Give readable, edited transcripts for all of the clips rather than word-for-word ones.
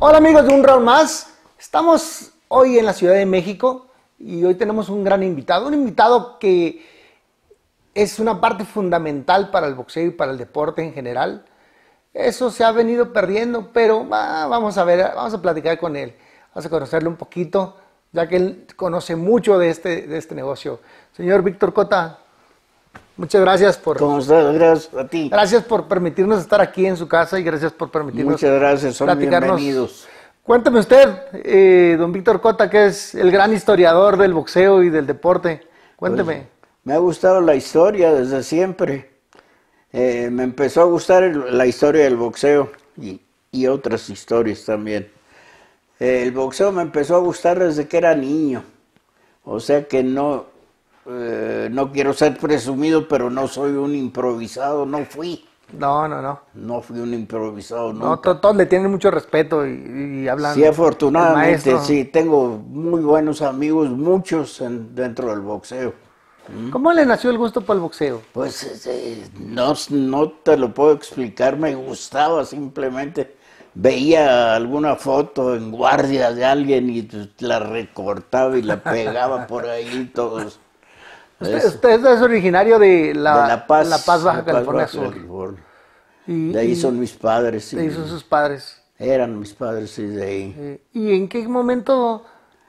Hola amigos de Un Round Más, estamos hoy en la Ciudad de México y hoy tenemos un gran invitado, que es una parte fundamental para el boxeo y para el deporte en general. Eso se ha venido perdiendo, pero vamos a ver, vamos a platicar con él, vamos a conocerle un poquito, ya que él conoce mucho de este negocio. Señor Víctor Cota, muchas gracias por... ¿Cómo estás? Gracias a ti. Gracias por permitirnos estar aquí en su casa y gracias por permitirnos... Muchas gracias, son bienvenidos. Cuénteme usted, don Víctor Cota, que es el gran historiador del boxeo y del deporte. Cuénteme. Pues, me ha gustado la historia desde siempre. Me empezó a gustar la historia del boxeo y otras historias también. El boxeo me empezó a gustar desde que era niño. O sea que no quiero ser presumido, pero no soy un improvisado, no fui. No. No fui un improvisado, no. nunca. Todos le tienen mucho respeto y hablan. Sí, afortunadamente, sí, tengo muy buenos amigos, muchos dentro del boxeo. ¿Cómo le nació el gusto por el boxeo? Pues no te lo puedo explicar, me gustaba simplemente. Veía alguna foto en guardia de alguien y la recortaba y la pegaba por ahí todos. Usted es originario de La Paz, Baja California Sur. De ahí son mis padres. Sí. De ahí son sus padres. Eran mis padres, sí, de ahí. ¿Y en qué momento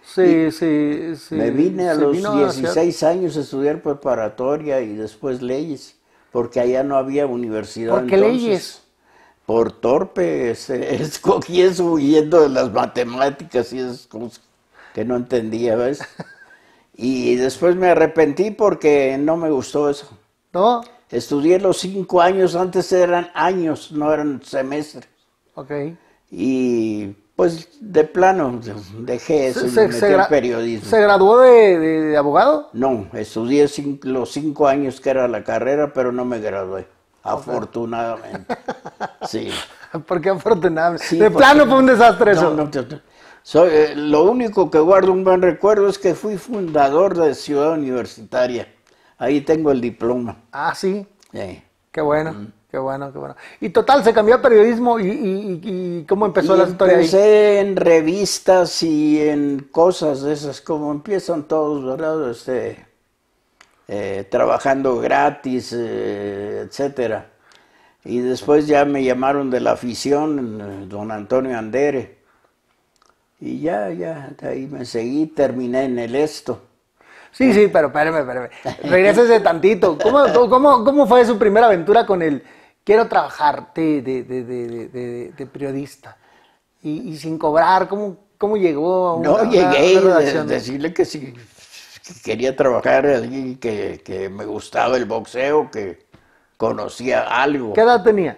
me vine a los 16 años a estudiar preparatoria y después leyes, porque allá no había universidad. ¿Por qué leyes? Por torpe, escogí eso huyendo de las matemáticas y esas cosas que no entendía, ¿ves? Y después me arrepentí porque no me gustó eso. ¿No? Estudié los 5 años, antes eran años, no eran semestres. Ok. Y pues de plano dejé eso y me metí al periodismo. ¿Se graduó de abogado? No, estudié los 5 años que era la carrera, pero no me gradué, afortunadamente. Sí. ¿Por qué afortunadamente? Sí, de plano fue un desastre eso. No. Lo único que guardo un buen recuerdo es que fui fundador de Ciudad Universitaria. Ahí tengo el diploma. Ah, sí. Sí. Qué bueno. Qué bueno. Y total, se cambió a periodismo y ¿cómo empezó la historia ahí? Empecé en revistas y en cosas de esas, como empiezan todos, ¿verdad? Trabajando gratis, etcétera. Y después ya me llamaron de la afición, don Antonio Andere. Y ya, de ahí me seguí, terminé en el Esto. Sí, pero espérame. Regrésese tantito. ¿Cómo fue su primera aventura con el quiero trabajar de periodista? Y sin cobrar, ¿cómo llegó a una redacción? Decirle que sí, que quería trabajar allí, que me gustaba el boxeo, que conocía algo. ¿Qué edad tenía?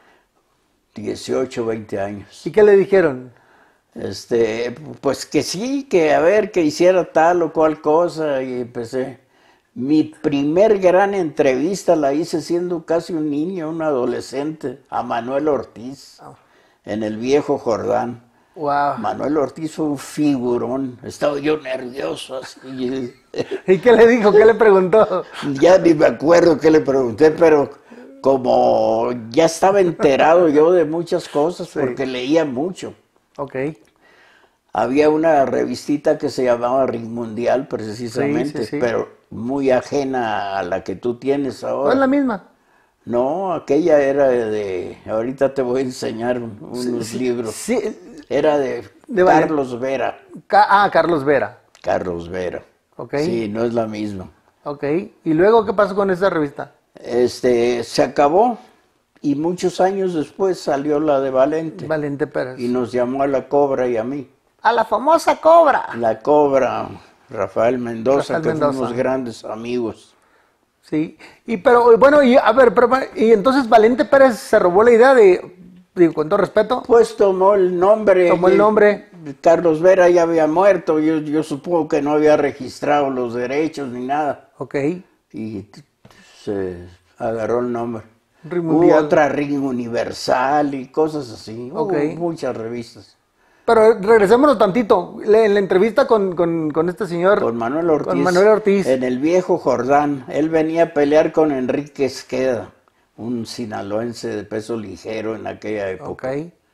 18, 20 años. ¿Y qué le dijeron? Pues que sí, que a ver, que hiciera tal o cual cosa, y empecé. Mi primer gran entrevista la hice siendo casi un niño, un adolescente, a Manuel Ortiz, en el Viejo Jordán. Wow. Manuel Ortiz fue un figurón, estaba yo nervioso así. ¿Y qué le dijo? ¿Qué le preguntó? Ya ni me acuerdo qué le pregunté, pero como ya estaba enterado yo de muchas cosas, sí, porque leía mucho. Ok. Había una revistita que se llamaba Ring Mundial, precisamente, sí. pero muy ajena a la que tú tienes ahora. ¿No es la misma? No, aquella era ahorita te voy a enseñar unos libros. Sí. Era de Carlos Vera. Carlos Vera. Carlos Vera. Ok. Sí, no es la misma. Ok. ¿Y luego qué pasó con esa revista? Se acabó. Y muchos años después salió la de Valente. Valente Pérez. Y nos llamó a La Cobra y a mí. A la famosa Cobra. La Cobra, Rafael Mendoza, fuimos grandes amigos. Sí, pero bueno, y entonces Valente Pérez se robó la idea con todo respeto. Pues tomó el nombre. Carlos Vera ya había muerto, yo supongo que no había registrado los derechos ni nada. Ok. Y se agarró el nombre. Hubo otra Ring Universal y cosas así. Okay. Hubo muchas revistas. Pero regresémonos tantito. En la entrevista con este señor. Con Manuel Ortiz. Con Manuel Ortiz. En el Viejo Jordán. Él venía a pelear con Enrique Esqueda, un sinaloense de peso ligero en aquella época. Okay.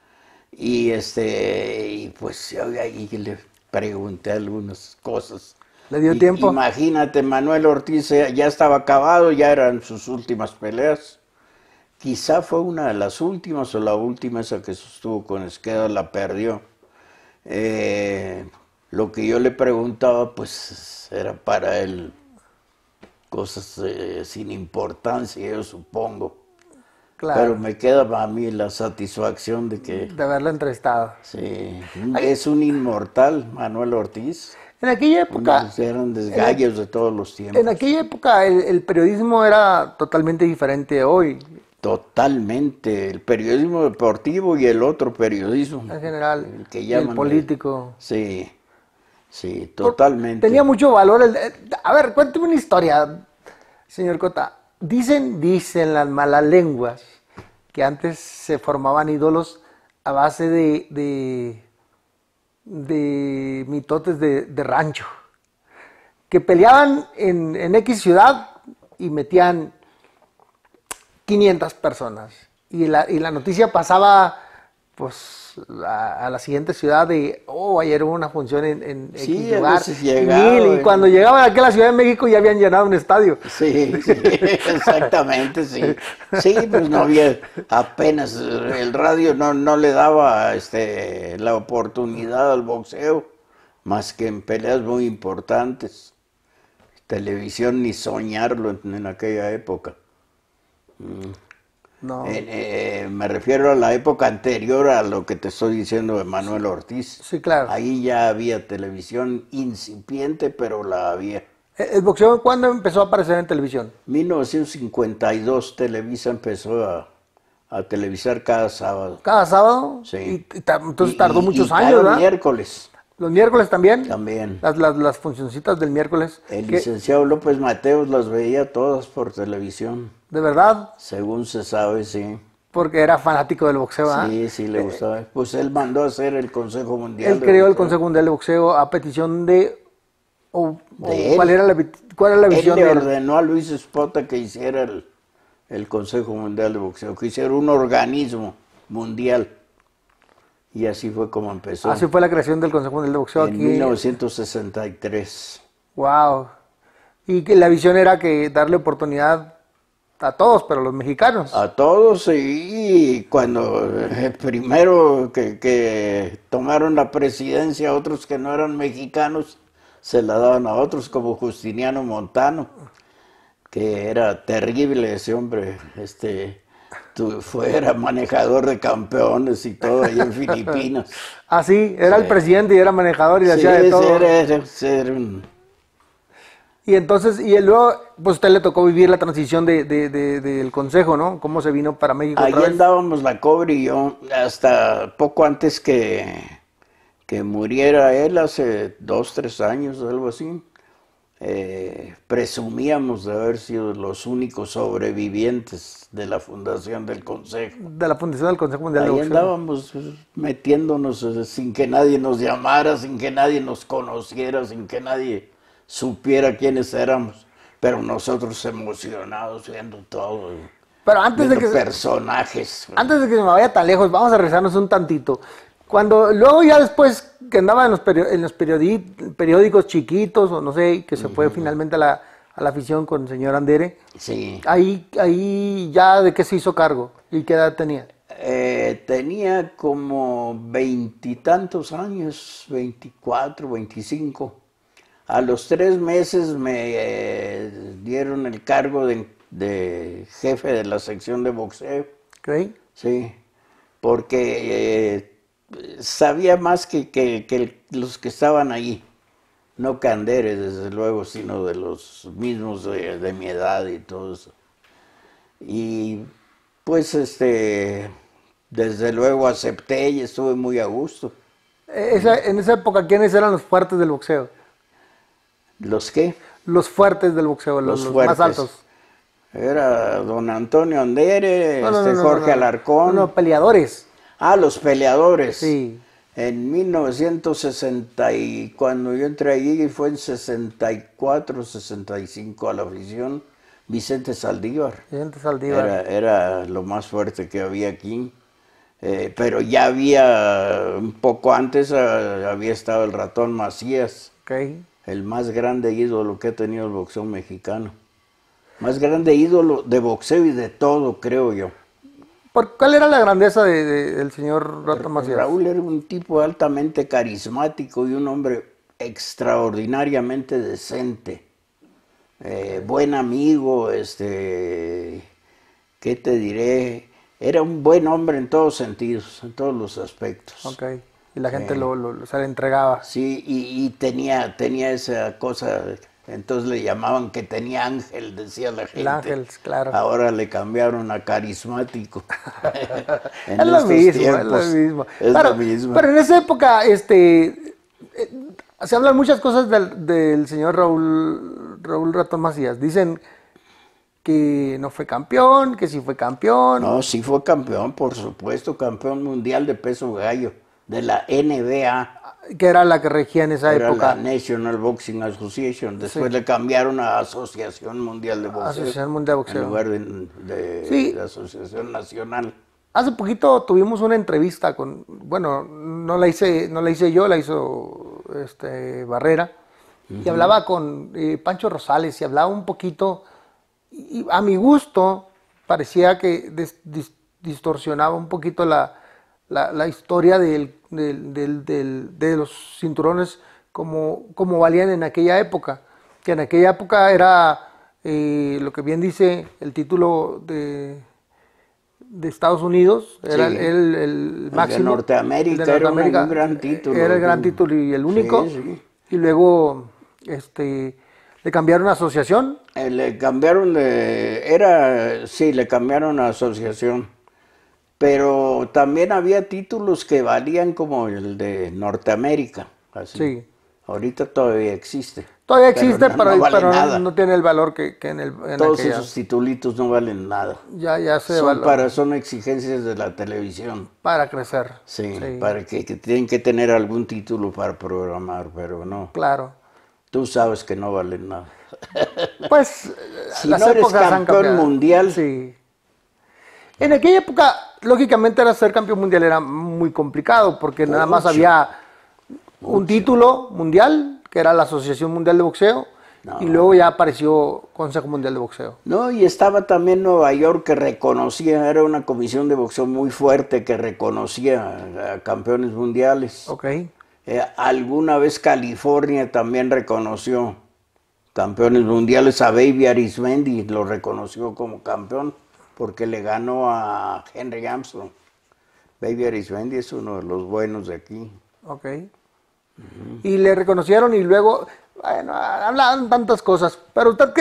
y pues yo ahí le pregunté algunas cosas. ¿Le dio tiempo? Imagínate, Manuel Ortiz ya estaba acabado, ya eran sus últimas peleas. Quizá fue una de las últimas o la última esa que sostuvo con Esqueda, la perdió. Lo que yo le preguntaba, pues era para él cosas sin importancia, yo supongo. Claro. Pero me queda a mí la satisfacción de que De haberlo entrevistado. sí, es un inmortal, Manuel Ortiz. En aquella Uno época, de los grandes gallos de todos los tiempos. en aquella época el periodismo era totalmente diferente de hoy, Totalmente, el periodismo deportivo y el otro periodismo. en general, El que y llaman el político. Sí, sí, totalmente. Tenía mucho valor. A ver, cuénteme una historia, señor Cota. Dicen las malas lenguas que antes se formaban ídolos a base de mitotes de rancho, que peleaban en X ciudad y metían 500 personas. Y la noticia pasaba pues a la siguiente ciudad de, ayer hubo una función en Sí, X a lugar. veces llegaba, Y cuando llegaban aquí a la Ciudad de México ya habían llenado un estadio. Sí, sí, exactamente, sí. Sí, pues no había apenas, el radio no le daba la oportunidad al boxeo, más que en peleas muy importantes. Televisión ni soñarlo en aquella época. No. Me refiero a la época anterior a lo que te estoy diciendo de Manuel Ortiz. Sí, claro. Ahí ya había televisión incipiente, pero la había. ¿El boxeo cuándo empezó a aparecer en televisión? 1952 Televisa empezó a televisar cada sábado. ¿Cada sábado? Sí. Entonces tardó muchos cada años, ¿verdad? miércoles ¿Los miércoles también? también. Las funcioncitas del miércoles. El licenciado López Mateos las veía todas por televisión. ¿De verdad? Según se sabe, sí. Porque era fanático del boxeo, ¿ah? Sí, sí le gustaba. Pues él mandó a hacer el Consejo Mundial Él de creó el Boxeo. Consejo Mundial de Boxeo a petición de... De él. ¿Cuál era la Él visión le de él? ordenó a Luis Espota que hiciera el Consejo Mundial de Boxeo, que hiciera un organismo mundial. Y así fue como empezó. Así fue la creación del Consejo Mundial de Boxeo En aquí. 1963. Wow. Y que la visión era que darle oportunidad a todos, pero a los mexicanos. A todos, y cuando primero que tomaron la presidencia, otros que no eran mexicanos, se la daban a otros, como Justiniano Montano, que era terrible ese hombre, era manejador de campeones y todo ahí en Filipinas. Ah, sí, era el presidente y era manejador y Sí, hacía de todo. era un... Y entonces, luego, pues a usted le tocó vivir la transición del consejo, ¿no? ¿Cómo se vino para México Ahí otra vez? andábamos la Cobre y yo, hasta poco antes que muriera él, hace 2, 3 años, algo así. Presumíamos de haber sido los únicos sobrevivientes de la fundación del Consejo. De la fundación del Consejo Mundial de Ahí Boxeo. andábamos metiéndonos sin que nadie nos llamara, sin que nadie nos conociera, sin que nadie supiera quiénes éramos, pero nosotros emocionados viendo todo, Pero antes de viendo que personajes. Antes de que se me vaya tan lejos, vamos a regresarnos un tantito. Luego ya después que andaba en los periódicos chiquitos, o no sé, que se fue finalmente a la afición con el señor Andere, Sí. ahí ya de qué se hizo cargo y qué edad tenía. Tenía como 20 y tantos años, 24, 25. A los 3 meses me dieron el cargo de jefe de la sección de boxeo. ¿Ok? Sí, porque sabía más que los que estaban ahí. No Candere, desde luego, sino de los mismos de mi edad y todo eso. Y pues desde luego acepté y estuve muy a gusto. En esa época, ¿quiénes eran los fuertes del boxeo? ¿Los qué? Los fuertes del boxeo, Los los fuertes. más altos. Era don Antonio Andere, Jorge Alarcón. No, peleadores. Ah, los peleadores. Sí. En 1960, y cuando yo entré allí, fue en 64, 65 a la afición, Vicente Saldívar. Vicente Saldívar. Era lo más fuerte que había aquí. Pero ya había, un poco antes, había estado el Ratón Macías, Okay. el más grande ídolo que ha tenido el boxeo mexicano. Más grande ídolo de boxeo y de todo, creo yo. ¿Cuál era la grandeza del señor Ratón Macías? Raúl era un tipo altamente carismático y un hombre extraordinariamente decente. Buen amigo, ¿qué te diré? Era un buen hombre en todos sentidos, en todos los aspectos. Ok. Y la gente se le entregaba. Sí, y tenía esa cosa, entonces le llamaban que tenía ángel, decía la gente. El ángel, claro. Ahora le cambiaron a carismático. Es lo mismo, es lo mismo. Es lo mismo. Pero en esa época, se hablan muchas cosas del señor Raúl Ratón Macías. Dicen que no fue campeón, que sí fue campeón. No, sí fue campeón, por supuesto, campeón mundial de peso gallo, de la NBA. Que era la que regía en esa época. Era la National Boxing Association. Después le cambiaron a Asociación Mundial de Boxeo. Asociación Mundial de Boxeo. En lugar de Asociación Nacional. Hace poquito tuvimos una entrevista no la hice yo, la hizo Barrera. Y hablaba con Pancho Rosales y hablaba un poquito, y a mi gusto parecía que distorsionaba un poquito la historia de los cinturones como valían en aquella época. Que en aquella época era lo que bien dice el título de Estados Unidos, era Sí. el máximo. De Norteamérica, era un gran título. Era el gran título y el único. Sí, sí. Y luego le cambiaron a asociación. Le cambiaron le cambiaron a asociación. Pero también había títulos que valían como el de Norteamérica. Así. Sí. Ahorita todavía existe. Todavía existe, no vale pero nada. no tiene el valor que en Todos aquella. esos titulitos no valen nada. Ya se devaluó. Son exigencias de la televisión. Para crecer. Sí. Para que tienen que tener algún título para programar, pero no. Claro. Tú sabes que no valen nada. Pues Si las no eres épocas han campeón cambiado. mundial. Sí. En aquella época, lógicamente, ser campeón mundial era muy complicado porque nada más había un título mundial, que era la Asociación Mundial de Boxeo, y luego ya apareció Consejo Mundial de Boxeo. No, y estaba también Nueva York que reconocía, era una comisión de boxeo muy fuerte que reconocía a campeones mundiales. Ok. Alguna vez California también reconoció campeones mundiales, a Baby Arismendi lo reconoció como campeón porque le ganó a Henry Armstrong. Baby Arismendi es uno de los buenos de aquí. Ok. Y le reconocieron y luego, bueno, hablaban tantas cosas, pero usted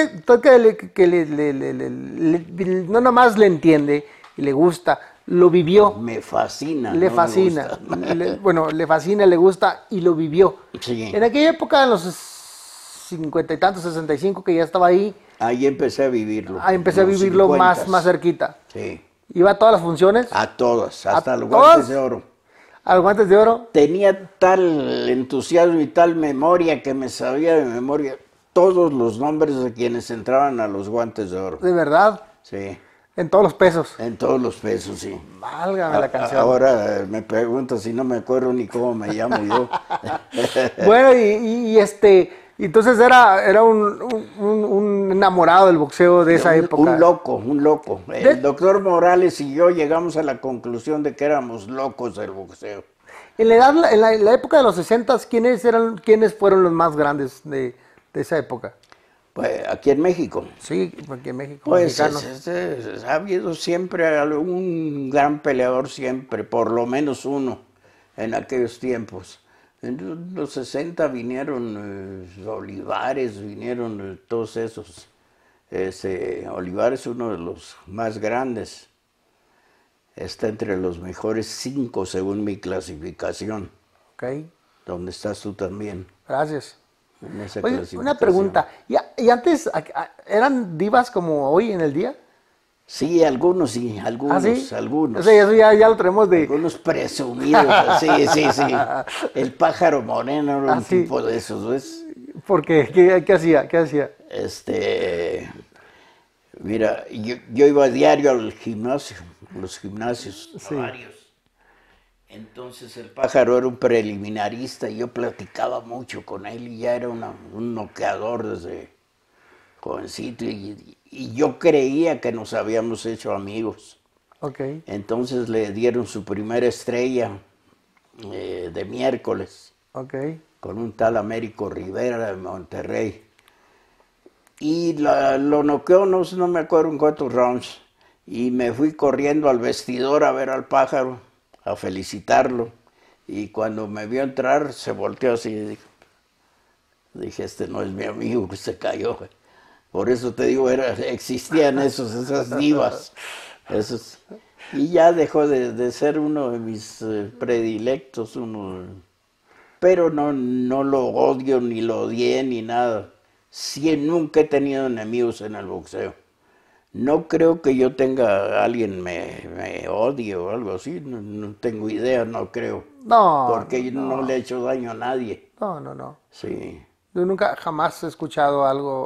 no nomás le entiende y le gusta, lo vivió. Me fascina. Le no fascina. me gusta. Le fascina, le gusta y lo vivió. Sí. En aquella época, en los 50 y tantos, 65, que ya estaba ahí, Ahí empecé a vivirlo. empecé a en los vivirlo 50s. más cerquita. Sí. Iba a todas las funciones, A todas, hasta los todas? guantes de oro. a los guantes de oro. Tenía tal entusiasmo y tal memoria que me sabía de memoria todos los nombres de quienes entraban a los guantes de oro. De verdad, Sí, en todos los pesos. en todos los pesos, sí. Válgame la canción. Ahora me pregunto si no me acuerdo ni cómo me llamo yo. Bueno, entonces era un enamorado del boxeo de esa época. Un loco. El doctor Morales y yo llegamos a la conclusión de que éramos locos del boxeo. En la época de los 60, ¿quiénes fueron los más grandes de esa época? Pues aquí en México. Sí, porque en México, Pues mexicanos. ha habido siempre un gran peleador, siempre, por lo menos uno, en aquellos tiempos. En los 60 vinieron Olivares, vinieron todos esos. Olivares es uno de los más grandes. Está entre los mejores 5 según mi clasificación. Ok, Donde estás tú también. gracias. En esa Oye, clasificación. una pregunta. ¿Y antes eran divas como hoy en el día? Sí, algunos sí, ¿Ah, sí? algunos. O sea, eso ya lo tenemos de... Algunos presumidos, sí. El pájaro moreno era un sí. tipo de esos, ¿ves? ¿Por qué? ¿Qué hacía? Mira, yo iba a diario al gimnasio, los gimnasios, Sí. varios. Entonces el pájaro era un preliminarista y yo platicaba mucho con él y ya era un noqueador desde jovencito y yo creía que nos habíamos hecho amigos. Ok. Entonces le dieron su primera estrella de miércoles Ok. con un tal Américo Rivera de Monterrey. Y lo noqueó, no me acuerdo en cuántos rounds. Y me fui corriendo al vestidor a ver al pájaro, a felicitarlo. Y cuando me vio entrar, se volteó así y dije, este no es mi amigo, que se cayó. Por eso te digo, existían esas divas. Esos, y ya dejó de ser uno de mis predilectos, pero no lo odio, ni lo odié, ni nada. Sí, nunca he tenido enemigos en el boxeo. No creo que yo tenga alguien me odie o algo así, no tengo idea, no creo. No, Porque yo no le he no, hecho daño a nadie. no. Sí. Yo nunca, jamás he escuchado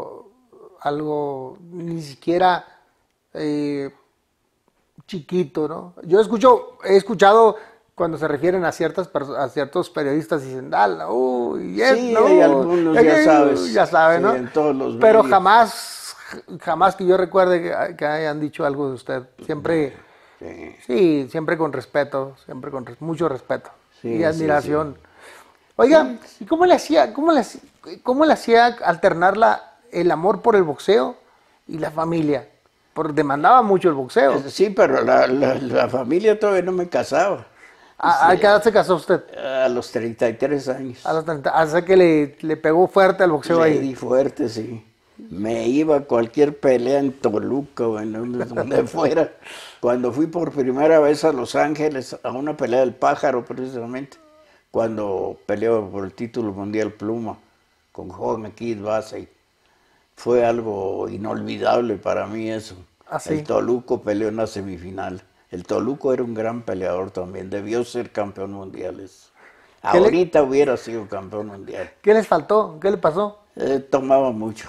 algo, ni siquiera eh, chiquito, ¿no? He escuchado cuando se refieren a a ciertos periodistas y dicen, dale, uy, Sí, hay no, algunos, ya sabes. ya saben, Sí, ¿no? en todos los Pero medios. jamás que yo recuerde que hayan dicho algo de usted. Siempre, Sí, sí, siempre con respeto, mucho respeto y sí, sí, sí. admiración. Oiga, ¿y cómo le hacía alternar el amor por el boxeo y la familia? Porque demandaba mucho el boxeo. Sí, pero la familia todavía no me casaba. ¿A qué edad se casó usted? A los 33 años. A los 30, hasta que le pegó fuerte al boxeo Le ahí. di fuerte, sí. Me iba a cualquier pelea en Toluca o en donde fuera. Cuando fui por primera vez a Los Ángeles a una pelea del pájaro, precisamente, cuando peleó por el título mundial pluma con Jorge Kid Bassey, fue algo inolvidable para mí eso. ¿Ah, sí? El Toluco peleó en la semifinal. El Toluco era un gran peleador también, debió ser campeón mundial. Ahorita hubiera sido campeón mundial. ¿Qué les faltó? ¿Qué le pasó? Tomaba mucho.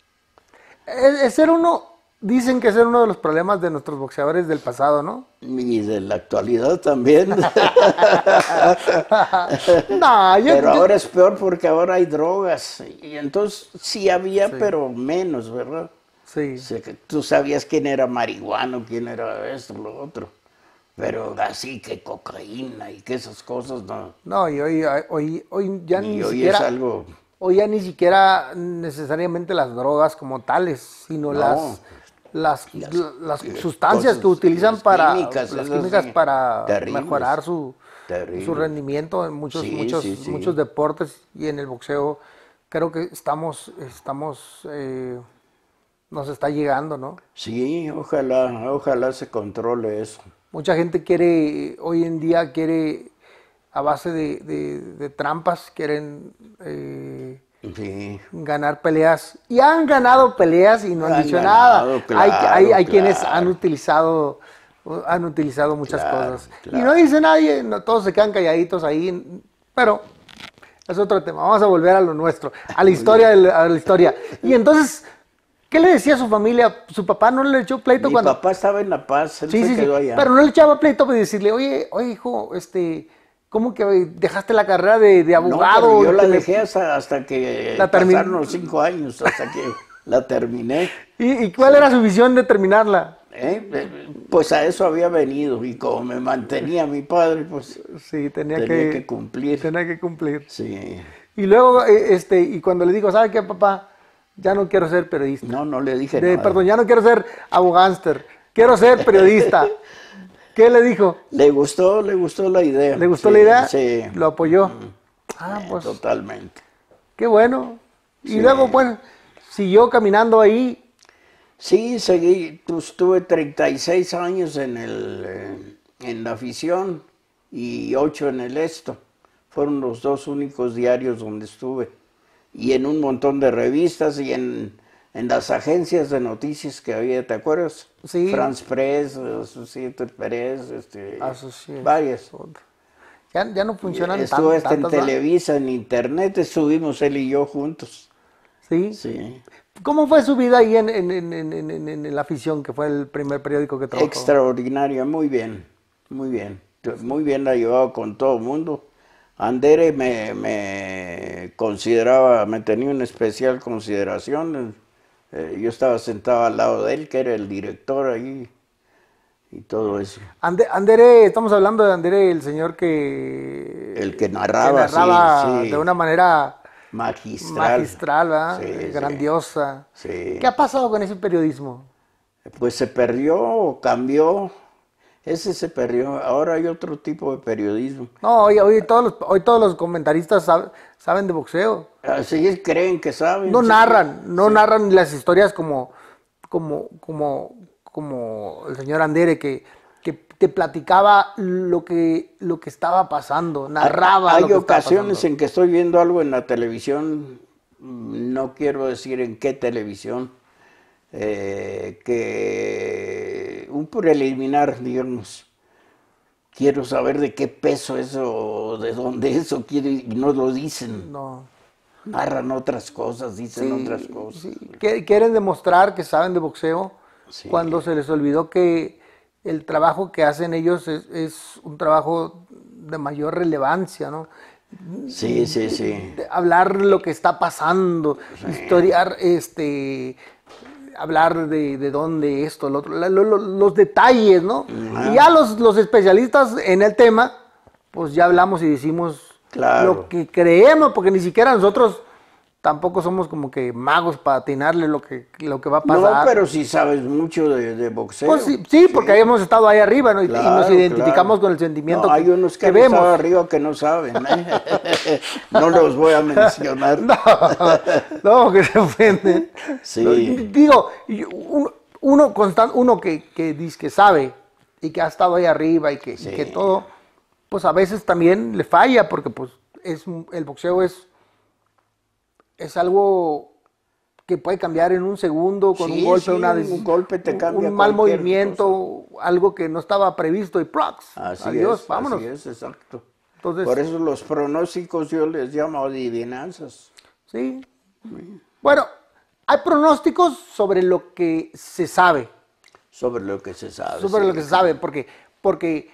Dicen que ese era uno de los problemas de nuestros boxeadores del pasado, ¿no? Y de la actualidad también. No, Pero ahora es peor porque ahora hay drogas. Y entonces sí había, pero menos, ¿verdad? Sí. O sea, que tú sabías quién era marihuano, quién era esto, lo otro. Pero así que cocaína y que esas cosas, no. No, y hoy ya Y ni hoy siquiera... es algo... Hoy ya ni siquiera necesariamente las drogas como tales, sino No, las sustancias cosas, que utilizan las para químicas, las esas químicas sí, para terribles, mejorar su terribles. rendimiento en Sí, sí, sí. muchos deportes y en el boxeo creo que nos está llegando, ¿no? Sí, ojalá se controle eso. Mucha gente hoy en día quiere a base de trampas, quieren Sí. ganar peleas. Y han ganado peleas y no han dicho ganado, nada. claro, Hay quienes claro. han utilizado muchas Claro, cosas. claro. Y no dice nadie, todos se quedan calladitos ahí. Pero es otro tema. Vamos a volver a lo nuestro, a la historia, a la historia. Y entonces, ¿qué le decía a su familia? ¿Su papá no le echó pleito Mi cuando...? papá estaba en La Paz, él Sí, se sí, sí. quedó allá. Pero no le echaba pleito para decirle, oye, hijo, ¿cómo que dejaste la carrera de No, abogado? pero yo la Que dejé hasta que La termin- pasaron los 5 años, hasta que la terminé. ¿Y cuál era su visión de terminarla? Pues a eso había venido y como me mantenía mi padre, pues Sí, tenía que cumplir. Tenía que cumplir. Sí. Y luego, y cuando le digo, ¿sabe qué, papá? Ya no quiero ser periodista. No le dije nada. Perdón, ya no quiero ser abogánster. Quiero ser periodista. ¿Qué le dijo? Le gustó la idea. ¿Le gustó Sí, la idea? Sí. Lo apoyó. Pues, Totalmente. qué bueno. Y Sí. luego, bueno, siguió caminando ahí. Sí, seguí, pues, tuve 36 años en la afición y 8 en el Esto. Fueron los 2 únicos diarios donde estuve. Y en un montón de revistas y en las agencias de noticias que había, ¿te acuerdas? Sí. France Press, Associated Press, Associated. varias. Ya no funcionan Estuve hasta en tantas, ¿verdad? Televisa, en Internet, estuvimos él y yo juntos. Sí. Sí. ¿Cómo fue su vida ahí en la afición, que fue el primer periódico que trabajó? Extraordinaria, muy bien, muy bien. muy bien la llevaba con todo el mundo. Andere me consideraba, me tenía una especial consideración. Yo estaba sentado al lado de él, que era el director ahí, y todo eso. Andere, estamos hablando de Andere, el señor El que que narraba, sí, sí. de una manera Magistral. ¿verdad? Sí, Grandiosa. sí. ¿Qué ha pasado con ese periodismo? Pues se perdió, cambió. Ese se perdió. Ahora hay otro tipo de periodismo. No, hoy todos los comentaristas saben de boxeo. Así creen que saben. No Sí, narran, no sí. narran las historias como el señor Andere que te platicaba lo que estaba pasando, narraba Hay lo que estaba ocasiones pasando. en que estoy viendo algo en la televisión, no quiero decir en qué televisión, que un preliminar, digamos, quiero saber de qué peso eso, de dónde eso, y no lo dicen, No. narran otras cosas, dicen otras Sí, cosas. sí. Quieren demostrar que saben de boxeo Sí. cuando se les olvidó que el trabajo que hacen ellos es un trabajo de mayor relevancia, ¿no? Sí, sí, sí. De hablar lo que está pasando, historiar, hablar de dónde esto, lo otro, los detalles, ¿no? Ajá. Y ya los especialistas en el tema, pues ya hablamos y decimos Claro. lo que creemos, porque ni siquiera nosotros tampoco somos como que magos para atinarle lo que va a No, pasar. pero sí sabes mucho de boxeo. Pues sí, porque ahí hemos estado ahí arriba, ¿no? Y nos Claro, identificamos claro. con el sentimiento No, hay unos que han vemos. estado arriba que no saben, ¿eh? No los voy a mencionar. No, que se ofenden. Sí. No, digo, uno que dice que sabe y que ha estado ahí arriba y que todo, pues a veces también le falla porque pues el boxeo es algo que puede cambiar en un segundo con Sí, un golpe, sí, un golpe te cambia un mal cualquier movimiento, algo que no estaba previsto y ¡prox! Adiós, vámonos. Así es, exacto. Entonces, Por eso los pronósticos yo les llamo adivinanzas. sí. Bueno, hay pronósticos sobre lo que se sabe. Sobre lo que se sabe. Sobre sí. lo que se sabe, porque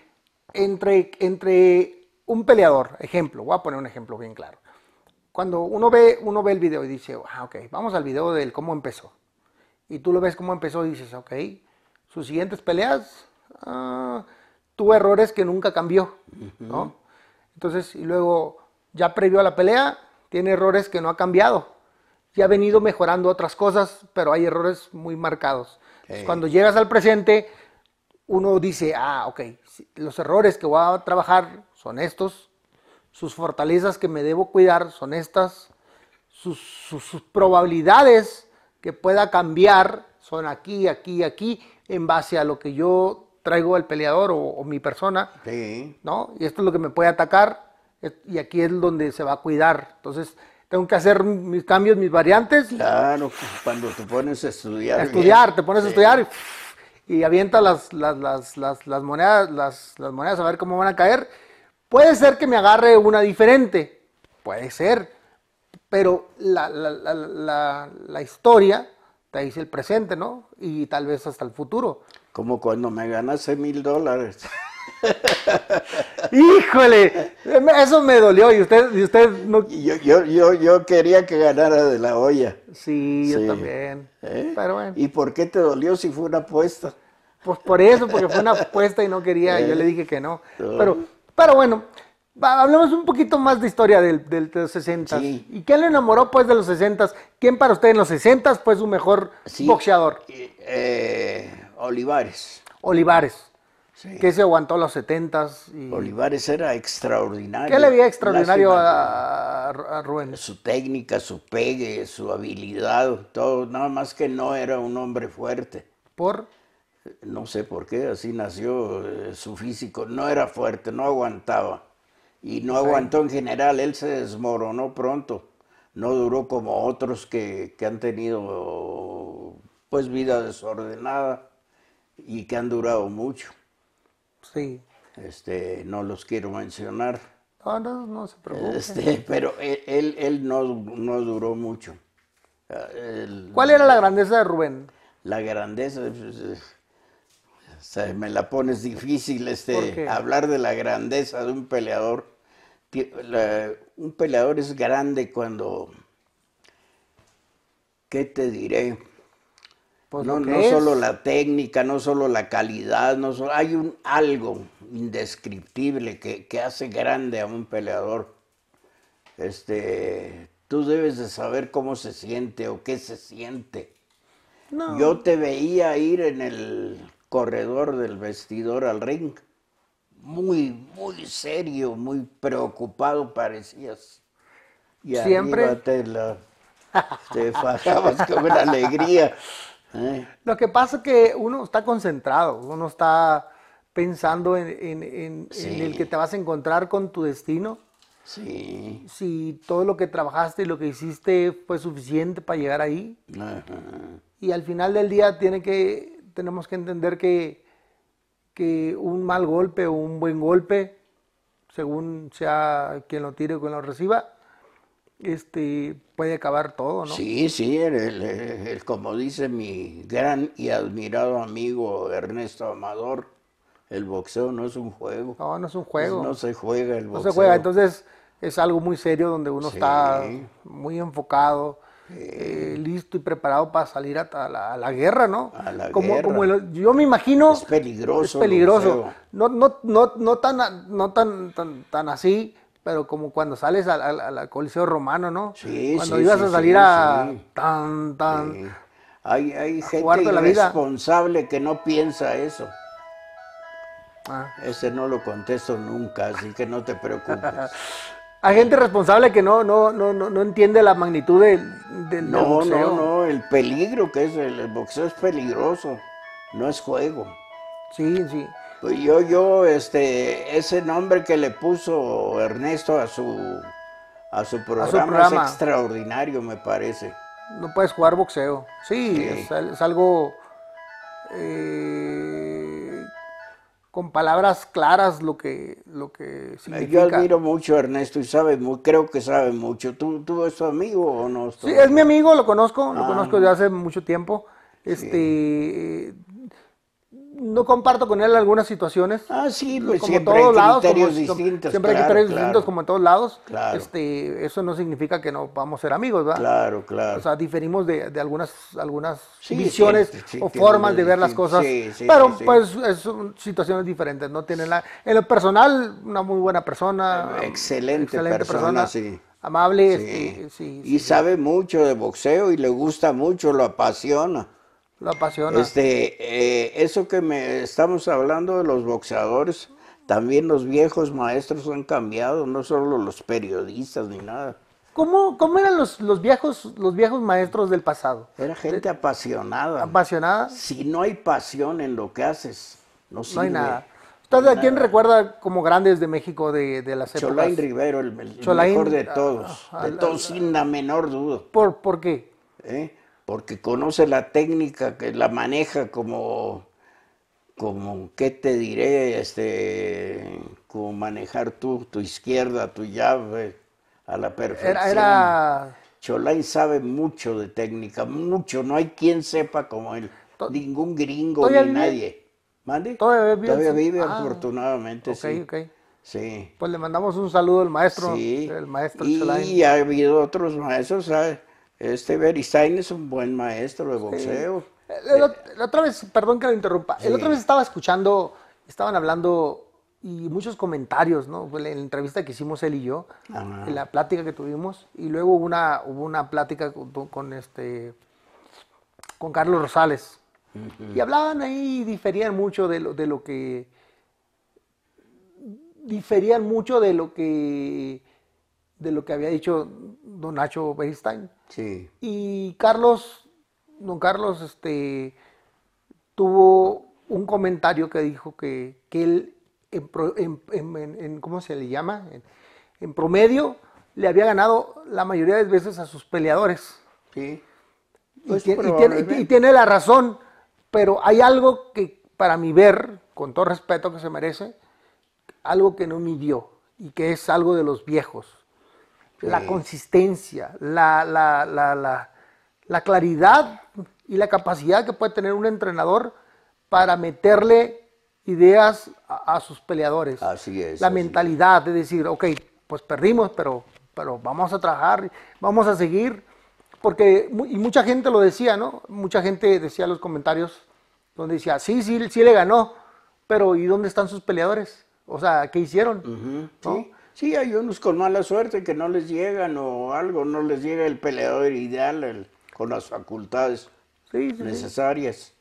entre un peleador, ejemplo, voy a poner un ejemplo bien claro. Cuando uno ve el video y dice, ok, vamos al video del cómo empezó. Y tú lo ves cómo empezó y dices, ok, sus siguientes peleas tuvo errores que nunca cambió, ¿no? Entonces, y luego, ya previo a la pelea, tiene errores que no ha cambiado. Ya ha venido mejorando otras cosas, pero hay errores muy marcados. Entonces, cuando llegas al presente, uno dice, ok, los errores que voy a trabajar son estos, sus fortalezas que me debo cuidar son estas, sus probabilidades que pueda cambiar son aquí, en base a lo que yo traigo al peleador o mi persona, Sí. ¿no? Y esto es lo que me puede atacar, y aquí es donde se va a cuidar. Entonces, tengo que hacer mis cambios, mis variantes. Claro, cuando te pones a estudiar. Te pones a estudiar y avientas las monedas a ver cómo van a caer. Puede ser que me agarre una diferente, puede ser, pero la historia te dice el presente, ¿no? Y tal vez hasta el futuro. Como cuando me ganaste $1,000. ¡Híjole! Eso me dolió y usted no... Yo quería que ganara de la olla. Sí, yo también. Pero bueno. ¿Y por qué te dolió si fue una apuesta? Pues por eso, porque fue una apuesta y no quería, yo le dije que no. Pero bueno, hablemos un poquito más de historia de los 60. Sí. ¿Y quién le enamoró pues de los 60? ¿Quién para usted en los 60 fue su mejor boxeador? Olivares. Olivares. Sí. Que se aguantó los 70. Olivares era extraordinario. ¿Qué le veía extraordinario a Rubén? Su técnica, su pegue, su habilidad, todo. Nada más que no era un hombre fuerte. ¿Por? No sé por qué, así nació su físico. No era fuerte, no aguantaba. Y no aguantó en general, él se desmoronó pronto. No duró como otros que han tenido pues vida desordenada y que han durado mucho. Sí. No los quiero mencionar. No se preocupe. Pero él no duró mucho. ¿Cuál era la grandeza de Rubén? La grandeza, sea, me la pones difícil, ¿Por qué? hablar de la grandeza de un peleador. Un peleador es grande cuando, ¿qué te diré? Pues lo No que solo es. la técnica, no solo la calidad, hay un algo indescriptible que hace grande a un peleador. Tú debes de saber cómo se siente o qué se siente. Yo No, te veía ir en el corredor del vestidor al ring, muy serio, muy preocupado parecías. Y arriba siempre. te fajabas con una alegría. ¿Eh? Lo que pasa es que uno está concentrado, uno está pensando en el que Sí, te vas a encontrar con tu destino. sí. Si todo lo que trabajaste y lo que hiciste fue suficiente para llegar ahí. Ajá. Y al final del día tenemos que entender que un mal golpe o un buen golpe, según sea quien lo tire o quien lo reciba, puede acabar todo, ¿no? Sí, sí, como dice mi gran y admirado amigo Ernesto Amador, el boxeo no es un juego, No, no es un no juego, se juega el no se juega. boxeo. Entonces es algo muy serio donde uno está Sí, muy enfocado, listo y preparado para salir a la guerra, ¿no? a la Como guerra. yo me imagino, Es es peligroso el peligroso. boxeo. No tan así, pero como cuando sales al Coliseo Romano, ¿no? Sí, Cuando sí, ibas sí, a salir sí, sí, tan, sí. Hay a gente jugarte la vida. irresponsable que no piensa eso. Ah. Ese no lo contesto nunca, así que no te preocupes. Hay gente responsable que no entiende la magnitud del No, no, boxeo. no, el peligro que es el boxeo es peligroso, no es juego. Sí, sí. Pues ese nombre que le puso Ernesto a su A su programa es programa. extraordinario, me parece. No puedes jugar boxeo. Sí, Sí. es algo eh, con palabras claras lo que Yo significa. admiro mucho a Ernesto y creo que sabe mucho. ¿Tú es tu amigo o no es tu Sí, es mi amigo? amigo, lo conozco desde Ah, hace mucho tiempo. sí. No comparto con él algunas situaciones, Ah, sí, pues como siempre hay todos lados, criterios distintos, siempre hay claro, criterios distintos claro, como en todos lados. claro, Eso no significa que no vamos a ser amigos, ¿verdad? claro, O claro. sea, diferimos de algunas Sí, visiones sí, o tienen formas de de ver las distintos. cosas, Sí, sí, sí, pero sí. pues son situaciones diferentes, ¿no? En lo personal, una muy buena persona, Excelente excelente persona, persona, sí. amable, Sí. sí, Y sí, sí, sabe mucho de boxeo y le gusta mucho, lo apasiona. lo apasiona. Eso que estamos hablando de los boxeadores, también los viejos maestros han cambiado, no solo los periodistas ni nada. ¿Cómo eran los viejos maestros del pasado? Era gente apasionada. Apasionada, Si no hay pasión en lo que haces, no no hay sirve. nada. No hay ¿Usted a quién nada. recuerda como grandes de México de las Cholain épocas? Rivero, el mejor Cholaín, de todos sin la menor duda. ¿por qué? ¿Eh? Porque conoce la técnica, que la maneja como, ¿qué te diré? Como manejar tu izquierda, tu llave a la Era, perfección. era Cholain sabe mucho de técnica, mucho, no hay quien sepa como él, to- ningún gringo ¿Todavía ni vive? nadie. ¿Mande? ¿Todavía vive? Todavía vive, Ah, afortunadamente, ok, sí. ok. Sí. Pues le mandamos un saludo al maestro, Sí, el maestro Cholain. y ha habido otros maestros, ¿sabe? Beristain es un buen maestro de Sí. boxeo. La otra vez, perdón que lo interrumpa, la otra vez Sí, estaba escuchando, estaban hablando y muchos comentarios, ¿no? Fue en la entrevista que hicimos él y yo, en ajá, la plática que tuvimos, y luego hubo una plática con Carlos Rosales. Y hablaban ahí y diferían mucho de lo que había dicho don Nacho Beristain. sí, Y don Carlos, tuvo un comentario que dijo que él, ¿cómo se le llama? En promedio, le había ganado la mayoría de veces a sus peleadores. sí, Y, pues tie- y tiene, y probablemente. tiene la razón, pero hay algo que, para mi ver, con todo respeto que se merece, algo que no midió y que es algo de los viejos. La Sí, consistencia, la claridad y la capacidad que puede tener un entrenador para meterle ideas a sus peleadores. Así es. La así mentalidad de decir, ok, pues perdimos, pero vamos a trabajar, vamos a seguir. Porque, y mucha gente lo decía, ¿no? Mucha gente decía en los comentarios, donde decía, sí le ganó, pero ¿y dónde están sus peleadores? O sea, ¿qué hicieron? ¿No? Sí, sí, hay unos con mala suerte que no les llegan o algo, no les llega el peleador ideal con las facultades Sí. necesarias.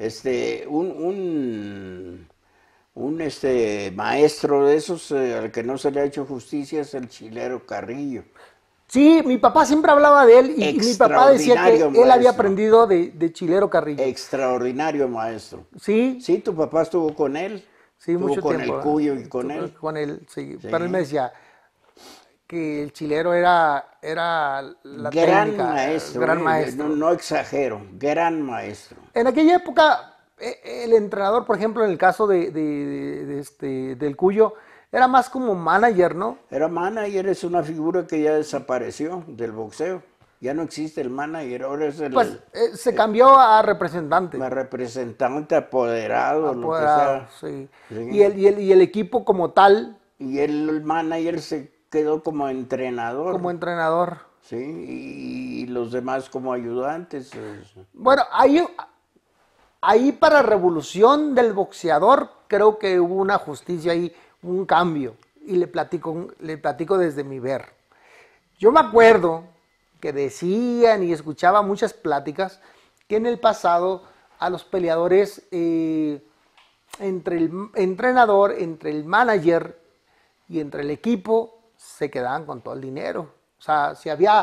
Un maestro de esos al que no se le ha hecho justicia es el Chilero Carrillo. Sí, mi papá siempre hablaba de él y mi papá decía que él Extraordinario había maestro. aprendido de Chilero Carrillo. Extraordinario maestro. Sí, Sí, tu papá estuvo con él. sí, Estuvo mucho con tiempo. el Cuyo y con Estuve él. Con él, sí. Sí. Pero él me decía que el chilero era la Gran técnica, maestro. gran maestro. No exagero, gran maestro. En aquella época, el entrenador, por ejemplo, en el caso del Cuyo, era más como manager, ¿no? Era manager, es una figura que ya desapareció del boxeo. Ya no existe el manager, ahora es el Pues se cambió a representante. representante apoderado, lo que Apoderado, sea. sí. Sí. Y el equipo como tal, Y el manager se quedó como entrenador. como entrenador. Sí, y los demás como ayudantes. Bueno, ahí para revolución del boxeador, creo que hubo una justicia ahí, un cambio. Y le platico desde mi ver. Yo me acuerdo que decían y escuchaba muchas pláticas que en el pasado a los peleadores, entre el entrenador, entre el manager y entre el equipo, se quedaban con todo el dinero. O sea, si había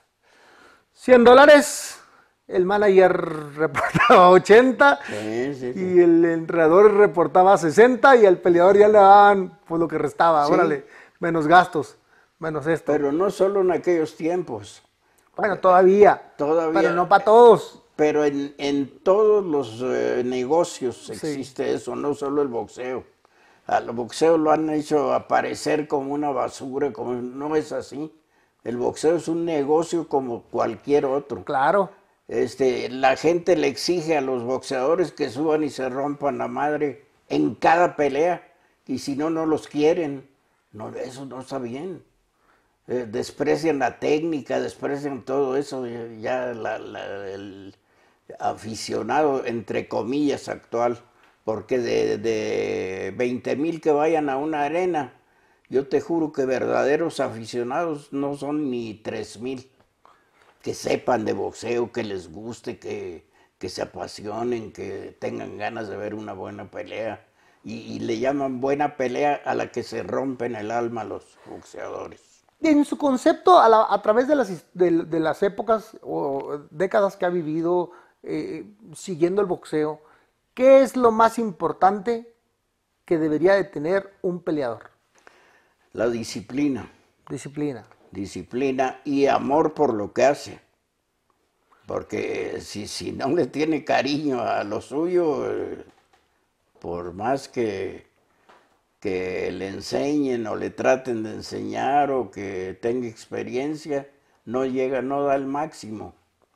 $100, el manager reportaba 80 Sí. y el entrenador reportaba 60 y al peleador ya le daban pues, lo que restaba, Sí. órale, menos gastos, menos esto. Pero no solo en aquellos tiempos. Bueno, todavía, pero no para todos. Pero en todos los negocios Sí. existe eso, no solo el boxeo. Al boxeo lo han hecho aparecer como una basura, como no es así. El boxeo es un negocio como cualquier otro. Claro, La gente le exige a los boxeadores que suban y se rompan la madre en cada pelea. Y si no, no los quieren. No, eso no está bien. Desprecian la técnica, desprecian todo eso. Ya el aficionado, entre comillas, actual. Porque de 20,000 que vayan a una arena, yo te juro que verdaderos aficionados no son ni 3,000. Que sepan de boxeo, que les guste, que se apasionen, que tengan ganas de ver una buena pelea. Y le llaman buena pelea a la que se rompen el alma los boxeadores. en su concepto, a través de las épocas o décadas que ha vivido siguiendo el boxeo, ¿qué es lo más importante que debería de tener un peleador? La disciplina. Disciplina. Disciplina y amor por lo que hace. Porque si no le tiene cariño a lo suyo, por más que le enseñen o le traten de enseñar o que tenga experiencia, no da el máximo.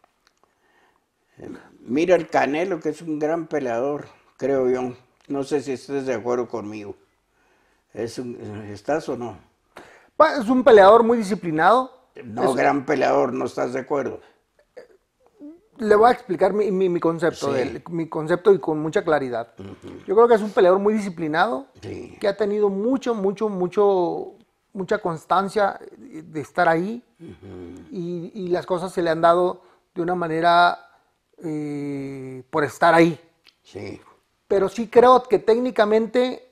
Mira el Canelo, que es un gran peleador, creo yo. No sé si estés de acuerdo conmigo. ¿Estás o no? Bueno, es un peleador muy disciplinado. No, gran peleador, ¿no estás de acuerdo? Le voy a explicar mi concepto, Sí. mi concepto y con mucha claridad. Yo creo que es un peleador muy disciplinado, Sí. que ha tenido mucha constancia de estar ahí y las cosas se le han dado de una manera por estar ahí. Sí. Pero sí creo que técnicamente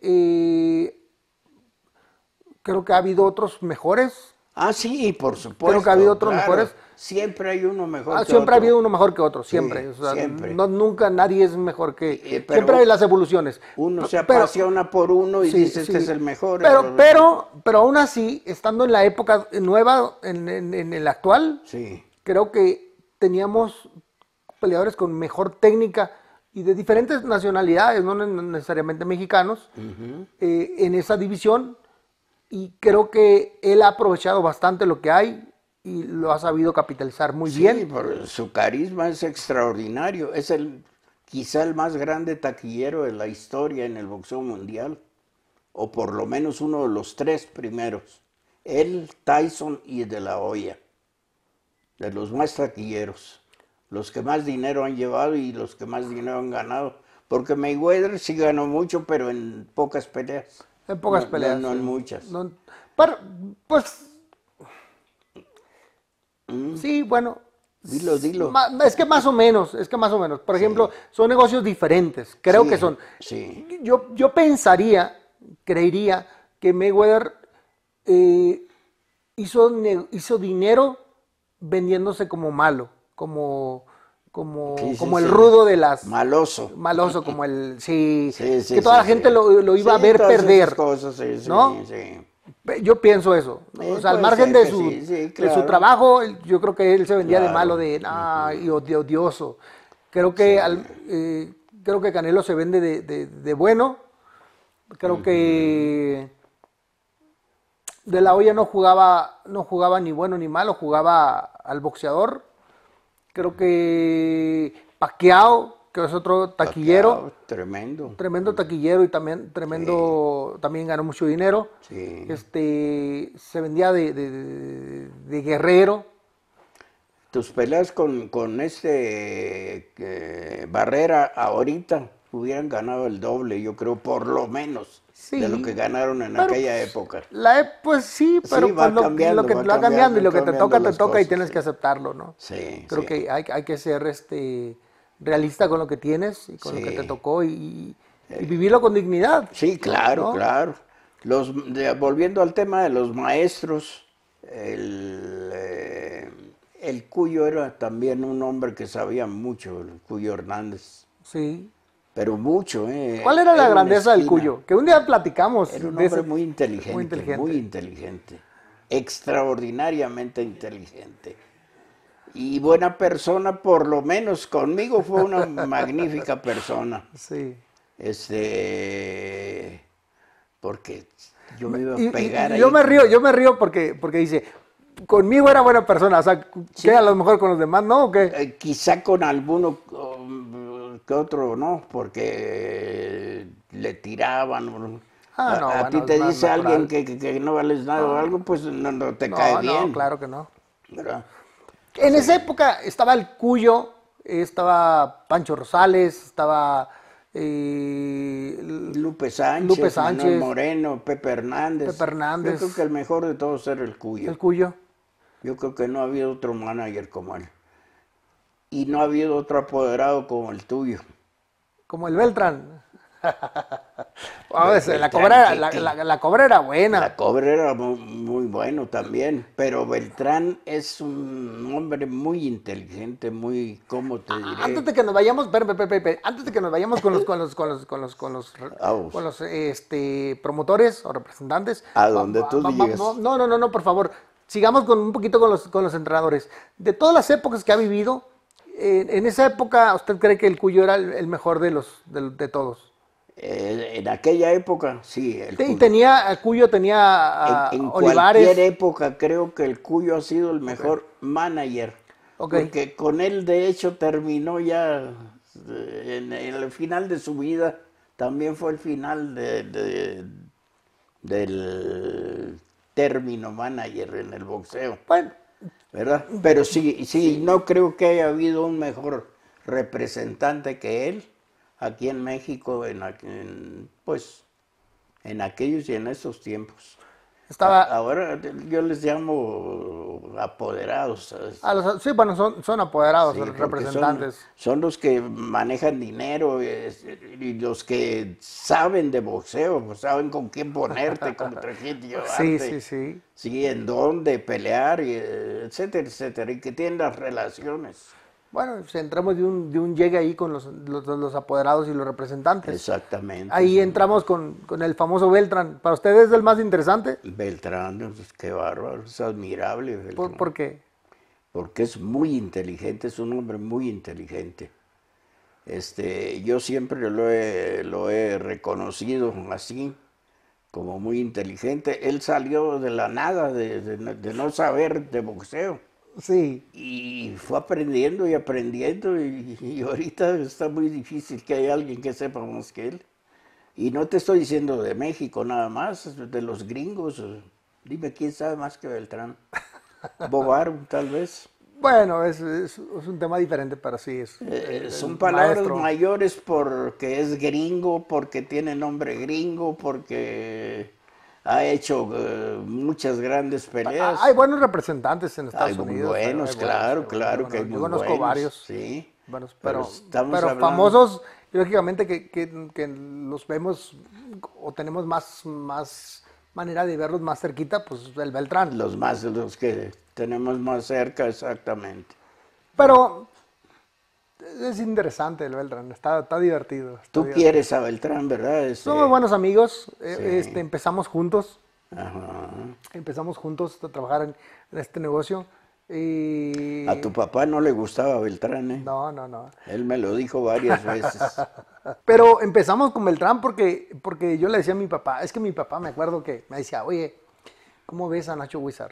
creo que ha habido otros mejores. Ah, sí, por supuesto. Creo que ha habido otros claro. mejores. Siempre hay uno mejor que Siempre otro. ha habido uno mejor que otro, siempre. Sí, O sea, siempre. Nunca nadie es mejor que... pero siempre hay las evoluciones. Uno se Pero- apasiona por uno y sí, dice, sí. este es el mejor. Pero aún así, estando en la época nueva, en el actual, Sí, creo que teníamos peleadores con mejor técnica y de diferentes nacionalidades, no necesariamente mexicanos, en esa división. Y creo que él ha aprovechado bastante lo que hay y lo ha sabido capitalizar muy sí, bien. su carisma es extraordinario. quizá el más grande taquillero de la historia en el boxeo mundial, o por lo menos uno de los tres primeros. Él, Tyson y De La Hoya, de los más taquilleros, los que más dinero han llevado y los que más dinero han ganado. Porque Mayweather sí ganó mucho, pero en pocas peleas. En pocas peleas. No sí. en muchas. Pero, pues, sí, bueno. Dilo. Es que más o menos. Por ejemplo, son negocios diferentes. Creo Sí, que son. sí. Yo creería que Mayweather hizo dinero vendiéndose como malo, como el rudo de las... Maloso. Maloso, como el... Sí, Sí, que toda la gente lo iba a ver todas perder. esas cosas, sí, ¿no? Sí. Yo pienso eso. ¿no? O sea, al puede margen ser de que su, sí, de su claro. trabajo, yo creo que él se vendía de Claro. malo, de odioso. Creo que, creo que Canelo se vende de bueno. Creo que De La Hoya no jugaba ni bueno ni malo, jugaba al boxeador. Creo que Pacquiao, que es otro taquillero, Tremendo. tremendo taquillero y también también ganó mucho dinero. Sí. Se vendía de guerrero. Tus peleas con Barrera ahorita hubieran ganado el doble, yo creo, por lo menos, Sí, de lo que ganaron en pero, aquella pues, época. Pues sí, pero Sí, va cambiando, lo que va va cambiando y lo que te cambiando toca las y cosas, tienes sí. que aceptarlo, ¿no? Sí, Creo sí. que hay que ser realista con lo que tienes y con lo que Sí. te tocó y vivirlo con dignidad. Sí, claro, ¿no? claro. Volviendo al tema de los maestros, el Cuyo era también un hombre que sabía mucho, el Cuyo Hernández, Sí. pero mucho. ¿Cuál era la una grandeza del esquina. Cuyo? Que un día platicamos Era un de hombre ese- muy inteligente, muy extraordinariamente inteligente. Y buena persona, por lo menos conmigo fue una magnífica persona. Sí. Porque yo me iba a Y pegar ahí. yo me río porque dice, conmigo era buena persona, o sea, Sí. que a lo mejor con los demás, ¿no? ¿O qué? Quizá con alguno que otro no, porque le tiraban. Ah, no, A ti bueno, te es más dice natural. alguien que no vales nada o algo, pues no te No, cae bien. claro que no. ¿Verdad? En esa época estaba el Cuyo, estaba Pancho Rosales, estaba Lupe Sánchez, Lupe Sánchez, Manuel Moreno, Pepe Hernández. Pepe Hernández. Yo creo que el mejor de todos era el Cuyo. el Cuyo. Yo creo que no ha habido otro manager como él. Y no ha habido otro apoderado como el tuyo. Como el Beltrán. Beltrán, La cobra, que- la cobra era buena. La Cobre era muy bueno también, pero Beltrán es un hombre muy inteligente, muy, ¿cómo te diré? Antes de que nos vayamos, espérame, antes de que nos vayamos con los promotores o representantes. A donde tú digas. No, por favor. Sigamos un poquito con los entrenadores. De todas las épocas que ha vivido, en esa época, ¿usted cree que el Cuyo era el mejor de todos? En aquella época, sí. El Y Cuyo. el Cuyo tenía a En Olivares. cualquier época creo que el Cuyo ha sido el mejor manager. Ok. Porque con él, de hecho, terminó ya en el final de su vida. También fue el final del término manager en el boxeo. Bueno, ¿Verdad? Pero sí, no creo que haya habido un mejor representante que él aquí en México, pues, en aquellos y en esos tiempos. estaba... Ahora yo les llamo apoderados, ¿sabes? sí, bueno, son apoderados, Sí, porque representantes. son los que manejan dinero y los que saben de boxeo, pues saben con quién ponerte, contra quién llevarte. Sí. Sí, en dónde pelear, etcétera, etcétera, y que tienen las relaciones. Bueno, si entramos de un llegue ahí con los apoderados y los representantes. Exactamente. Ahí sí. entramos con el famoso Beltrán. ¿Para ustedes es el más interesante? Beltrán, pues, qué bárbaro, es admirable. Beltrán. ¿Por qué? Porque es muy inteligente, es un hombre muy inteligente. Yo siempre lo he reconocido así, como muy inteligente. Él salió de la nada, de no saber de boxeo. Sí. Y y fue aprendiendo y aprendiendo y ahorita está muy difícil que haya alguien que sepa más que él. Y no te estoy diciendo de México nada más, de los gringos. Dime quién sabe más que Beltrán. Bob Arum, tal vez. Bueno, es un tema diferente, pero sí, es Son el palabras maestro. mayores porque es gringo, porque tiene nombre gringo, porque ha hecho muchas grandes peleas. Hay buenos representantes en Hay Estados Unidos. buenos, claro, claro que hay Yo muy conozco buenos, varios, sí. buenos, Pero pero, estamos pero hablando, famosos, y lógicamente que los vemos o tenemos más manera de verlos más cerquita, pues el Beltrán. los que tenemos más cerca, exactamente. Pero es interesante el Beltrán, está divertido. Tú quieres a Beltrán, ¿verdad? Somos buenos amigos, sí. empezamos juntos. Ajá. Empezamos juntos a trabajar en este negocio. Y... A tu papá no le gustaba Beltrán, ¿eh? No. Él me lo dijo varias veces. Pero empezamos con Beltrán porque yo le decía a mi papá, es que mi papá me acuerdo que me decía, oye, ¿cómo ves a Nacho Huizar?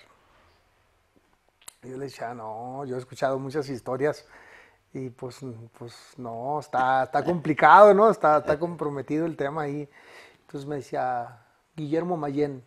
Y yo le decía, no, yo he escuchado muchas historias y pues no, está complicado, ¿no? Está comprometido el tema ahí. Entonces me decía, Guillermo Mayén.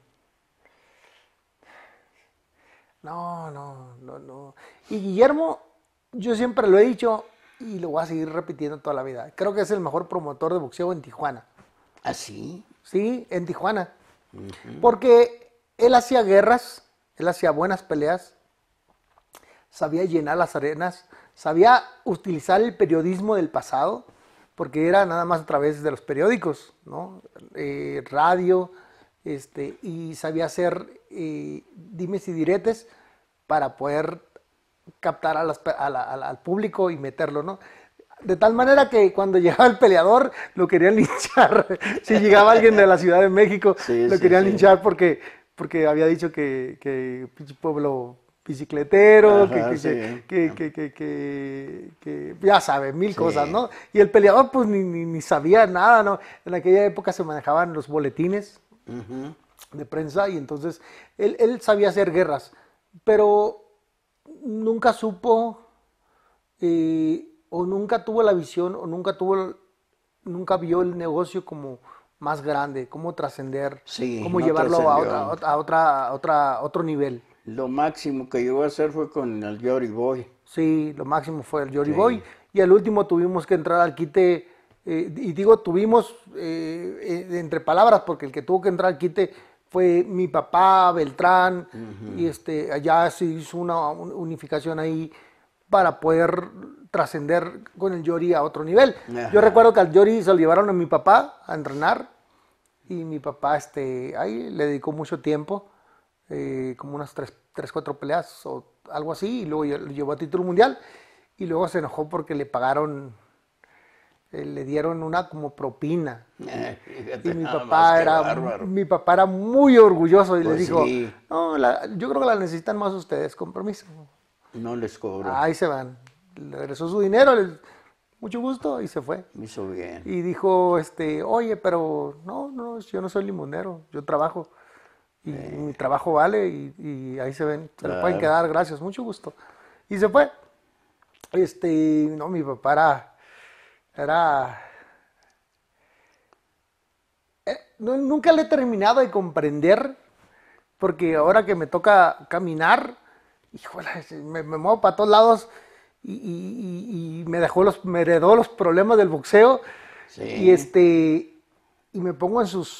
No. Y Guillermo, yo siempre lo he dicho y lo voy a seguir repitiendo toda la vida. Creo que es el mejor promotor de boxeo en Tijuana. ¿Ah, sí? Sí, en Tijuana. Porque él hacía guerras, él hacía buenas peleas, sabía llenar las arenas, sabía utilizar el periodismo del pasado, porque era nada más a través de los periódicos, ¿no? Radio, y sabía hacer dimes y diretes para poder captar al público y meterlo, ¿no? De tal manera que cuando llegaba el peleador lo querían linchar. Si llegaba alguien de la Ciudad de México, Sí, lo sí, querían sí. linchar porque había dicho que pinche pueblo bicicletero, Ajá, sí. que ya sabe, mil Sí. cosas, ¿no? Y el peleador pues ni sabía nada, ¿no? En aquella época se manejaban los boletines Ujú. de prensa y entonces él sabía hacer guerras, pero nunca supo o nunca tuvo la visión o nunca vio el negocio como más grande, cómo trascender, Sí, cómo no llevarlo trascendió. a otro nivel. Lo máximo que llegó a hacer fue con el Jory Boy. Sí, lo máximo fue el Jory Sí. Boy y al último tuvimos que entrar al quite, y digo tuvimos entre palabras porque el que tuvo que entrar al quite fue mi papá Beltrán y allá se hizo una unificación ahí para poder trascender con el Jory a otro nivel. Ajá. Yo recuerdo que al Jory se lo llevaron a mi papá a entrenar y mi papá ahí le dedicó mucho tiempo, como unas 4 peleas o algo así, y luego lo llevó a título mundial y luego se enojó porque le pagaron, le dieron una como propina. Fíjate, Y nada más, qué bárbaro. mi papá era muy orgulloso y le Pues dijo, sí, no, yo creo que la necesitan más ustedes, con permiso. no les cobró. Ahí se van. Le regresó su dinero, mucho gusto, y se fue. Me hizo bien. Y dijo, oye, pero no, yo no soy limonero, yo trabajo. Y mi trabajo vale y ahí se ven, se le pueden Claro. quedar, gracias, mucho gusto. Y se fue. No, mi papá era nunca le he terminado de comprender, porque ahora que me toca caminar, híjole, me muevo para todos lados y me heredó los problemas del boxeo Sí. y me pongo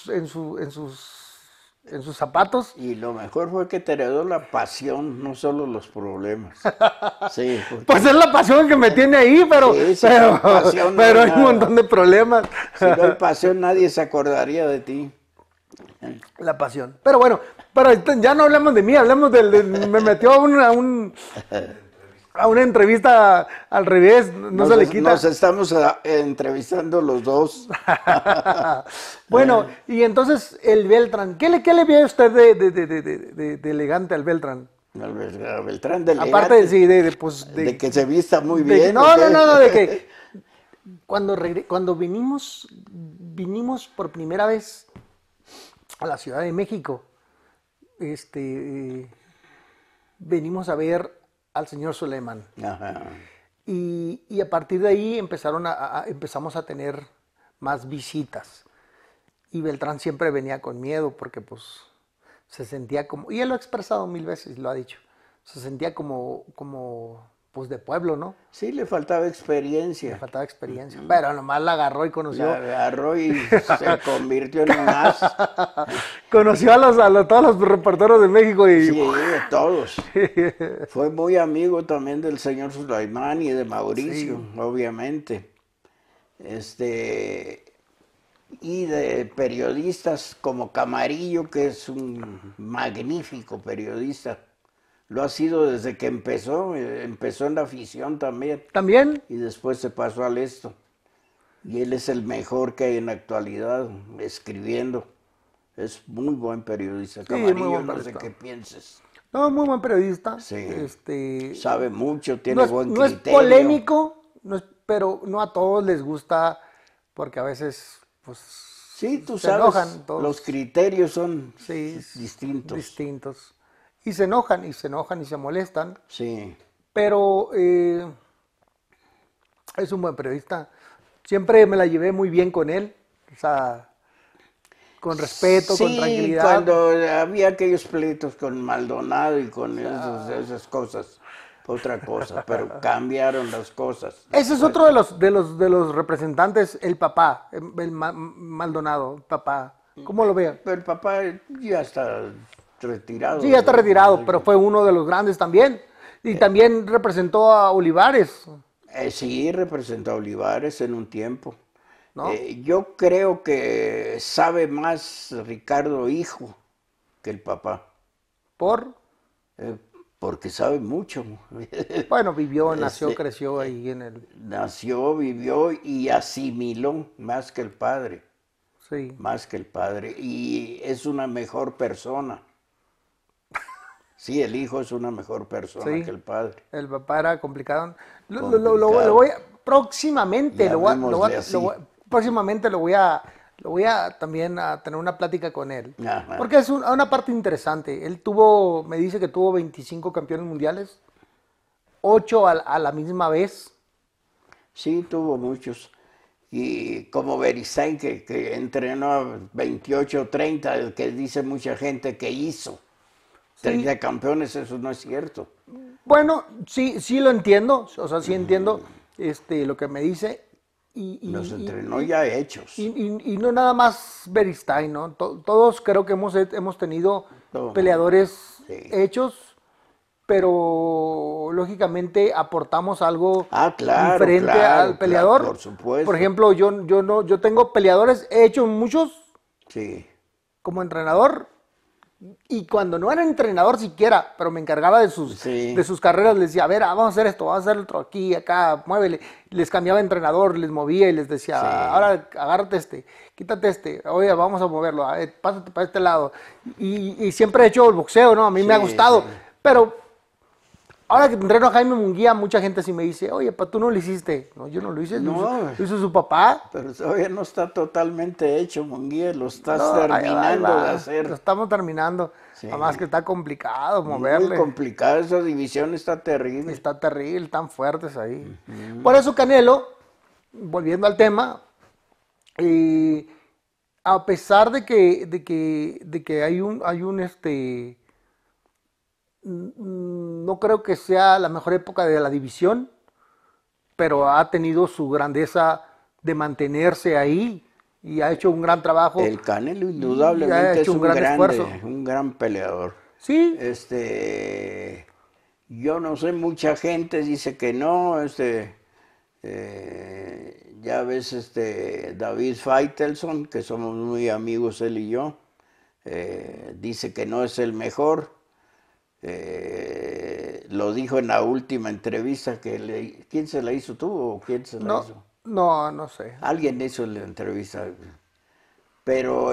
en sus zapatos. Y lo mejor fue que te heredó la pasión, no solo los problemas. Sí, porque Pues es la pasión que me tiene ahí, Sí, si no hay pasión, no pero hay hay un nada. montón de problemas. si no hay pasión nadie se acordaría de ti. La pasión. Pero bueno, ya no hablemos de mí, hablemos me metió a una entrevista al revés, no se le quita. Nos estamos entrevistando los dos. Bueno, y entonces el Beltrán, ¿qué le ve a usted de elegante al Beltrán? A Beltrán de Aparte elegante, pues, de que se vista muy de- bien. no, ¿o no, qué? no, no, de que cuando vinimos por primera vez a la Ciudad de México, venimos a ver al señor Suleiman. Ajá. Y a partir de ahí empezamos a tener más visitas. Y Beltrán siempre venía con miedo porque pues se sentía como, y él lo ha expresado 1000 veces, lo ha dicho, se sentía como pues de pueblo, ¿no? Sí, le faltaba Le experiencia. faltaba experiencia. Pero nomás la agarró y conoció. La agarró y se convirtió en un as. Conoció a todos los reporteros de México y Sí, de todos. Fue muy amigo también del señor Sulaimán y de Mauricio, Sí. obviamente. Y de periodistas como Camarillo, que es un magnífico periodista. Lo ha sido desde que empezó en la afición también. También, Y después se pasó al esto. Y él es el mejor que hay en la actualidad, escribiendo. Es muy buen periodista. sí, Camarillo, muy buen no sé periodista. qué pienses. No, muy buen periodista. Sí. Sabe mucho, tiene no es, buen no es criterio. polémico, pero no a todos les gusta, porque a veces pues Sí, tú se sabes, enojan todos. los criterios son Sí, distintos. distintos. Y se enojan, y se enojan, y se molestan. Sí. Pero es un buen periodista. Siempre me la llevé muy bien con él. O sea, con respeto, con Sí, tranquilidad. cuando había aquellos pleitos con Maldonado y con esas cosas, otra cosa, pero cambiaron las cosas. Ese es otro de los representantes, el papá, Maldonado, papá. ¿Cómo lo ve? Pero el papá ya está retirado. Sí, ya está retirado, pero fue uno de los grandes también. Y también representó a Olivares, Sí, representó a Olivares en un tiempo. ¿no? Yo creo que sabe más Ricardo hijo que el papá, Por, porque sabe mucho. bueno, vivió, nació, Este, creció ahí en el... Nació, vivió y asimiló más que el padre, Sí. más que el padre. Y es una mejor persona. Sí, el hijo es una mejor persona Sí, que el padre. el papá era complicado. Complicado. Lo voy a, próximamente Llamémosle así. próximamente lo voy a también a tener una plática con él. Ajá. Porque es una parte interesante. Él tuvo, me dice que tuvo 25 campeones mundiales, 8 a la misma vez. Sí, tuvo muchos. Y como Beristain, que entrenó a 28 o 30, el que dice mucha gente que hizo. Sí. 30 campeones, eso no es cierto. Bueno, sí, sí lo entiendo, o sea, sí entiendo lo que me dice. Los entrenó ya hechos. Y no nada más Beristain, ¿no? Todos creo que hemos tenido Todo. peleadores Sí. hechos, pero lógicamente aportamos algo Claro, diferente claro, al peleador. claro, por supuesto. Por ejemplo, yo tengo peleadores, he hecho muchos Sí. como entrenador. Y cuando no era entrenador siquiera, pero me encargaba de Sí. sus carreras, les decía, a ver, vamos a hacer esto, vamos a hacer otro aquí, acá, muévele. Les cambiaba de entrenador, les movía y les decía, Sí. ahora agárrate quítate oye, vamos a moverlo, a ver, pásate para este lado. Y siempre he hecho el boxeo, ¿no? A mí me ha Sí, gustado, sí. pero ahora que entreno a Jaime Munguía, mucha gente sí me dice, oye, tú no lo hiciste. No, yo no lo hice, No. lo hizo su papá. Pero todavía no está totalmente hecho, Munguía, lo estás No, ahí terminando va, de hacer. lo estamos terminando. Sí. Nada más que está complicado Muy moverle. complicada, esa división está terrible. Está terrible, tan fuertes ahí. Por eso Canelo, volviendo al tema, a pesar de que hay no creo que sea la mejor época de la división, pero ha tenido su grandeza de mantenerse ahí y ha hecho un gran trabajo. El Canelo y ha indudablemente hecho es un gran esfuerzo. un gran peleador. Sí, Yo no sé, mucha gente dice que no, ya ves, David Faitelson, que somos muy amigos él y yo, dice que no es el mejor. Lo dijo en la última entrevista ¿quién se la hizo, tú o quién se la hizo? no sé. Alguien hizo la entrevista. Pero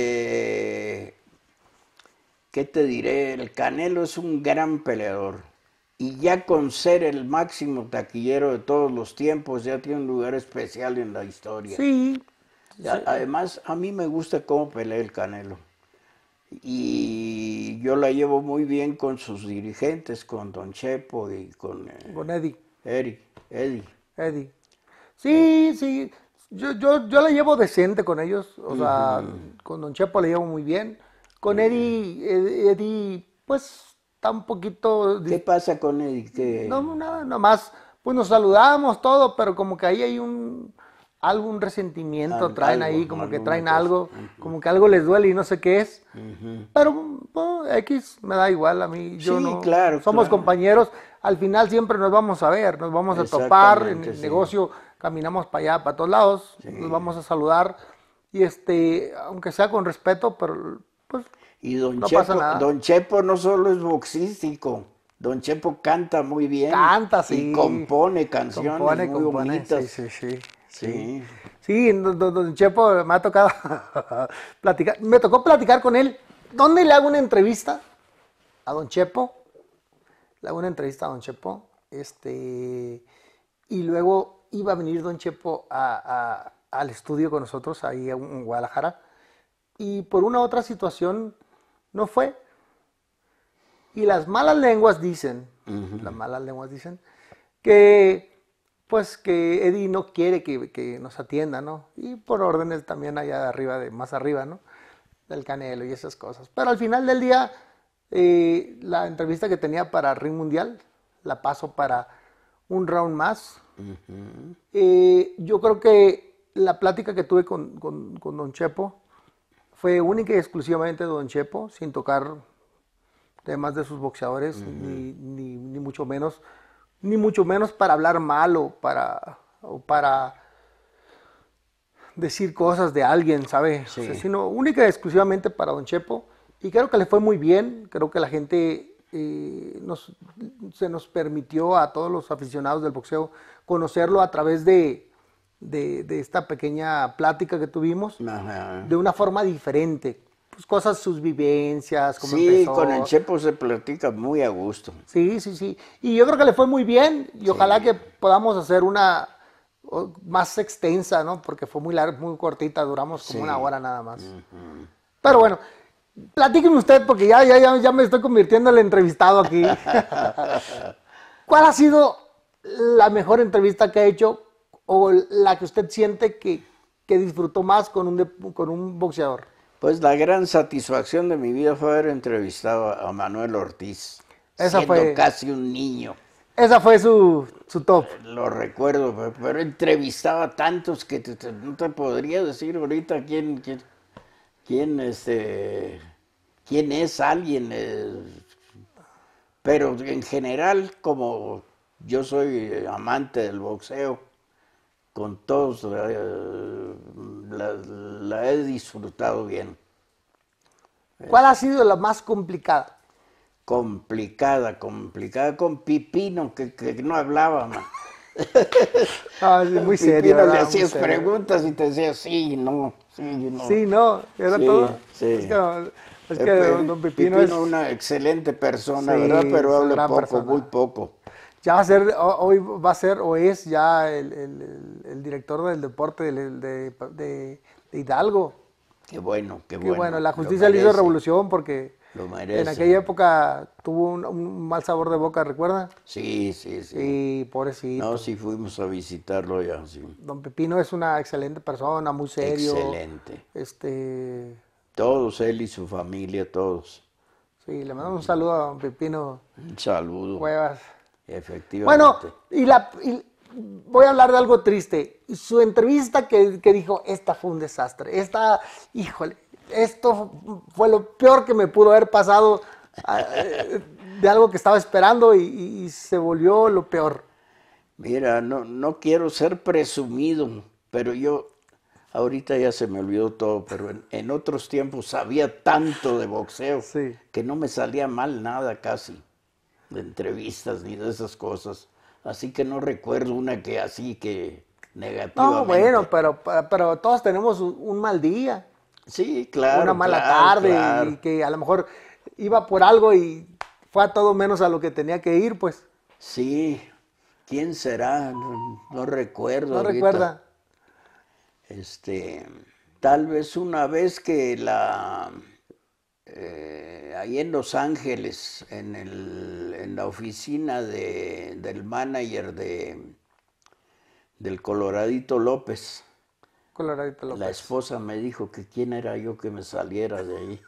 ¿qué te diré? El Canelo es un gran peleador. Y ya con ser el máximo taquillero de todos los tiempos, ya tiene un lugar especial en la historia. Sí, Además, a mí me gusta cómo pelea el Canelo. y yo la llevo muy bien con sus dirigentes, con Don Chepo y con Con Eddie. Eddie. Eddie. Sí, sí. Yo la llevo decente con ellos. O sea, Ujú. con Don Chepo la llevo muy bien. Con Eddie, pues está un poquito. ¿Qué pasa con Eddie? No, nada, nomás. Pues nos saludamos todo, pero como que ahí hay algún resentimiento, traen Algo, ahí, como que alguna traen cosa. algo, como que algo les duele y no sé qué es. Ujú. Pero X me da igual a mí, yo Sí, no, claro, somos claro. compañeros, al final siempre nos vamos a ver, nos vamos a topar, en Exactamente, el sí. negocio caminamos para allá, para todos lados, nos Sí. vamos a saludar y aunque sea con respeto, pero pues Y no pasa nada. Don Chepo no solo es boxístico, Don Chepo canta muy bien Canta, y sí, compone canciones muy compone, sí, bonitas. sí, sí, sí. Sí. Sí, don Chepo me ha tocado platicar, me tocó platicar con él. ¿Dónde le hago una entrevista a don Chepo? Le hago una entrevista a don Chepo, y luego iba a venir don Chepo al estudio con nosotros ahí en Guadalajara, y por una otra situación no fue. Y las malas lenguas dicen que pues que Eddie no quiere que nos atienda, ¿no? Y por órdenes también allá de arriba, más arriba, ¿no? Del Canelo y esas cosas. Pero al final del día, la entrevista que tenía para Ring Mundial, la paso para un round más. Ujú. Yo creo que la plática que tuve con Don Chepo fue única y exclusivamente de Don Chepo, sin tocar temas de sus boxeadores, ni mucho menos para hablar mal o para decir cosas de alguien, ¿sabe? O sea, Sí. sino única y exclusivamente para Don Chepo. Y creo que le fue muy bien, creo que la gente se nos permitió a todos los aficionados del boxeo conocerlo a través de esta pequeña plática que tuvimos Ajá. de una forma diferente. Pues cosas, sus vivencias, cómo Sí, con el empezó. Chepo se platica muy a gusto. Sí, sí, sí. Y yo creo que le fue muy bien y ojalá Sí. que podamos hacer una más extensa, ¿no? Porque fue muy larga, muy cortita, duramos como una Sí. hora nada más. Pero bueno, platíqueme usted porque ya me estoy convirtiendo en el entrevistado aquí. ¿Cuál ha sido la mejor entrevista que ha hecho o la que usted siente que disfrutó más con un boxeador? Pues la gran satisfacción de mi vida fue haber entrevistado a Manuel Ortiz, Esa siendo fue, casi un niño. esa fue su top. Lo recuerdo, pero entrevistaba a tantos que no te podría decir ahorita quién es alguien. Pero en general, como yo soy amante del boxeo, con todos la he disfrutado bien. ¿Cuál ha sido la más complicada? Complicada con Pipino, que no hablaba, man. Ah, sí, muy serio, Pipino le ¿verdad? Muy hacías serio. preguntas y te decía sí, no, sí, no. Sí, no, era Sí, todo. Es que, sí. es que don Pepino es, Pipino una excelente persona, ¿verdad? sí, Pero es una habla gran poco, muy persona. poco. Ya va a ser, hoy va a ser o es ya el director del deporte de Hidalgo. Qué Que bueno, bueno, la lo justicia le hizo merece, revolución porque lo en merece. aquella época tuvo un mal sabor de boca, ¿recuerda? Sí, sí, sí. Sí, No, pobrecito. sí fuimos a visitarlo ya, sí. Don Pepino es una excelente persona, muy serio. Excelente. Este, Todos, él y su familia, todos. sí, le mando un saludo a don Pepino Un saludo, Cuevas. Bueno, efectivamente. voy a hablar de algo triste. Su entrevista que dijo, esta fue un desastre. Híjole, esto fue lo peor que me pudo haber pasado de algo que estaba esperando y se volvió lo peor. Mira, no quiero ser presumido, pero yo, ahorita ya se me olvidó todo, pero en otros tiempos sabía tanto de boxeo Sí. que no me salía mal nada casi, de entrevistas ni de esas cosas. Así que no recuerdo una que así que No, bueno, negativamente. pero todos tenemos un mal día, Sí, una claro, mala claro, tarde claro. y que a lo mejor iba por algo y fue a todo menos a lo que tenía que ir, pues. Sí, ¿quién será? No recuerdo ¿No ahorita. recuerda? Este, tal vez una vez que ahí en Los Ángeles, en la oficina del manager del Coloradito López. Coloradito López. La esposa me dijo que quién era yo que me saliera de ahí.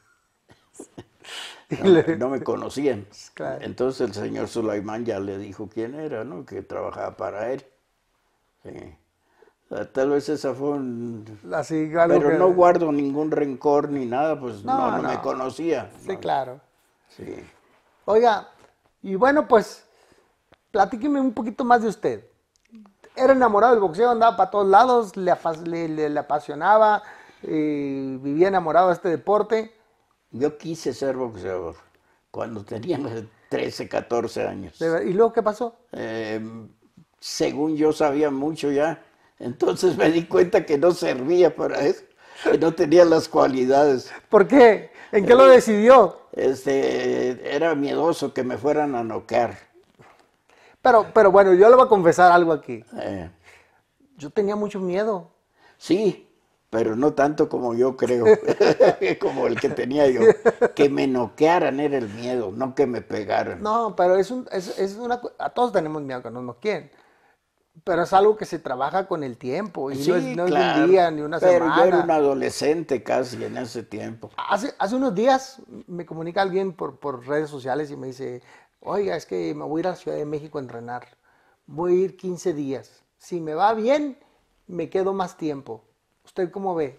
No me conocían. Claro. Entonces el señor Sulaimán ya le dijo quién era, ¿no? Que trabajaba para él. Sí. O sea, tal vez esa fue Así, algo pero que... no guardo ningún rencor ni nada, pues no me conocía. Sí, ¿no? claro. Sí. Oiga, y bueno, pues, platíqueme un poquito más de usted. Era enamorado del boxeo, andaba para todos lados, le apasionaba, vivía enamorado de este deporte. Yo quise ser boxeador cuando tenía 13, 14 años. ¿Y luego qué pasó? Según yo sabía mucho ya, entonces me di cuenta que no servía para eso, que no tenía las cualidades. ¿Por qué? ¿En qué lo decidió? Era miedoso que me fueran a noquear. Pero bueno, yo le voy a confesar algo aquí. Eh, Yo tenía mucho miedo. sí, pero no tanto como yo creo, como el que tenía yo. Que me noquearan era el miedo, no que me pegaran. No, pero a todos tenemos miedo que nos quieren. Pero es algo que se trabaja con el tiempo y Sí, no es de claro, un día ni una pero semana. yo era un adolescente casi en ese tiempo. Hace unos días me comunica alguien por redes sociales y me dice, oiga, es que me voy a ir a la Ciudad de México a entrenar. Voy a ir 15 días. Si me va bien, me quedo más tiempo. ¿Usted cómo ve?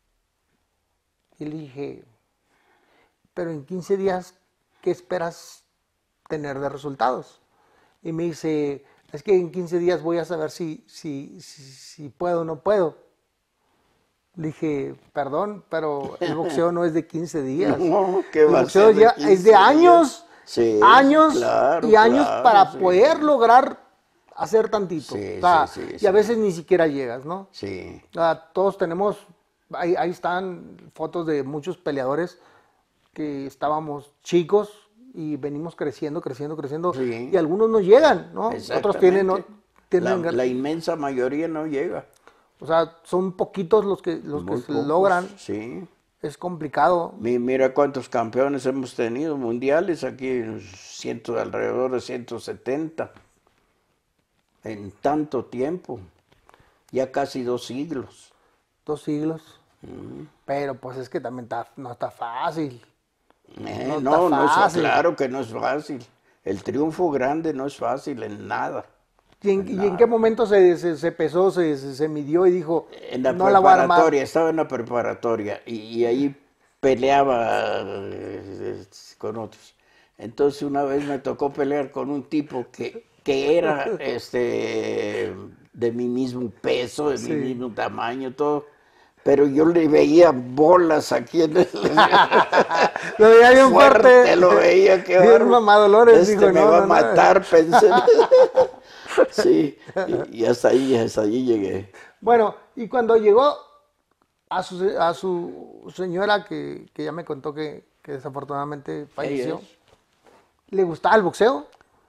Y le dije, pero en 15 días, ¿qué esperas tener de resultados? Y me dice, es que en 15 días voy a saber si puedo o no puedo. Le dije, perdón, pero el boxeo no es de 15 días. No, ¿qué el va a boxeo ser de ya 15 es de años, Sí, años claro, y años claro, para sí. poder lograr hacer tantito. Sí, O sea, sí, y a sí. veces ni siquiera llegas, ¿no? Sí. Todos tenemos, ahí están fotos de muchos peleadores que estábamos chicos y venimos creciendo, Sí. y algunos no llegan, ¿no? Otros tienen, Exactamente. La inmensa mayoría no llega. o sea, son poquitos los que Muy se pocos, logran. Sí. Es complicado. Mira cuántos campeones hemos tenido mundiales aquí, alrededor de 170 en tanto tiempo, ya casi 2 siglos. 2 siglos. Pero pues es que también no está fácil. No, claro que no es fácil. El triunfo grande no es fácil en nada. ¿Y en qué momento se pesó, se midió y dijo, En la no la voy a armar? preparatoria, estaba en la preparatoria y ahí peleaba con otros. Entonces una vez me tocó pelear con un tipo que era de mi mismo peso, de mi mismo tamaño, todo. Pero yo le veía bolas aquí en el... Lo veía bien fuerte. Lo veía, qué bien mamá Dolores, dijo, me va a matar, pensé. Sí, y hasta ahí llegué. Bueno, y cuando llegó a su señora, que ya me contó que desafortunadamente falleció, ¿le gustaba el boxeo?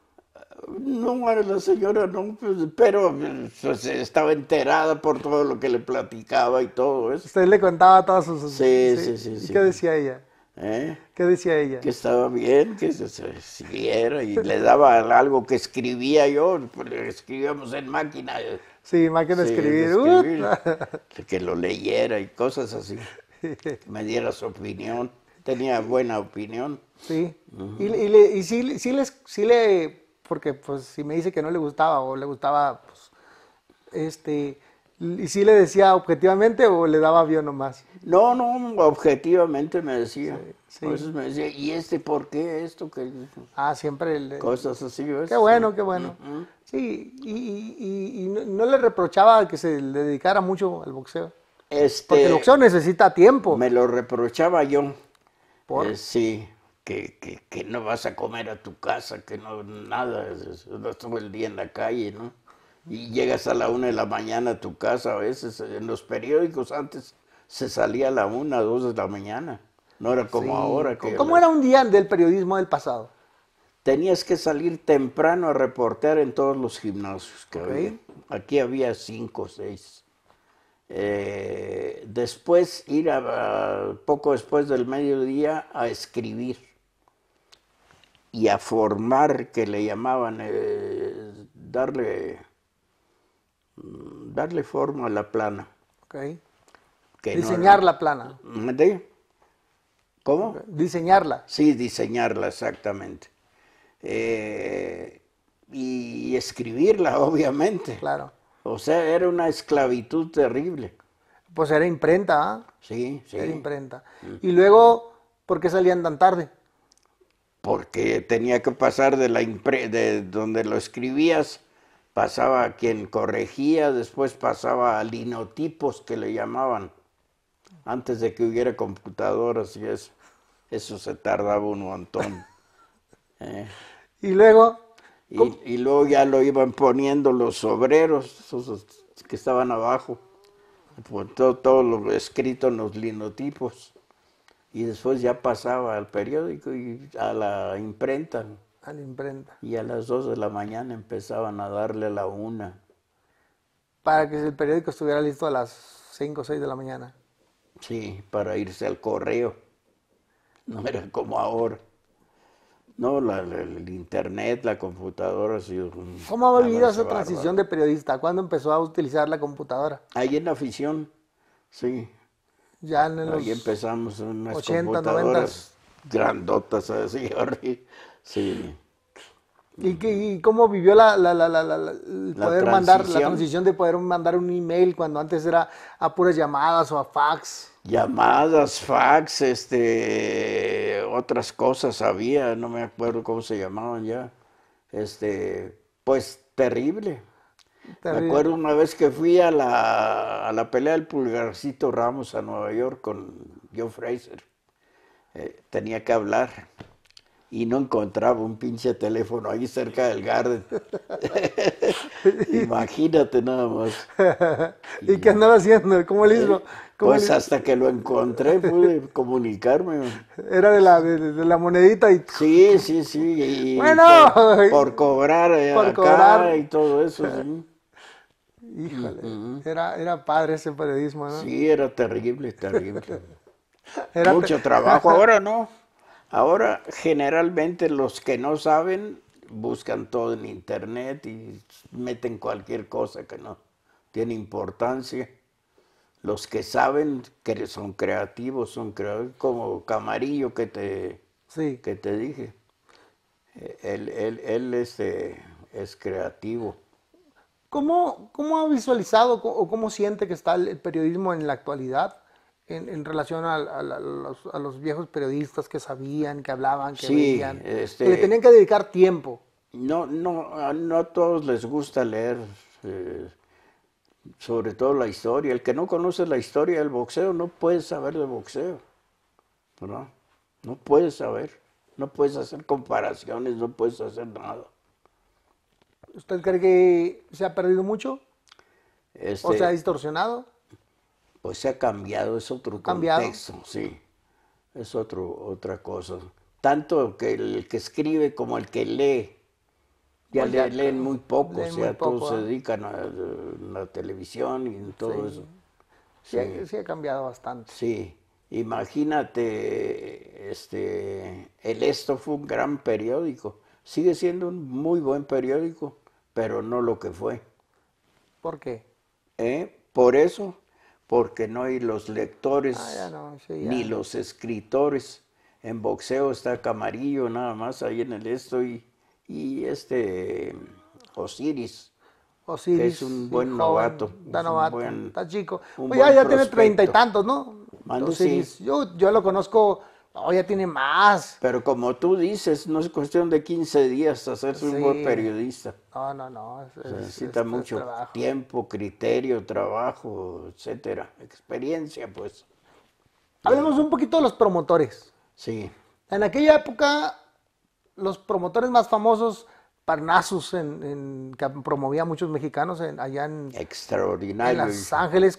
No, a la señora no, pero pues, estaba enterada por todo lo que le platicaba y todo eso. Usted le contaba todas sus... Sí. ¿Y qué decía ella? ¿Qué decía ella? Que estaba bien, que se siguiera y le daba algo que escribía yo, pues, escribíamos en máquina. Sí, máquina de escribir. Que lo leyera y cosas así, que me diera su opinión. Tenía buena opinión. Sí, y sí le, porque pues si me dice que no le gustaba o le gustaba, pues, ¿y sí le decía objetivamente o le daba bien nomás? No, objetivamente me decía. Sí. A veces me decía, ¿y por qué esto? Siempre cosas así, ¿ves? Qué bueno, qué bueno. Sí, y no le reprochaba que se le dedicara mucho al boxeo. Porque el boxeo necesita tiempo. Me lo reprochaba yo. ¿Por? Sí, que no vas a comer a tu casa, que no, nada, todo el día en la calle, ¿no? Y llegas a la 1 de la mañana a tu casa, a veces en los periódicos antes se salía a la 1, 2 de la mañana, no era como ahora. ¿Cómo era un día del periodismo del pasado? Tenías que salir temprano a reportear en todos los gimnasios que había. Aquí había 5 o 6. Después ir poco después del mediodía a escribir y a formar, que le llamaban, darle forma a la plana. Okay. Que Diseñar no, la plana. ¿Cómo? Okay. Diseñarla. Sí, diseñarla, exactamente. Y escribirla, obviamente. Claro. O sea, era una esclavitud terrible. Pues era imprenta, ¿ah? Sí, sí. Era imprenta. Y luego, ¿por qué salían tan tarde? Porque tenía que pasar de donde lo escribías, pasaba a quien corregía, después pasaba a linotipos que le llamaban, antes de que hubiera computadoras y eso. Eso se tardaba un montón. Y luego, Y luego ya lo iban poniendo los obreros, esos que estaban abajo, por todo lo escrito en los linotipos. Y después ya pasaba al periódico y a la imprenta. a la imprenta. Y a las 2 de la mañana empezaban a darle la 1. Para que el periódico estuviera listo a las 5 o 6 de la mañana. Sí, para irse al correo. No era como ahora. No, el internet, la computadora ha sido un ¿Cómo ha vivido avance esa transición bárbaro. de periodista? ¿Cuándo empezó a utilizar la computadora? Ahí en la afición, sí. Ya en los Ahí empezamos en unas 80, 90. computadoras grandotas así, horrible. Sí. ¿Y cómo vivió el La poder mandar, la transición. transición de poder mandar un email cuando antes era a puras llamadas o a fax? Llamadas, fax, otras cosas había, no me acuerdo cómo se llamaban ya. Pues terrible. Me Terrible. acuerdo una vez que fui a la pelea del Pulgarcito Ramos a Nueva York con Joe Frazier. Tenía que hablar y no encontraba un pinche teléfono ahí cerca del Garden. Imagínate nada más. ¿Y qué andaba haciendo? ¿Cómo le hizo? ¿Cómo Pues le- hasta que lo encontré pude comunicarme. Era de la monedita y Sí, sí, sí, y bueno, por cobrar por acá cobrar. y todo eso, sí. Híjole, era padre ese periodismo, ¿no? Sí, era terrible, terrible. Era te- Mucho trabajo, ahora no. Ahora generalmente los que no saben buscan todo en internet y meten cualquier cosa que no tiene importancia. Los que saben que son creativos, como Camarillo Sí. que te dije. Él es creativo. ¿Cómo ha visualizado o cómo siente que está el periodismo en la actualidad en relación a los viejos periodistas que sabían, que hablaban, que Sí, veían, que le tenían que dedicar tiempo? no a todos les gusta leer, eh, sobre todo la historia. El que no conoce la historia del boxeo no puede saber de boxeo, ¿verdad? No puedes saber, no puedes hacer comparaciones, no puedes hacer nada. ¿Usted cree que se ha perdido mucho o se ha Este, distorsionado? pues se ha cambiado, es otro ¿Cambiado? contexto, sí, es otra cosa. Tanto que el que escribe como el que lee, ya Pues ya leen muy poco, o leen muy sea, todos poco, se ¿ah? dedican a la televisión y en todo Sí, eso. sí, Sí, sí ha cambiado bastante. sí. Imagínate, el Esto fue un gran periódico. Sigue siendo un muy buen periódico, pero no lo que fue. ¿Por qué? Por eso, porque no hay los Ah, ya lectores no, sí, ni ya. los escritores. En boxeo está Camarillo nada más ahí en el Esto y Osiris, que es Osiris, un sí, buen joven, novato, está es un novato, buen, está chico. un Pues buen ya tiene 30 y prospecto. tantos, ¿no? Mande, sí. Osiris, yo lo conozco, no, ya tiene más. Pero como tú dices, no es cuestión de 15 días hacerse un buen Sí, periodista. no, Se necesita es mucho trabajo. tiempo, criterio, trabajo, etcétera, experiencia, pues. Hablemos un poquito de los promotores. Sí, En aquella época, los promotores más famosos, Parnassus, que promovía a muchos mexicanos allá en extraordinario. Los Ángeles,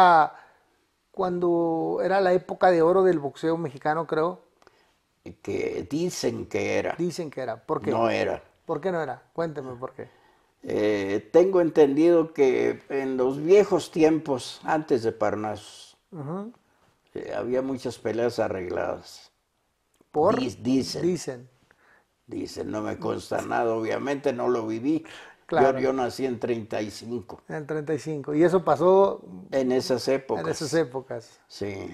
cuando era la época de oro del boxeo mexicano, creo. Que dicen que era, Dicen que era. ¿Por qué? no era. ¿Por qué no era? Cuénteme por qué. Tengo entendido que en los viejos tiempos, antes de Parnasos, Ujú. había muchas peleas arregladas. Por, Dicen, dicen, dicen, no me consta nada, obviamente no lo viví. claro, Yo nací en 35, en el 35. Y eso pasó en esas en esas épocas, épocas. sí.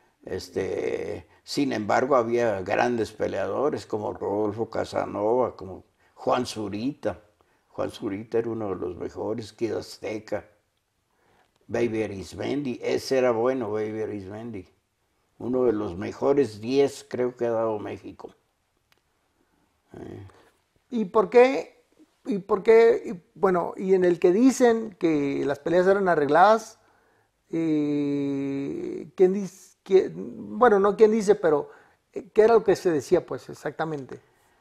Sin embargo, había grandes peleadores como Rodolfo Casanova, como Juan Zurita. Juan Zurita era uno de los mejores, Kid Azteca. Baby Arismendi, ese era bueno, Baby Arismendi. Uno de los mejores 10 creo que ha dado México. ¿Y por qué? ¿Y por qué? Bueno, y en el que dicen que las peleas eran arregladas, ¿quién dice? Bueno, no quién dice, pero ¿qué era lo que se decía, pues, exactamente?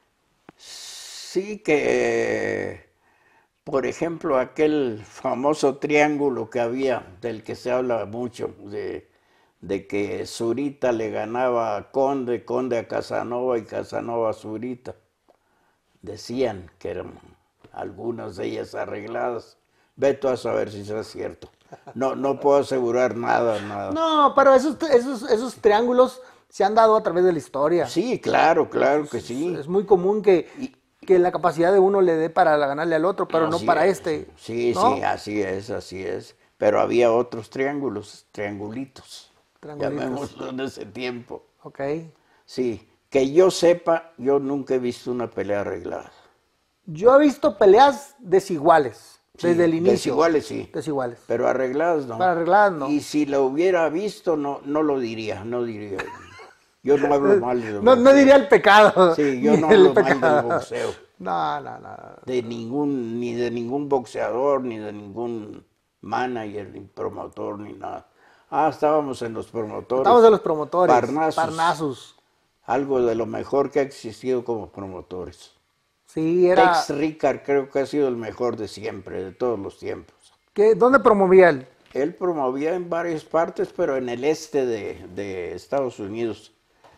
Sí que, por ejemplo, aquel famoso triángulo que había, del que se habla mucho, de que Zurita le ganaba a Conde, Conde a Casanova y Casanova a Zurita. Decían que eran algunas de ellas arregladas. Ve tú a saber si eso es cierto. No puedo asegurar nada, nada. No, pero esos triángulos se han dado a través de la historia. Sí, claro, claro que sí. Es muy común Y, que la capacidad de uno le dé para ganarle al otro, pero no, no sí, para este, sí, sí, ¿no? así es, así es. Pero había otros triángulos, triangulitos, Triangulitos. llamémoslo en ese tiempo. Ok. Sí, que yo sepa, yo nunca he visto una pelea arreglada. Yo he visto peleas desiguales desde Sí, el inicio. desiguales sí, Desiguales. pero arregladas Para no. arregladas no. Y si lo hubiera visto, no lo diría, no diría. Yo no hablo mal del No boxeo. diría el pecado. Sí, Ni yo no el hablo mal del pecado. boxeo. No. Ni de ningún boxeador, ni de ningún manager, ni promotor, ni nada. Ah, estábamos en los Estamos de promotores. los promotores. Parnasos, Parnasos. algo de lo mejor que ha existido como promotores. Sí, Tex era. Rickard creo que ha sido el mejor de siempre, de todos los tiempos. ¿Dónde promovía él? Él promovía en varias partes, pero en el este de Estados Unidos.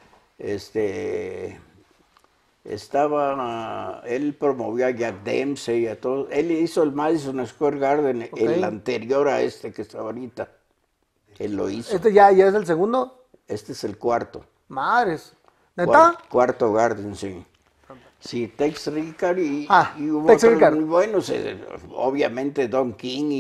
Este, él promovió a Jack Dempsey y a todos. Él hizo el Madison Square Garden, Ok. el anterior a este que está ahorita. Él lo hizo. Este ya es el segundo. Este es el cuarto. Madres. ¿Neta? Cuarto Garden, sí. Sí, Tex Rickard y hubo Tex otros Rickard. muy buenos. Obviamente Don King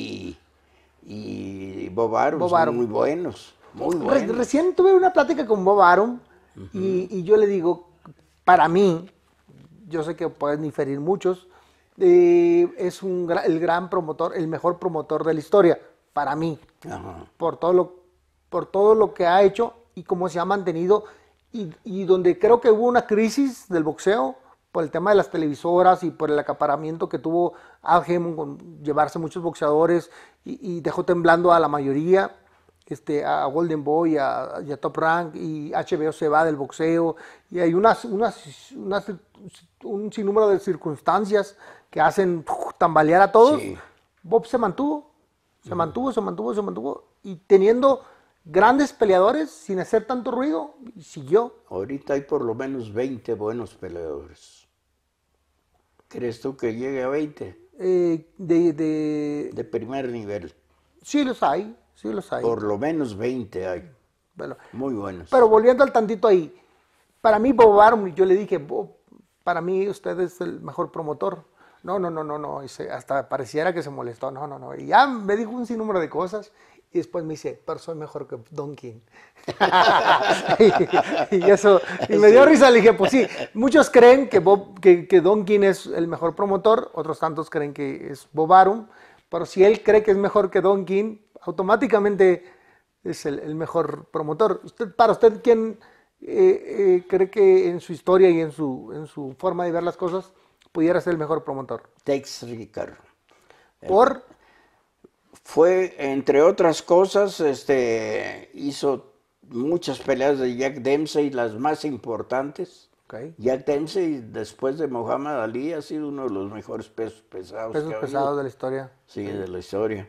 y Bob Arum Bob son Arum. muy buenos. Muy buenos. Recién tuve una plática con Bob Arum y yo le digo, para mí, yo sé que pueden diferir muchos, es el gran promotor, el mejor promotor de la historia, para mí, Ajá. por todo lo que ha hecho y cómo se ha mantenido y donde creo que hubo una crisis del boxeo por el tema de las televisoras y por el acaparamiento que tuvo Al Haymon con llevarse muchos boxeadores y dejó temblando a la mayoría, a Golden Boy y a Top Rank, y HBO se va del boxeo y hay un sinnúmero de circunstancias que hacen tambalear a todos. Sí. Bob se mantuvo y teniendo grandes peleadores sin hacer tanto ruido, siguió. Ahorita hay por lo menos 20 buenos peleadores. ¿Crees tú que llegue a 20? De primer nivel. Sí los hay, sí los hay. Por lo menos 20 hay. Bueno, Muy buenos. pero volviendo al tantito ahí, para mí Bob Arum, yo le dije, Bob, para mí usted es el mejor promotor. No, hasta pareciera que se molestó, no. Y ya me dijo un sinnúmero de cosas y después me dice, pero soy mejor que Don King. y me dio risa, le dije, pues sí, muchos creen que Don King es el mejor promotor, otros tantos creen que es Bob Arum, pero si él cree que es mejor que Don King, automáticamente es el mejor promotor. Para usted, ¿quién cree que en su historia y en su forma de ver las cosas pudiera ser el mejor promotor? Tex Rickard. Por Fue, entre otras cosas, hizo muchas peleas de Jack Dempsey, las más importantes. okay. Jack Dempsey, después de Muhammad Ali, ha sido uno de los mejores pesos pesados Pesos que ha pesados habido. de la historia. Sí, de la historia.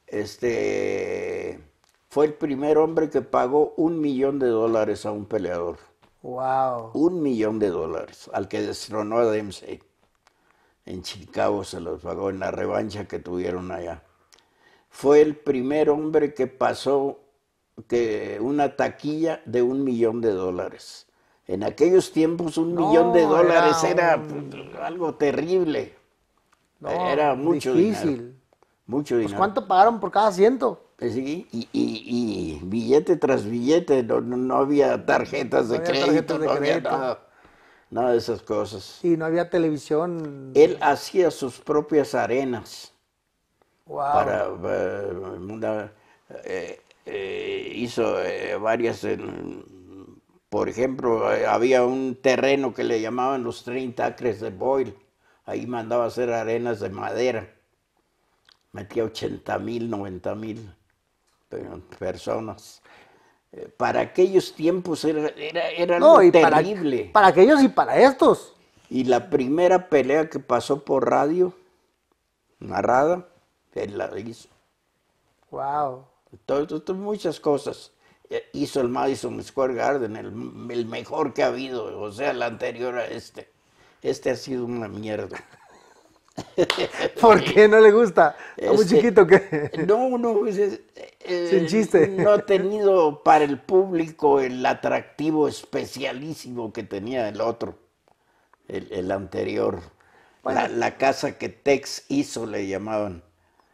Fue el primer hombre que pagó $1 millón a un peleador. Wow. $1 millón, al que destronó a Dempsey. en Chicago se los pagó en la revancha que tuvieron allá. Fue el primer hombre que pasó una taquilla de $1,000,000. En aquellos tiempos $1,000,000 era algo terrible. Era mucho difícil. dinero. Mucho Pues dinero. ¿cuánto pagaron por cada asiento? Sí, y billete tras billete, no había tarjetas de crédito, no había nada de esas cosas. Y no había televisión. Él hacía sus propias arenas. Wow. Hizo varias, por ejemplo, había un terreno que le llamaban los 30 acres de Boyle. Ahí mandaba hacer arenas de madera. Metía 80,000, 90,000 personas. Para aquellos tiempos era algo terrible. Para aquellos y para estos. Y la primera pelea que pasó por radio, narrada, él la hizo. Wow. Muchas cosas. Hizo el Madison Square Garden, el mejor que ha habido, o sea, el anterior a este. Este ha sido una mierda. ¿Por qué no le gusta? Está muy chiquito que... No, sin chiste. No ha tenido para el público el atractivo especialísimo que tenía el otro, el anterior. Bueno, la casa que Tex hizo, le llamaban.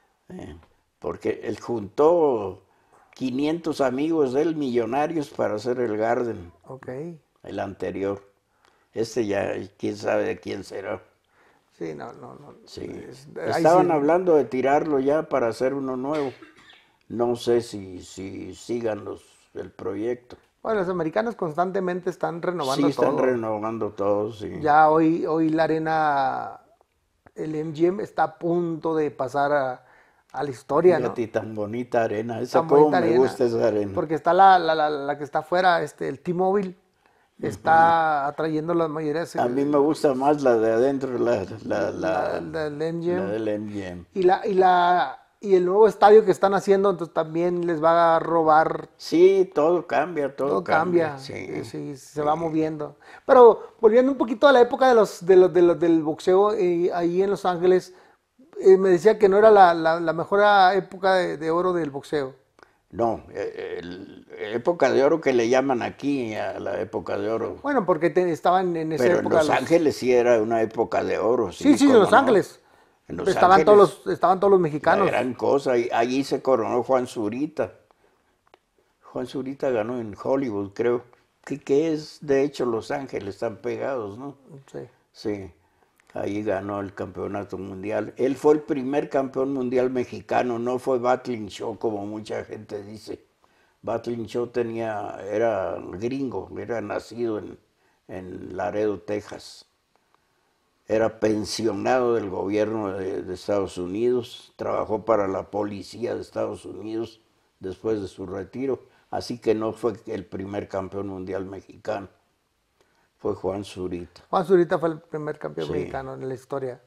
Porque él juntó 500 amigos de él, millonarios, para hacer el Garden. Ok. El anterior. Este ya, quién sabe de quién será. Sí, no. Sí. Estaban hablando de tirarlo ya para hacer uno nuevo. No sé si sigan el proyecto. Bueno, los americanos constantemente están renovando todo. Sí, están renovando todo, sí. Ya hoy la arena, el MGM, está a punto de pasar a la historia, Fíjate, ¿no? tan bonita arena. Esa cómo me gusta esa arena. Porque está la que está afuera, el T-Mobile. Está atrayendo la mayoría. A mí me gusta más la de adentro, la del MGM. La del MGM. Y el nuevo estadio que están haciendo, entonces también les va a robar. Sí, todo cambia, todo cambia. Sí, se va moviendo. Pero volviendo un poquito a la época del boxeo, ahí en Los Ángeles, me decía que no era la mejor época de oro del boxeo. No, época de oro que le llaman aquí a la época de oro. Bueno, porque estaban en esa Pero época. Pero en Los Ángeles sí era una época de oro. Sí, en Los Ángeles. Estaban todos los mexicanos. La gran cosa. Allí se coronó Juan Zurita. Juan Zurita ganó en Hollywood, creo. Que es, de hecho, Los Ángeles, están pegados, ¿no? Sí. Sí. Ahí ganó el campeonato mundial. Él fue el primer campeón mundial mexicano, no fue Battling Show como mucha gente dice. Battling Show era gringo, era nacido en Laredo, Texas. Era pensionado del gobierno de Estados Unidos, trabajó para la policía de Estados Unidos después de su retiro, así que no fue el primer campeón mundial mexicano. Fue Juan Zurita. Juan Zurita fue el primer campeón mexicano en la historia.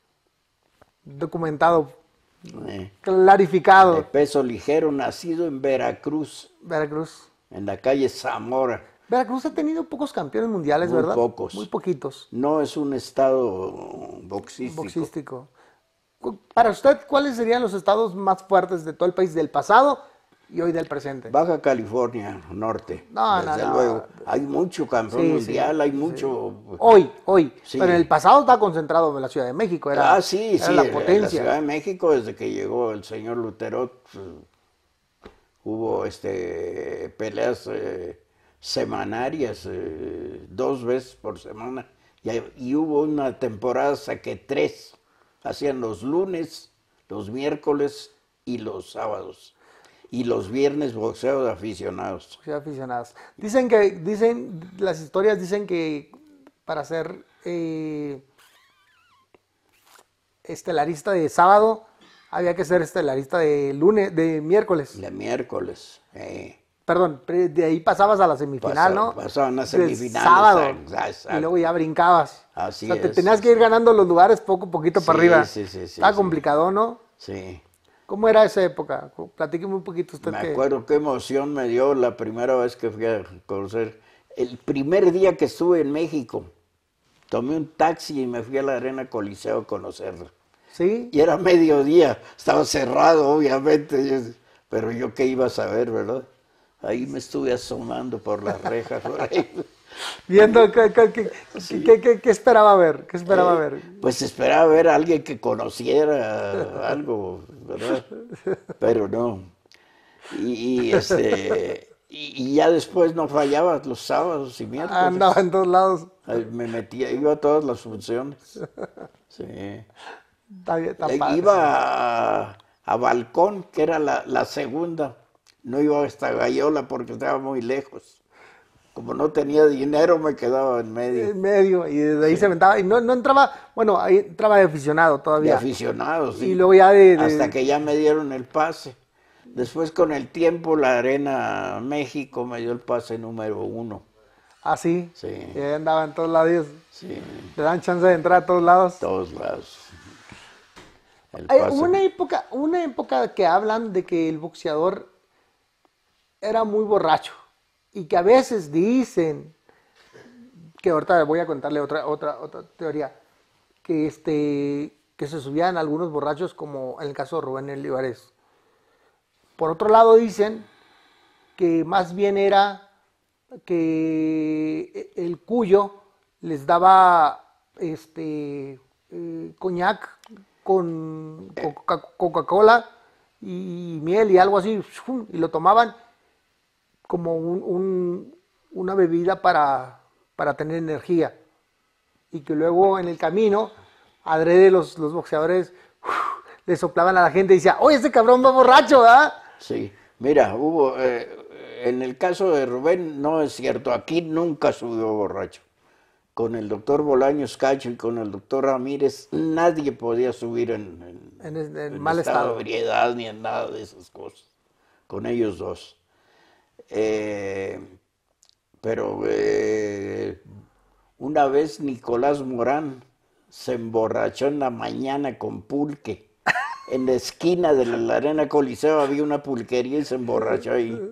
Documentado, clarificado. De peso ligero, nacido en Veracruz. Veracruz. En la calle Zamora. Veracruz ha tenido pocos campeones mundiales, ¿verdad? Muy pocos. Muy poquitos. No es un estado boxístico. Para usted, ¿cuáles serían los estados más fuertes de todo el país del pasado y hoy del presente? Baja California Norte. Desde luego. Hay mucho campeón mundial, hay mucho. Hoy. Sí. Pero en el pasado está concentrado en la Ciudad de México. Era la potencia. En la Ciudad de México, desde que llegó el señor Luterot, hubo peleas semanarias, 2 veces por semana. Y hubo una temporada hasta que 3. Hacían los lunes, los miércoles y los sábados. Y los viernes boxeo de aficionados. Boxeo de aficionados. Las historias dicen que para ser estelarista de sábado había que ser estelarista de miércoles. De miércoles. Perdón, de ahí pasabas a la semifinal, ¿no? Pasaban a semifinal. Sábado. Exacto. Y luego ya brincabas. Así te tenías que ir ganando los lugares poquito para arriba. Sí. Estaba complicado, ¿no? Sí. ¿Cómo era esa época? Platíqueme un poquito usted. Me acuerdo qué emoción me dio la primera vez que fui a conocer. El primer día que estuve en México, tomé un taxi y me fui a la Arena Coliseo a conocerlo. ¿Sí? Y era mediodía, estaba cerrado, obviamente, pero yo qué iba a saber, ¿verdad? Ahí me estuve asomando por las rejas, por ahí. Viendo Sí. qué esperaba ver, qué esperaba ver. Pues esperaba ver a alguien que conociera algo, ¿verdad? Pero no. Y ya después no fallaba los sábados y Andaba miércoles. en todos lados. Ahí me metía, iba a todas las funciones. Sí. Está bien, está padre. Iba a Balcón, que era la segunda. No iba hasta Gallola porque estaba muy lejos. Como no tenía dinero, me quedaba en medio. En medio, y desde ahí Sí. se aventaba. Y no entraba, bueno, ahí entraba de aficionado De todavía. aficionados, Y sí. luego ya Hasta que ya me dieron el pase. Después, con el tiempo, la Arena México me dio el pase número 1. así. Sí, Y ahí andaba en todos lados. sí, Te dan chance de entrar a todos lados. todos lados. El Hubo pase. una época que hablan de que el boxeador era muy borracho. Y que a veces dicen, que ahorita voy a contarle otra teoría, que se subían algunos borrachos, como en el caso de Rubén Olivares. Por otro lado dicen que más bien era que el Cuyo les daba coñac con Coca-Cola y miel y algo así, y lo tomaban como una bebida para tener energía. Y que luego en el camino, adrede los boxeadores le soplaban a la gente y decía, oye, este cabrón va borracho, ¿verdad? Sí, mira, en el caso de Rubén, no es cierto, aquí nunca subió borracho. Con el doctor Bolaños Cacho y con el doctor Ramírez, nadie podía subir En en mal estado de estado. ebriedad ni en nada de esas cosas. Con ellos dos. Eh, pero una vez Nicolás Morán se emborrachó en la mañana con pulque. En la esquina de la Arena Coliseo había una pulquería y se emborrachó ahí.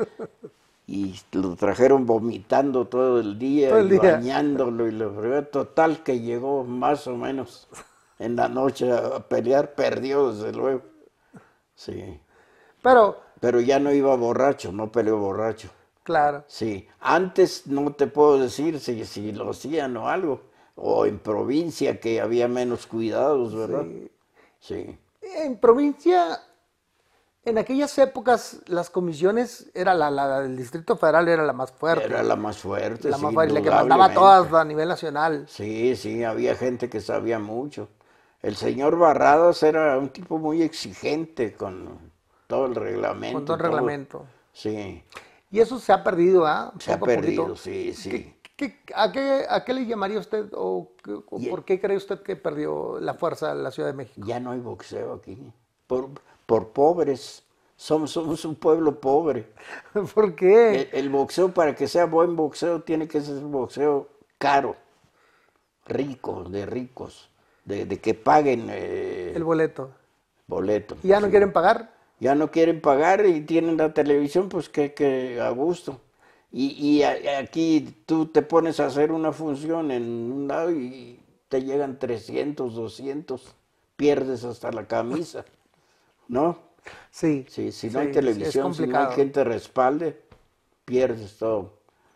Y lo trajeron vomitando todo el día Todo el y día. bañándolo y lo fregó. Total que llegó más o menos en la noche a pelear, perdió desde luego. Sí, Pero, pero ya no iba borracho, no peleó borracho. claro. Sí, antes no te puedo decir si lo hacían o algo, o en provincia que había menos cuidados, ¿verdad? Sí. Sí, En provincia, en aquellas épocas, las comisiones, era la del Distrito Federal era la más era fuerte. la más fuerte, La sí, más fuerte, la que mandaba a indudablemente. todas a nivel nacional. Sí, sí, había gente que sabía mucho. El señor Barradas era un tipo muy exigente con todo el Con reglamento todo y el todo. reglamento. Sí, Y eso se ha perdido, ¿ah? se ha Poco a perdido, poquito. sí, sí. ¿A qué le llamaría usted o Y por qué cree usted que perdió la fuerza la Ciudad de México? ya no hay boxeo aquí. Por pobres. Somos un pueblo pobre. ¿Por qué? El boxeo, para que sea buen boxeo, tiene que ser un boxeo caro, rico, de ricos, de que paguen El boleto. boleto. ¿Y ya no Sí. quieren pagar? Ya no quieren pagar y tienen la televisión, pues que a gusto. Aquí tú te pones a hacer una función en un lado y te llegan 300, 200, pierdes hasta la camisa, ¿no? Sí, Sí, si no hay sí, sí, es televisión, si no hay complicado. gente respalde, pierdes todo.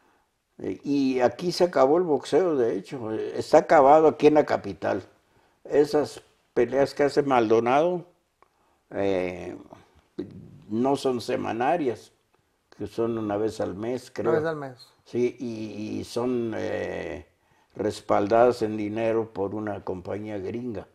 Y aquí se acabó el boxeo, de hecho, está acabado aquí en la capital. Esas peleas que hace Maldonado eh, no son semanarias, que son una vez al mes, Una vez creo. al mes. Sí, y son respaldadas en dinero por una compañía gringa.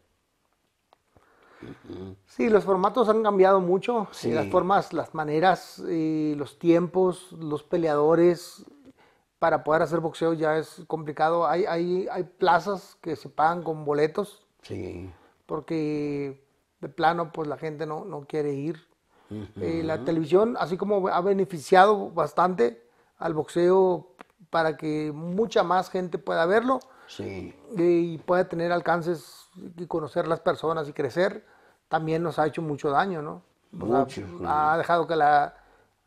Sí, los formatos han cambiado mucho, y las Sí, formas, las maneras, los tiempos, los peleadores. Para poder hacer boxeo ya es complicado. Hay plazas que se pagan con boletos sí. porque de plano pues la gente no quiere ir. La televisión, así como ha beneficiado bastante al boxeo para que mucha más gente pueda verlo Sí, y pueda tener alcances y conocer las personas y crecer, también nos ha hecho mucho daño, ¿no? O sea, mucho. ha dejado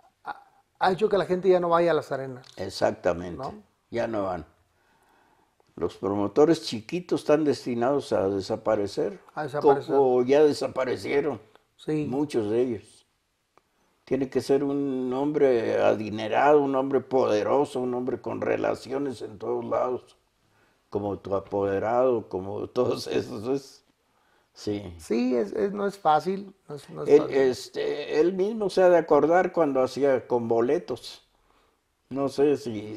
ha hecho que la gente ya no vaya a las arenas, Exactamente. ¿no? Ya no van. Los promotores chiquitos están destinados a desaparecer. A desaparecer. O ya desaparecieron. Sí. Muchos de ellos. Tiene que ser un hombre adinerado, un hombre poderoso, un hombre con relaciones en todos lados. Como tu apoderado, como todos esos. Sí. Sí, no es fácil. No es Él, fácil. él mismo se ha de acordar cuando hacía con boletos. No sé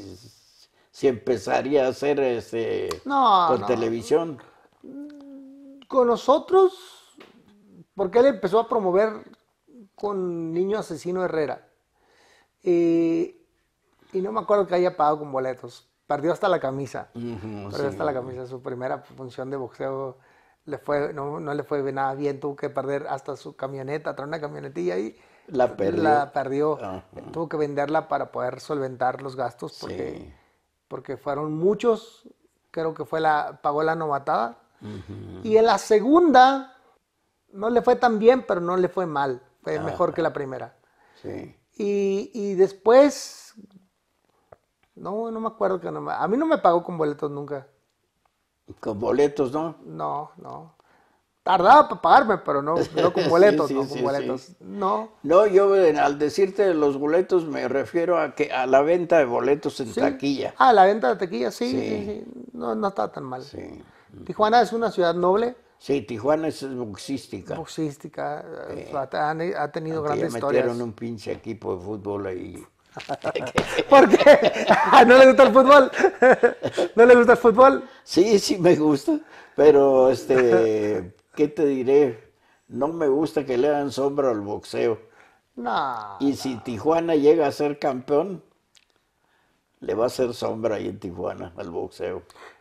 si empezaría a hacer No, con no. televisión. Con nosotros, porque él empezó a promover con Niño Asesino Herrera. Y no me acuerdo que haya pagado con boletos. Perdió hasta la camisa. Perdió Sí. hasta la camisa. Su primera función de boxeo no le fue nada bien. Tuvo que perder hasta su camioneta. Trae una camionetilla y La perdió. la perdió. Ajá. Tuvo que venderla para poder solventar los gastos Sí. porque fueron muchos. Creo que pagó la novatada. Y en la segunda no le fue tan bien, pero no le fue mal. Fue mejor que la primera. Sí. Y después, no me acuerdo que a mí no me pagó con boletos nunca. Con boletos, ¿no? No. Tardaba para pagarme, pero no con boletos, Sí, no sí, con sí, boletos. sí. No. No, yo al decirte de los boletos me refiero a la venta de boletos en Sí. taquilla. La venta de tequila, sí, Sí. sí, sí. No está tan mal. Sí. Tijuana es una ciudad noble, Sí, Tijuana es boxística. boxística, ha tenido Aunque ya grandes historias. metieron un pinche equipo de fútbol ahí. ¿Por qué? ¿No le gusta el fútbol? ¿No le gusta el fútbol? Sí, sí me gusta, pero ¿qué te diré? No me gusta que le hagan sombra al boxeo. No. Y si Tijuana llega a ser campeón, le va a hacer sombra ahí en Tijuana al boxeo.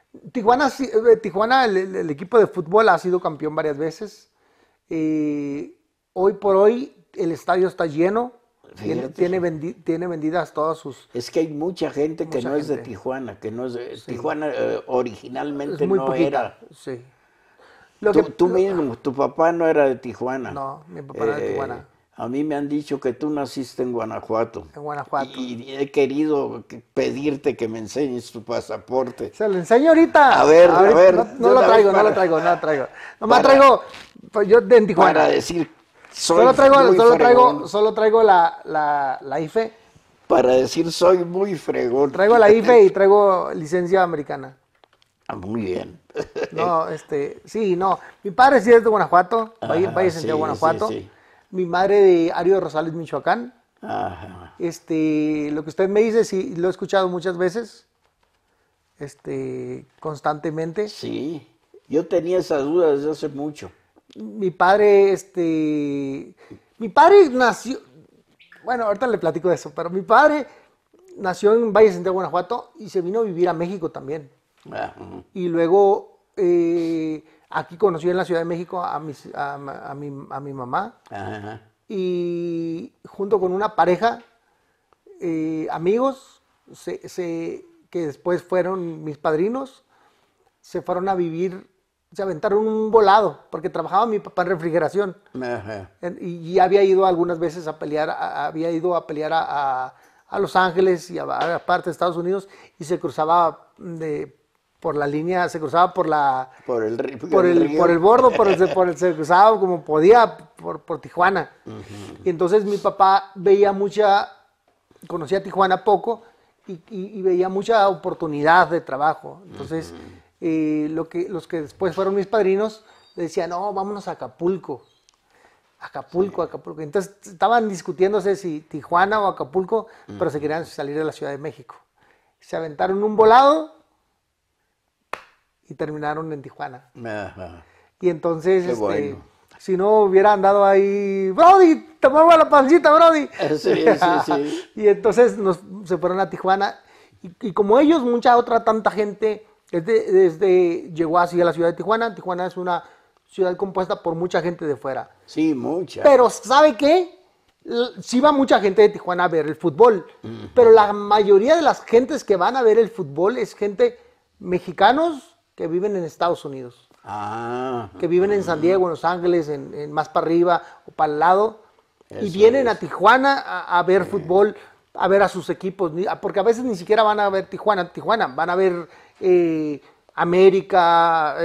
Tijuana, el equipo de fútbol ha sido campeón varias veces. Hoy por hoy el estadio está lleno. Tiene vendidas todas sus... Es que hay mucha gente que Mucha no es de gente. Tijuana, que no es de Tijuana originalmente Es muy no poquita. era. Sí. Tú mismo, tu papá no era de Tijuana. No, mi papá era de Tijuana. A mí me han dicho que tú naciste en Guanajuato. En Guanajuato. Y he querido pedirte que me enseñes tu pasaporte. Se lo enseño ahorita. A ver, No lo traigo. Nomás traigo, pues yo en Tijuana. Para decir, Solo traigo la IFE. Para decir, soy muy fregón. Traigo la IFE y traigo licencia americana. Ah, muy bien. No, sí, no. Mi padre sí es de Guanajuato, Valle Ajá, Santiago, sí, Guanajuato. sí, sí. Mi madre de Ario de Rosales, Michoacán. Ajá. Lo que usted me dice, sí, lo he escuchado muchas veces, constantemente. Sí, yo tenía esa duda desde hace mucho. Mi padre nació, bueno, ahorita le platico de eso, pero mi padre nació en Valle Santiago, Guanajuato y se vino a vivir a México también. Ajá. Y luego aquí conoció en la Ciudad de México a mi mamá. Ajá. Y junto con una pareja, amigos, que después fueron mis padrinos, se fueron a vivir, se aventaron un volado, porque trabajaba mi papá en refrigeración. Ajá. Y había ido algunas veces a pelear, a Los Ángeles y a partes de Estados Unidos, y se cruzaba por la línea, se cruzaba por el bordo, se cruzaba como podía por Tijuana. Y entonces mi papá conocía Tijuana poco y veía mucha oportunidad de trabajo. Entonces, los que después fueron mis padrinos le decían, no, vámonos a Acapulco. Acapulco. Entonces estaban discutiéndose si Tijuana o Acapulco, pero se querían salir de la Ciudad de México. Se aventaron un volado y terminaron en Tijuana. Ajá. Y entonces, Qué bueno. si no hubiera andado ahí, Brody, te muevo la pancita, Brody. Sí. Y entonces se fueron a Tijuana. Y como ellos, tanta gente llegó así a la ciudad de Tijuana. Tijuana es una ciudad compuesta por mucha gente de fuera. Sí, mucha. Pero, ¿sabe qué? Sí va mucha gente de Tijuana a ver el fútbol, pero la mayoría de las gentes que van a ver el fútbol es gente mexicanos que viven en Estados Unidos, que viven en San Diego, en Los Ángeles, en más para arriba o para el lado, y vienen a Tijuana a ver fútbol, a ver a sus equipos, porque a veces ni siquiera van a ver Tijuana, van a ver América,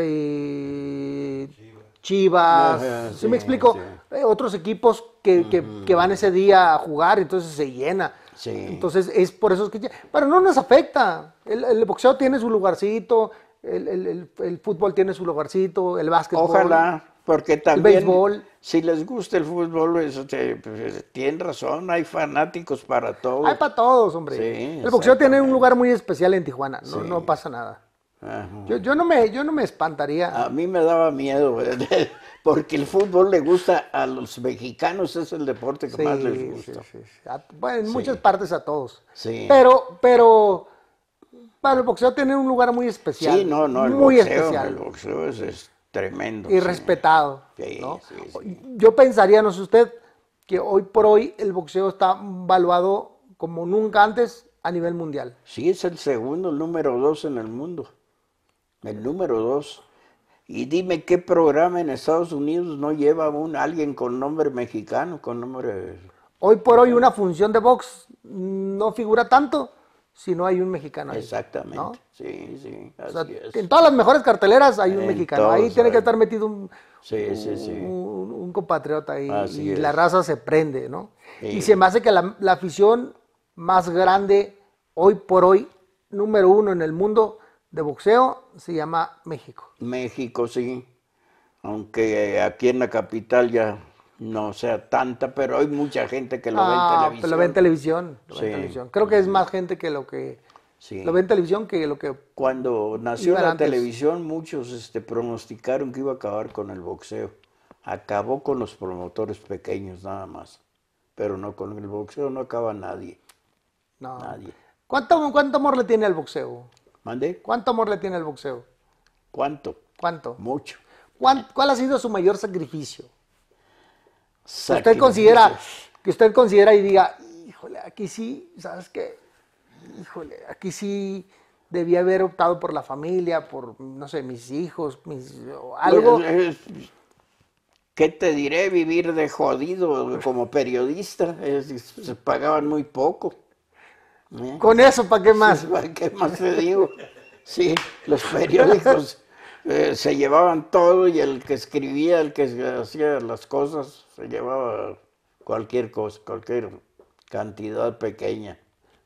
Chivas, Ajá, ¿sí me explico? sí. Otros equipos que van ese día a jugar, entonces se llena. Sí. Entonces es por eso que... Pero no nos afecta. El boxeo tiene su lugarcito, el fútbol tiene su lugarcito, el básquetbol. Ojalá, porque el también, béisbol. si les gusta el fútbol, pues, tienen razón, hay fanáticos para todo. Hay para todos, hombre. Sí, el boxeo tiene un exactamente. lugar muy especial en Tijuana, no, Sí. no pasa nada. Ajá. Yo no me espantaría. A mí me daba miedo, porque el fútbol le gusta a los mexicanos, es el deporte que más les gusta. Sí. Bueno, en Sí. muchas partes a todos. Sí. Pero para el boxeo tiene un lugar muy especial. Sí, no, el muy boxeo, especial. el boxeo es tremendo. Y sí. respetado. Sí, ¿no? sí. Yo pensaría, no sé usted, que hoy por hoy el boxeo está valuado como nunca antes a nivel mundial. Sí, es el segundo, el número 2 en el mundo. El número 2. Y dime qué programa en Estados Unidos no lleva alguien con nombre mexicano, con nombre... Hoy por hoy una función de box no figura tanto si no hay un mexicano ahí. Exactamente, ¿no? sí, O sea, así es. en todas las mejores carteleras hay un En mexicano. Ahí todos tiene que hay. estar metido un Sí. compatriota ahí Así y es. la raza se prende, ¿no? Sí. Y se me hace que la afición más grande hoy por hoy, número uno en el mundo de boxeo, se llama México. México, sí. Aunque aquí en la capital ya no sea tanta, pero hay mucha gente que lo ve en televisión. Pero lo ve en televisión. Lo ve en Sí. televisión. Creo que es más gente que lo que Sí. lo ve en televisión que lo que Cuando nació iban la antes. televisión, muchos pronosticaron que iba a acabar con el boxeo. Acabó con los promotores pequeños nada más. Pero no, con el boxeo no acaba nadie. No. Nadie. ¿Cuánto amor le tiene al boxeo? ¿Mande? ¿Cuánto amor le tiene al boxeo? ¿Cuánto? ¿Cuánto? Mucho. ¿Cuál ha sido su mayor sacrificio? Sacrificios. Que usted considera y diga, híjole, aquí sí, ¿sabes qué? Híjole, aquí sí debía haber optado por la familia, por, no sé, mis hijos, algo. ¿Qué te diré? Vivir de jodido como periodista. Se pagaban muy poco. Con eso, ¿para qué más? ¿Qué más te digo? Sí, los periódicos se llevaban todo y el que escribía, el que hacía las cosas, se llevaba cualquier cosa, cualquier cantidad pequeña.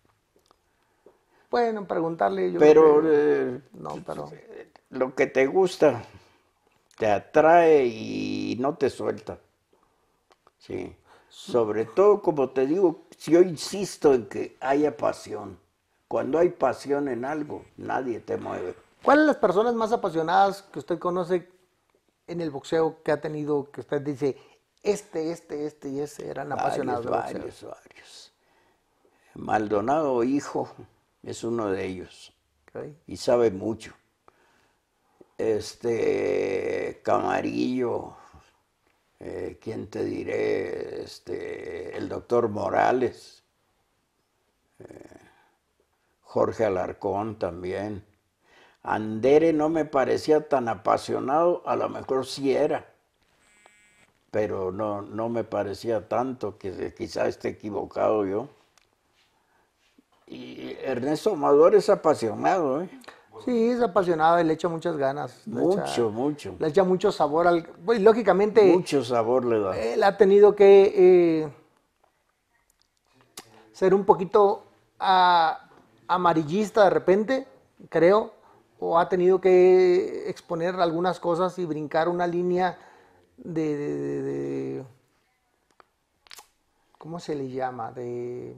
Bueno, preguntarle yo. Pero, pero lo que te gusta te atrae y no te suelta. Sí. Sobre todo, como te digo, yo insisto en que haya pasión. Cuando hay pasión en algo, nadie te mueve. ¿Cuáles las personas más apasionadas que usted conoce en el boxeo que ha tenido, que usted dice, este y ese eran apasionados del boxeo? Varios. Maldonado hijo es uno de ellos. Okay. Y sabe mucho. Camarillo, ¿quién te diré? El doctor Morales, Jorge Alarcón también. Andere no me parecía tan apasionado, a lo mejor sí era, pero no me parecía tanto, que quizá esté equivocado yo. Y Ernesto Amador es apasionado, ¿eh? Sí, es apasionado y le echa muchas ganas. Mucho. Le echa mucho sabor al... Y lógicamente... Mucho sabor le da. Él ha tenido que ser un poquito amarillista de repente, creo, o ha tenido que exponer algunas cosas y brincar una línea de ¿cómo se le llama? De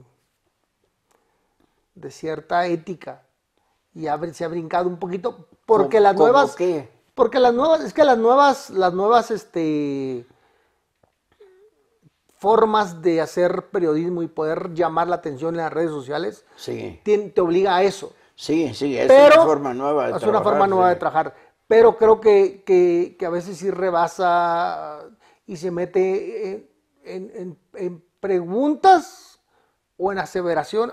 cierta ética. Y se ha brincado un poquito porque las nuevas... ¿Qué? Porque las nuevas formas de hacer periodismo y poder llamar la atención en las redes sociales, sí, te obliga a eso. Sí, es una forma nueva de trabajar. Es una forma nueva de trabajar. Pero creo que a veces sí rebasa y se mete en preguntas o en aseveración.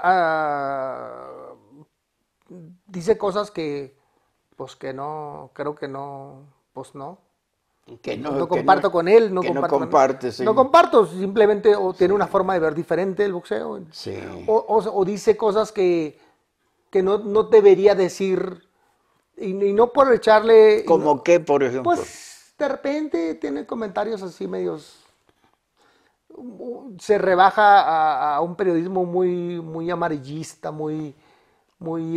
Dice cosas que, pues que no, creo que no, pues no. No comparto con él, no comparto, simplemente o tiene una forma de ver diferente el boxeo. Sí. O dice cosas que no debería decir Y no por echarle... ¿Cómo qué, por ejemplo? Pues de repente tiene comentarios así medios... Se rebaja a un periodismo muy amarillista, muy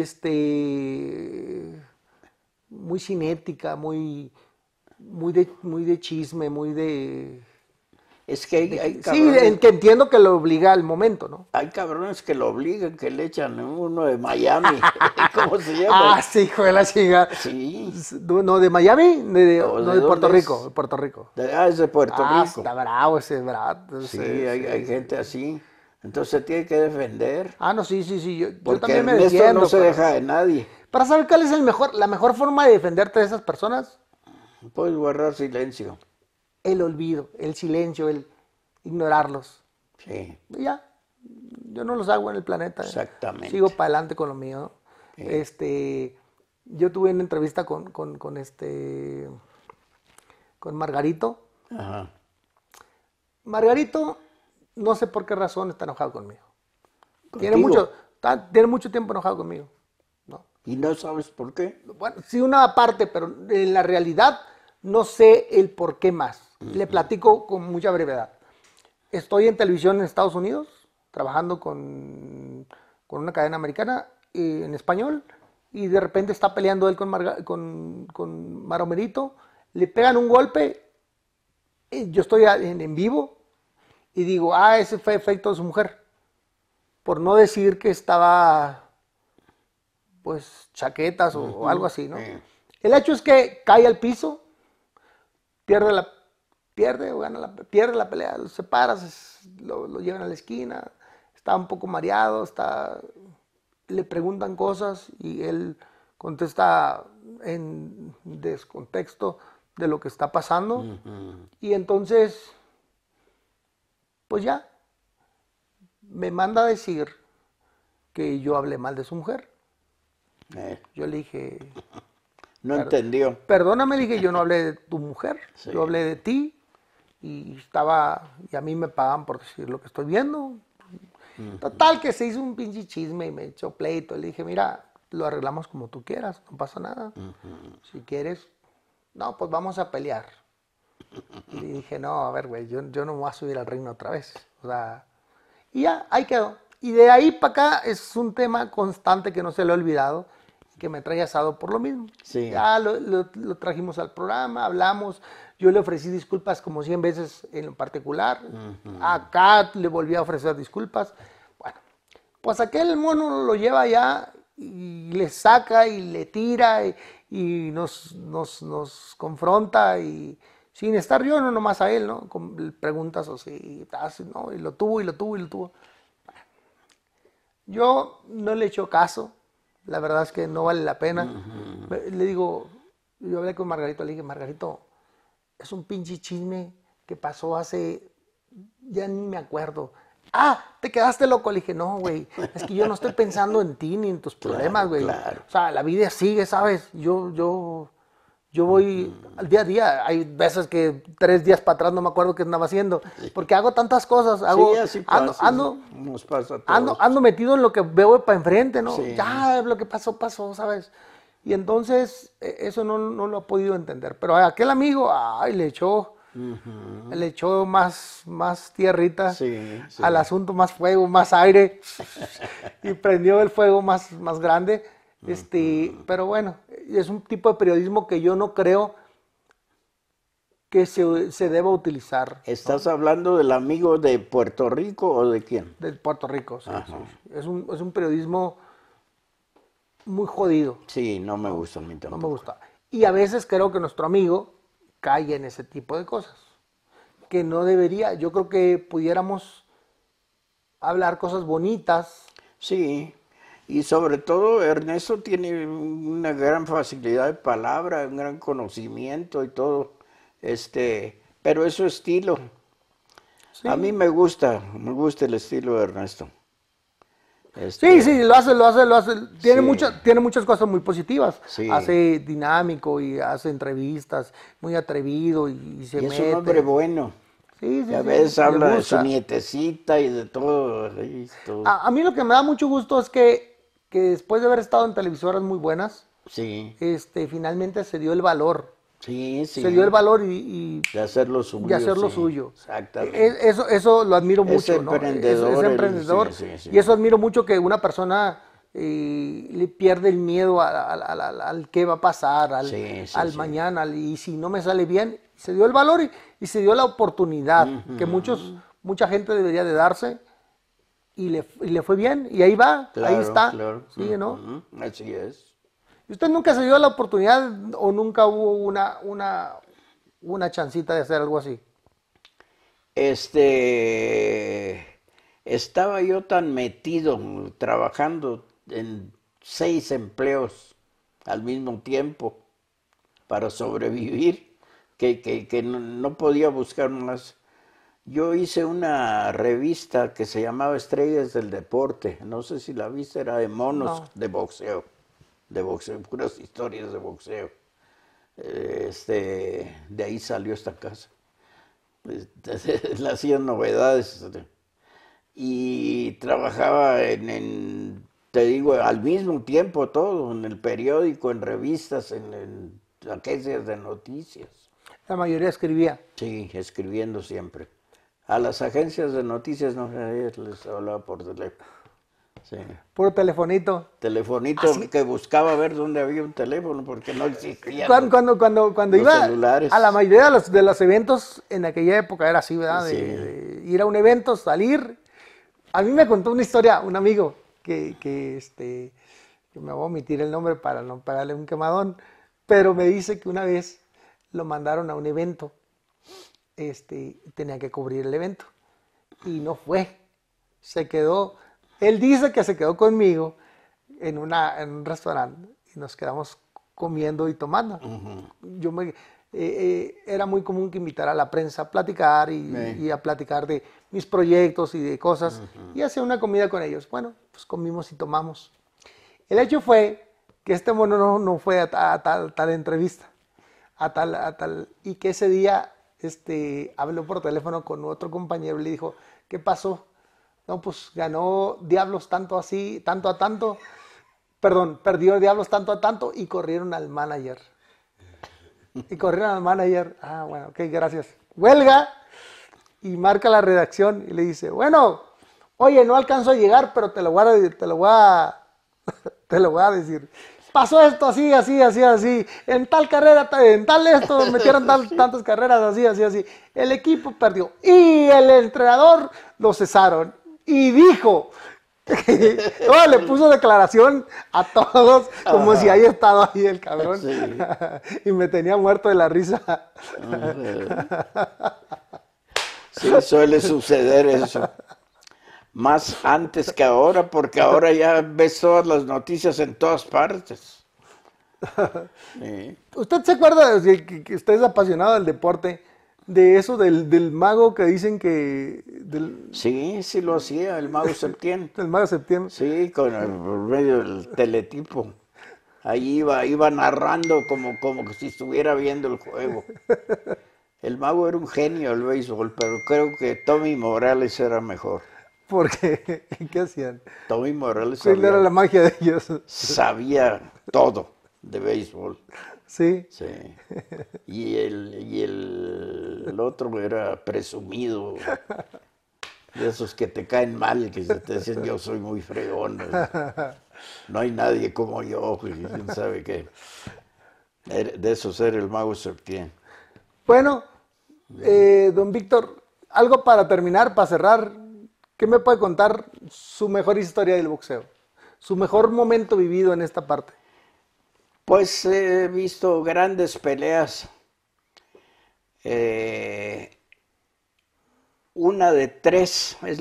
muy cinética, muy de chisme, muy de... Es que hay Sí, cabrones, que entiendo que lo obliga al momento, ¿no? hay cabrones que lo obligan, que le echan uno de Miami. ¿Cómo se llama? Ah, sí, hijo de la chica. Sí. No, de Miami, ¿O no de de Puerto dónde Rico, es? de Puerto Rico. Es de Puerto Ah, Rico. está bravo ese, bravo. Sí, hay gente así. Entonces se tiene que defender. Ah, no, sí, yo Porque también me Ernesto defiendo. no se deja de nadie. Para saber cuál es la mejor forma de defenderte de esas personas, Puedes guardar silencio. el olvido, el silencio, el ignorarlos. Sí, Y ya, yo no los hago en el planeta. exactamente. Sigo para adelante con lo mío, ¿no? Sí. Yo tuve una entrevista con Margarito. Ajá. Margarito, no sé por qué razón está enojado conmigo. ¿Contigo? Tiene mucho tiempo enojado conmigo, ¿no? ¿Y no sabes por qué? Bueno, sí, una parte, pero en la realidad no sé el por qué más. Le platico con mucha brevedad. Estoy en televisión en Estados Unidos, trabajando con una cadena americana en español, y de repente está peleando él con Maromerito, le pegan un golpe, yo estoy en vivo, y digo, ese fue efecto de su mujer, por no decir que estaba, pues, chaquetas o algo así, ¿no? El hecho es que cae al piso, pierde o gana pierde la pelea, lo separas, lo llevan a la esquina, está un poco mareado, le preguntan cosas y él contesta en descontexto de lo que está pasando. Y entonces, pues ya, me manda a decir que yo hablé mal de su mujer. Yo le dije, No entendió. perdóname, dije, yo no hablé de tu mujer, Sí. yo hablé de ti y a mí me pagan por decir lo que estoy viendo. Total, que se hizo un pinche chisme y me echó pleito. Le dije, mira, lo arreglamos como tú quieras, no pasa nada. Si quieres, no, pues vamos a pelear. Y le dije, no, a ver, güey, yo no me voy a subir al reino otra vez. O sea, y ya, ahí quedó. Y de ahí para acá es un tema constante que no se le ha olvidado, que me trae asado por lo mismo. Sí. Ya lo trajimos al programa, hablamos, yo le ofrecí disculpas como 100 veces en lo particular, acá le volví a ofrecer disculpas. Bueno, pues aquel mono lo lleva ya y le saca y le tira y nos confronta y sin estar yo, no nomás a él, ¿no? Con preguntas así, ¿no? Y lo tuvo y lo tuvo y lo tuvo. Yo no le echo caso, la verdad es que no vale la pena. Le digo, yo hablé con Margarito, le dije, Margarito, es un pinche chisme que pasó hace, ya ni me acuerdo. ¿Te quedaste loco? Le dije, no, güey, es que yo no estoy pensando en ti ni en tus problemas, güey. Claro. O sea, la vida sigue, ¿sabes? Yo voy al día a día. Hay veces que 3 días para atrás no me acuerdo qué andaba haciendo. Porque hago tantas cosas. Sí, así pasa. Nos pasa a todos. Ando metido en lo que veo para enfrente, ¿no? Sí. Ya, lo que pasó, ¿sabes? Y entonces, eso no lo he podido entender. Pero a aquel amigo, le echó más tierrita Sí. al asunto, más fuego, más aire. Y prendió el fuego más grande. Pero bueno, es un tipo de periodismo que yo no creo que se deba utilizar. ¿Estás hablando del amigo de Puerto Rico o de quién? De Puerto Rico, sí. Es un periodismo muy jodido. Sí, no me gusta a mí No tampoco. me gusta. Y a veces creo que nuestro amigo cae en ese tipo de cosas. Que no debería. Yo creo que pudiéramos hablar cosas bonitas. Sí, y sobre todo Ernesto tiene una gran facilidad de palabra, un gran conocimiento y todo, pero es su estilo. Sí. A mí me gusta el estilo de Ernesto. Sí, lo hace. Tiene, Sí. tiene muchas cosas muy positivas. Sí. Hace dinámico y hace entrevistas, muy atrevido y se Y es mete. un hombre bueno. Sí, Y a veces me habla de su gusta. nietecita y de todo. ahí, todo. A mí lo que me da mucho gusto es que después de haber estado en televisoras muy buenas, Sí, finalmente se dio el valor. sí, sí. Se dio el valor y De hacer lo suyo. y hacer lo sí, suyo. Exactamente. Eso lo admiro Es mucho, ¿no? Es emprendedor, emprendedor. sí, sí, sí. Y eso admiro mucho que una persona le pierde el miedo al qué va a pasar, Sí, sí, al sí. mañana, y si no me sale bien, se dio el valor y se dio la oportunidad que mucha gente debería de darse y le fue bien, y ahí va, ahí Claro, está, claro. ¿sí, no? Así es. ¿Y usted nunca se dio la oportunidad o nunca hubo una chancita de hacer algo así? Estaba yo tan metido trabajando en 6 empleos al mismo tiempo para sobrevivir que no podía buscar más. Yo hice una revista que se llamaba Estrellas del Deporte, no sé si la viste, era de monos No. de boxeo, puras historias de boxeo. De ahí salió esta casa. Le hacían novedades y trabajaba te digo, al mismo tiempo todo, en el periódico, en revistas, en agencias de noticias. La mayoría escribía. Sí, escribiendo siempre. A las agencias de noticias no les hablaba por teléfono. Sí. Puro telefonito. Telefonito Así. que buscaba ver dónde había un teléfono porque no existían Cuando los iba celulares. a la mayoría de los eventos en aquella época era así, ¿verdad? Sí. De ir a un evento, salir. A mí me contó una historia, un amigo, que me voy a omitir el nombre para no pagarle un quemadón, pero me dice que una vez lo mandaron a un evento, tenía que cubrir el evento y no fue, se quedó, él dice que se quedó conmigo en un restaurante y nos quedamos comiendo y tomando. Era muy común que invitara a la prensa a platicar y a platicar de mis proyectos y de cosas y hacer una comida con ellos. Bueno, pues comimos y tomamos. El hecho fue que este mono no fue a tal entrevista, y que ese día habló por teléfono con otro compañero y le dijo, ¿qué pasó? No, pues ganó Diablos tanto así, tanto a tanto, perdón, perdió Diablos tanto a tanto y corrieron al manager. Ah, bueno, ok, gracias. Huelga y marca la redacción y le dice, bueno, oye, no alcanzo a llegar, pero te lo voy a te lo voy a decir. Pasó esto así, así, así, así. En tal carrera, en tal esto, metieron tantas carreras, así, así, así. El equipo perdió. Y el entrenador lo cesaron. Y dijo, no, le puso declaración a todos, como si haya estado ahí el cabrón. Sí. Y me tenía muerto de la risa. Sí, suele suceder eso. Más antes que ahora, porque ahora ya ves todas las noticias en todas partes. Sí, ¿Usted se acuerda de que usted es apasionado del deporte? De eso del mago que dicen que... sí, sí lo hacía el Mago Septién. Del mago de septiembre. Sí, por medio del teletipo. Ahí iba narrando como si estuviera viendo el juego. El mago era un genio del béisbol, pero creo que Tommy Morales era mejor. Porque, ¿qué hacían? Tommy Morales ¿Cuál era la magia de ellos? sabía todo de béisbol. Sí. Sí. El otro era presumido, de esos que te caen mal, que te dicen yo soy muy fregón. No hay nadie como yo, quién sabe qué. De esos era el Mago Septién. Bueno, don Víctor, algo para terminar, para cerrar. ¿Qué me puede contar su mejor historia del boxeo? Su mejor momento vivido en esta parte. Pues he visto grandes peleas. Una de 3 es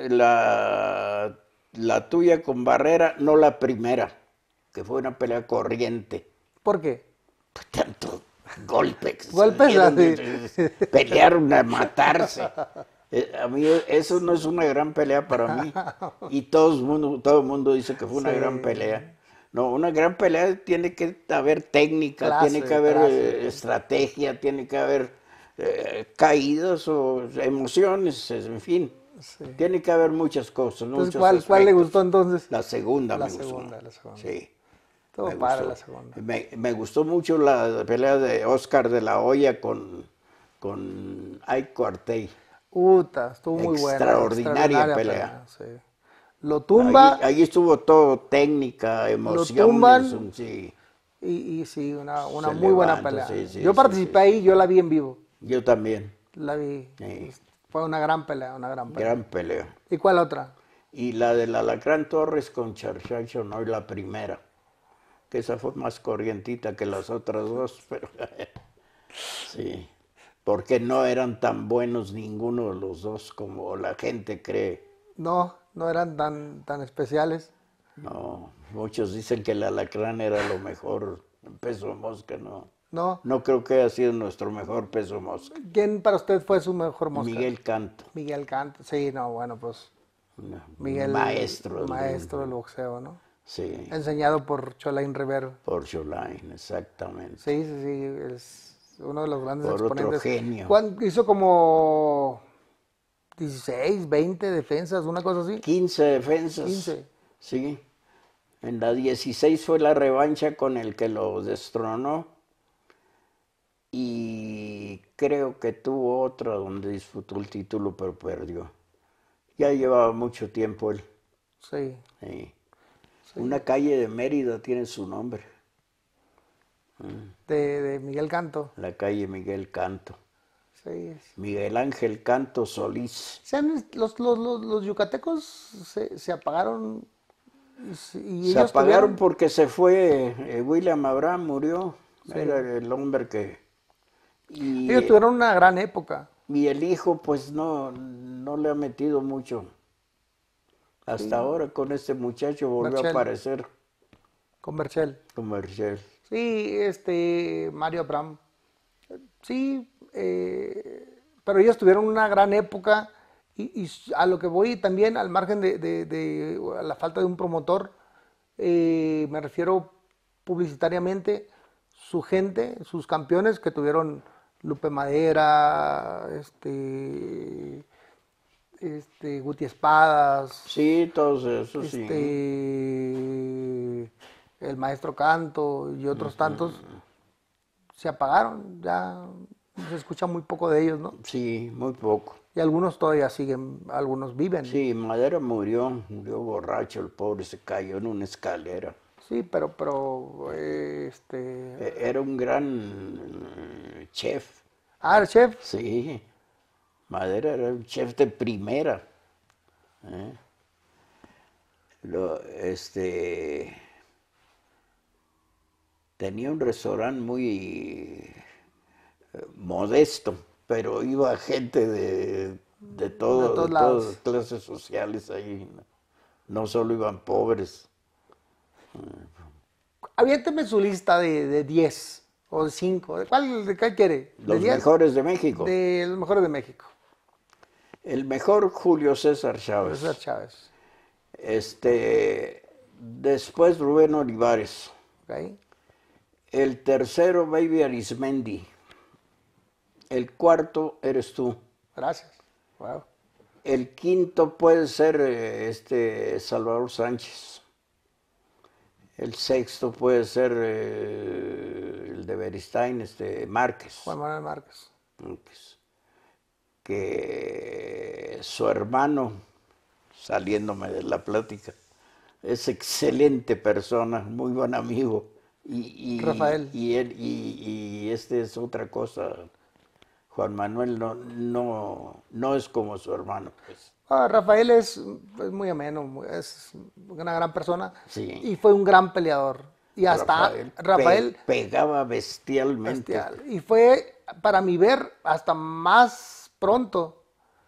la tuya con Barrera, no la primera, que fue una pelea corriente. ¿Por qué? Tanto golpes. Golpes así. Pelearon a matarse. A mí eso no es una gran pelea para mí. Y todo el mundo dice que fue una gran pelea. No, una gran pelea tiene que haber técnica, tiene que haber estrategia, tiene que haber caídas o emociones, en fin. Sí. Tiene que haber muchas cosas. Entonces, ¿cuál le gustó entonces? La segunda la me gustó. Segunda. Sí. Estuvo Me padre gustó. la segunda. Me gustó mucho la pelea de Oscar de la Hoya con Ike Quartey. Uta, estuvo muy buena, Extraordinaria extraordinaria pelea. pelea, sí. Lo Ahí, tumba, ahí estuvo todo, técnica, lo emociones, tumban sí. y sí, una Se muy buena levanta, pelea. sí, sí, Yo sí, sí, participé sí. ahí, yo la vi en vivo, Yo también. la vi. Sí. Fue una gran pelea, una gran pelea. Gran pelea. ¿Y cuál otra? Y la del Alacrán Torres con Charchacho, no, y la primera. Que esa fue más corrientita que las otras dos, pero sí. Porque no eran tan buenos ninguno de los dos como la gente cree. No, no eran tan especiales. No, muchos dicen que el Alacrán era lo mejor en peso mosca, no. No. No creo que haya sido nuestro mejor peso mosca. ¿Quién para usted fue su mejor mosca? Miguel Canto, Miguel Canto. Sí, no, bueno, pues un Miguel, maestro maestro del boxeo, ¿no? sí, Enseñado por Cholain Rivero. por Cholain, exactamente. Sí, sí, sí, es uno de los grandes Por otro exponentes. genio. Hizo como 16, 20 defensas, una cosa así. 15 defensas. 15. Sí. En la 16 fue la revancha con el que lo destronó. Y creo que tuvo otra donde disputó el título, pero perdió. Ya llevaba mucho tiempo él. Sí, Sí. sí. Una calle de Mérida tiene su nombre. De Miguel Canto. La calle Miguel Canto. Sí. Miguel Ángel Canto Solís. Los yucatecos se apagaron y Se ellos apagaron tuvieron. porque se fue William Abraham, murió. Sí. Era el hombre que... Ellos Y, tuvieron una gran época. y el hijo pues no le ha metido mucho. Hasta ahora con este muchacho volvió a Berchel, aparecer con Berchel. comercial. Sí, Mario Abram. Sí, pero ellos tuvieron una gran época y a lo que voy también, al margen de la falta de un promotor, me refiero publicitariamente, su gente, sus campeones que tuvieron Lupe Madera, Guti Espadas, Sí, todos esos, sí. el Maestro Canto y otros tantos, se apagaron, ya se escucha muy poco de ellos, ¿no? Sí, muy poco. Y algunos todavía siguen, algunos viven. Sí, Madera murió borracho, el pobre se cayó en una escalera. Sí, pero Era un gran chef, el chef, sí. Madera era un chef de primera. ¿Eh? Tenía un restaurante muy modesto, pero iba gente de de de todos todas lados. clases sociales ahí. No solo iban pobres. Aviénteme su lista de 10 o de 5. ¿De cuál quiere? ¿De Los 10? mejores de México. De los mejores de México. El mejor Julio César César Chávez. Chávez. Después Rubén Olivares. ¿Okay? El tercero Baby Arismendi. El cuarto eres tú. Gracias. Wow. El quinto puede ser Salvador Sánchez. El sexto puede ser el de Beristain, Márquez. Juan Manuel Márquez. Márquez. Que su hermano, saliéndome de la plática, es excelente persona, muy buen amigo. Rafael. Y este es otra cosa. Juan Manuel no es como su hermano, pues. Rafael es muy ameno, es una gran persona Sí. y fue un gran peleador. Y hasta Rafael pegaba bestialmente. bestial. Y fue, para mi ver, hasta más pronto,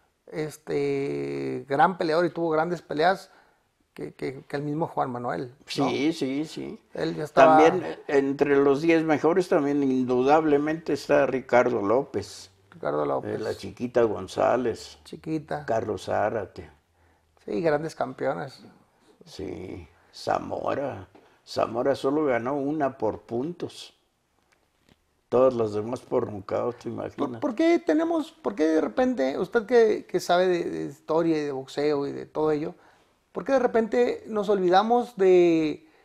gran peleador y tuvo grandes peleas que el mismo Juan Manuel, ¿no? Sí, sí, sí. Él ya estaba... También entre los 10 mejores también indudablemente está Ricardo López, Ricardo López, la Chiquita González, Chiquita. Carlos Zárate, Sí, grandes campeones. sí, Zamora. Zamora solo ganó una por puntos. Todas las demás por nocaut, ¿te imaginas? ¿Por qué de repente, usted que sabe de historia y de boxeo y de todo ello, por qué de repente nos olvidamos de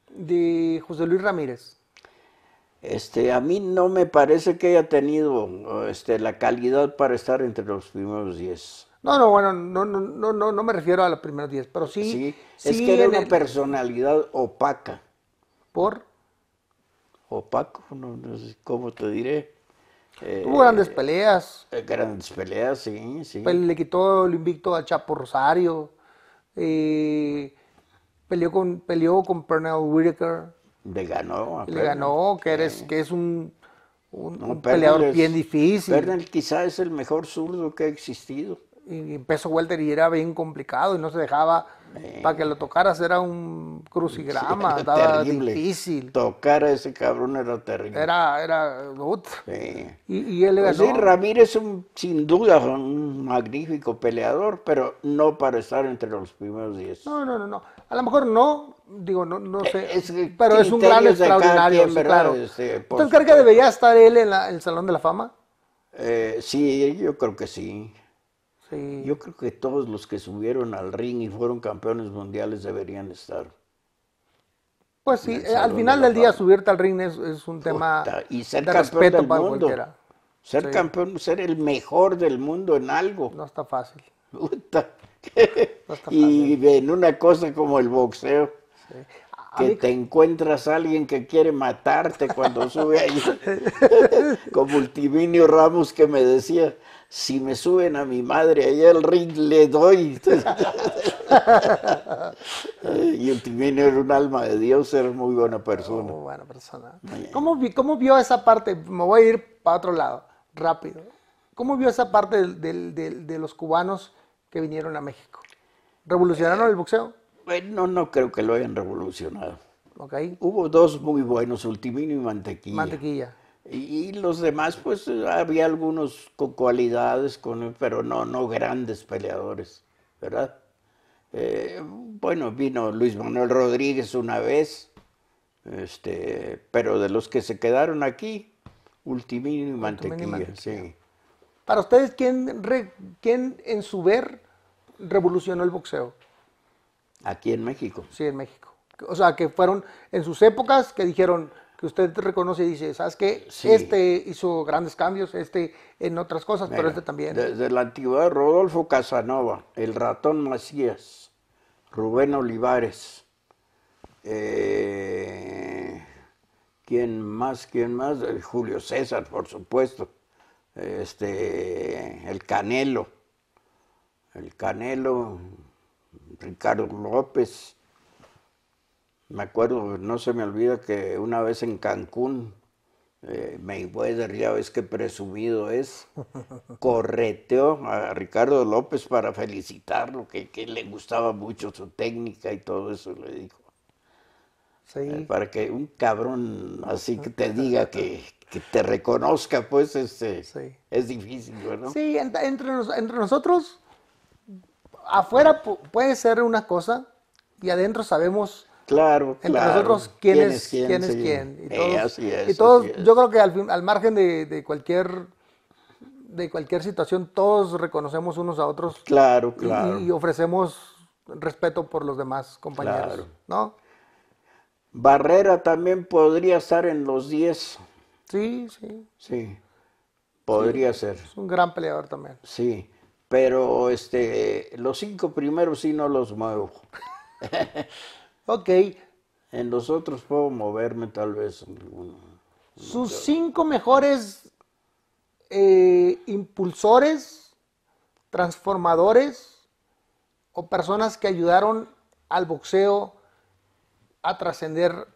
de José Luis Ramírez. A mí no me parece que haya tenido la calidad para estar entre los primeros 10. No, no, bueno, no me refiero a los primeros 10, pero sí, Sí, es que sí era en una el, personalidad opaca. por, Opaco, no sé cómo te diré. tuvo grandes peleas, Grandes peleas, sí, sí. le quitó el invicto al Chapo Rosario, eh, peleó con Pernell Whitaker, Le ganó a y le Pernell. ganó, Sí. que es No, un peleador bien difícil. Pernell quizá es el mejor zurdo que ha existido. Y en peso welter y era bien complicado y no se dejaba, para que lo tocaras era un Sí, crucigrama, era estaba terrible. difícil, Tocar a ese cabrón era terrible. ut. Sí. Y él le Pues sí, ganó. Ramírez sin duda un magnífico peleador, pero no para estar entre los primeros 10. No. A lo mejor no, digo, no sé, Es pero es un gran criterios de cada extraordinario, quien, sí, ¿verdad? claro. Por ¿Usted cree que supuesto. debería estar él en el Salón de la Fama? Sí, yo creo que sí. Sí. Yo creo que todos los que subieron al ring y fueron campeones mundiales deberían estar Pues en sí, el al Salón de final la del día Fama. subirte al ring es un tema Puta, y ser de campeón respeto del para mundo. cualquiera. Ser Sí, campeón, ser el mejor del mundo en algo. no está fácil, Puta. no está fácil. Y en una cosa como el boxeo, Sí. A que mí, te encuentras a alguien que quiere matarte cuando sube ahí. Como Ultiminio Ramos que me decía, si me suben a mi madre allá al ring, le doy. Y Ultiminio era un alma de Dios, era muy buena persona. oh, buena persona. Eh, ¿Cómo vio esa parte? Me voy a ir para otro lado, rápido. ¿Cómo vio esa parte de los cubanos que vinieron a México? ¿Revolucionaron el boxeo? Bueno, no creo que lo hayan revolucionado. Ok. Hubo dos muy buenos, Ultiminio y Mantequilla. Mantequilla. Y los demás, pues había algunos con cualidades, pero no grandes peleadores, ¿verdad? Bueno, vino Luis Manuel Rodríguez una vez, pero de los que se quedaron aquí, Ultiminio y Ultimini y Mantequilla, Mantequilla. sí. Para ustedes, ¿quién en su ver revolucionó el boxeo? Aquí en México. Sí, en México. O sea, que fueron en sus épocas que dijeron que usted reconoce y dice, ¿sabes qué? Sí, Este hizo grandes cambios, este en otras cosas, pero este mira, también. desde la antigüedad, Rodolfo Casanova, el Ratón Macías, Rubén Olivares, eh, ¿quién más? ¿Quién más? Julio César, por supuesto. El Canelo, Ricardo López. Me acuerdo, no se me olvida que una vez en Cancún, Mayweather, ya ves qué presumido es, correteó a Ricardo López para felicitarlo, que le gustaba mucho su técnica y todo eso, le dijo. Sí, Para que un cabrón así que te diga que te reconozca, pues sí. es difícil, ¿no? Sí, entre nosotros, afuera puede ser una cosa y adentro sabemos Claro, entre claro. nosotros ¿Quién es quién quién? es Sí. quién. Así Y es, así todos, yo es. creo que al margen de cualquier situación, todos reconocemos unos a otros Claro, y claro, ofrecemos respeto por los demás claro. compañeros, ¿no? Barrera también podría estar en los 10. Sí, sí, Sí, sí. podría ser. Es un gran peleador también. Sí, pero los 5 primeros sí no los muevo. Ok, En los otros puedo moverme tal vez. sus 5 mejores impulsores, transformadores o personas que ayudaron al boxeo a trascender,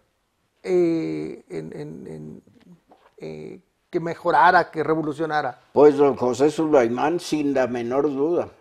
que mejorara, que revolucionara. Pues don José Sulaimán, sin la menor duda.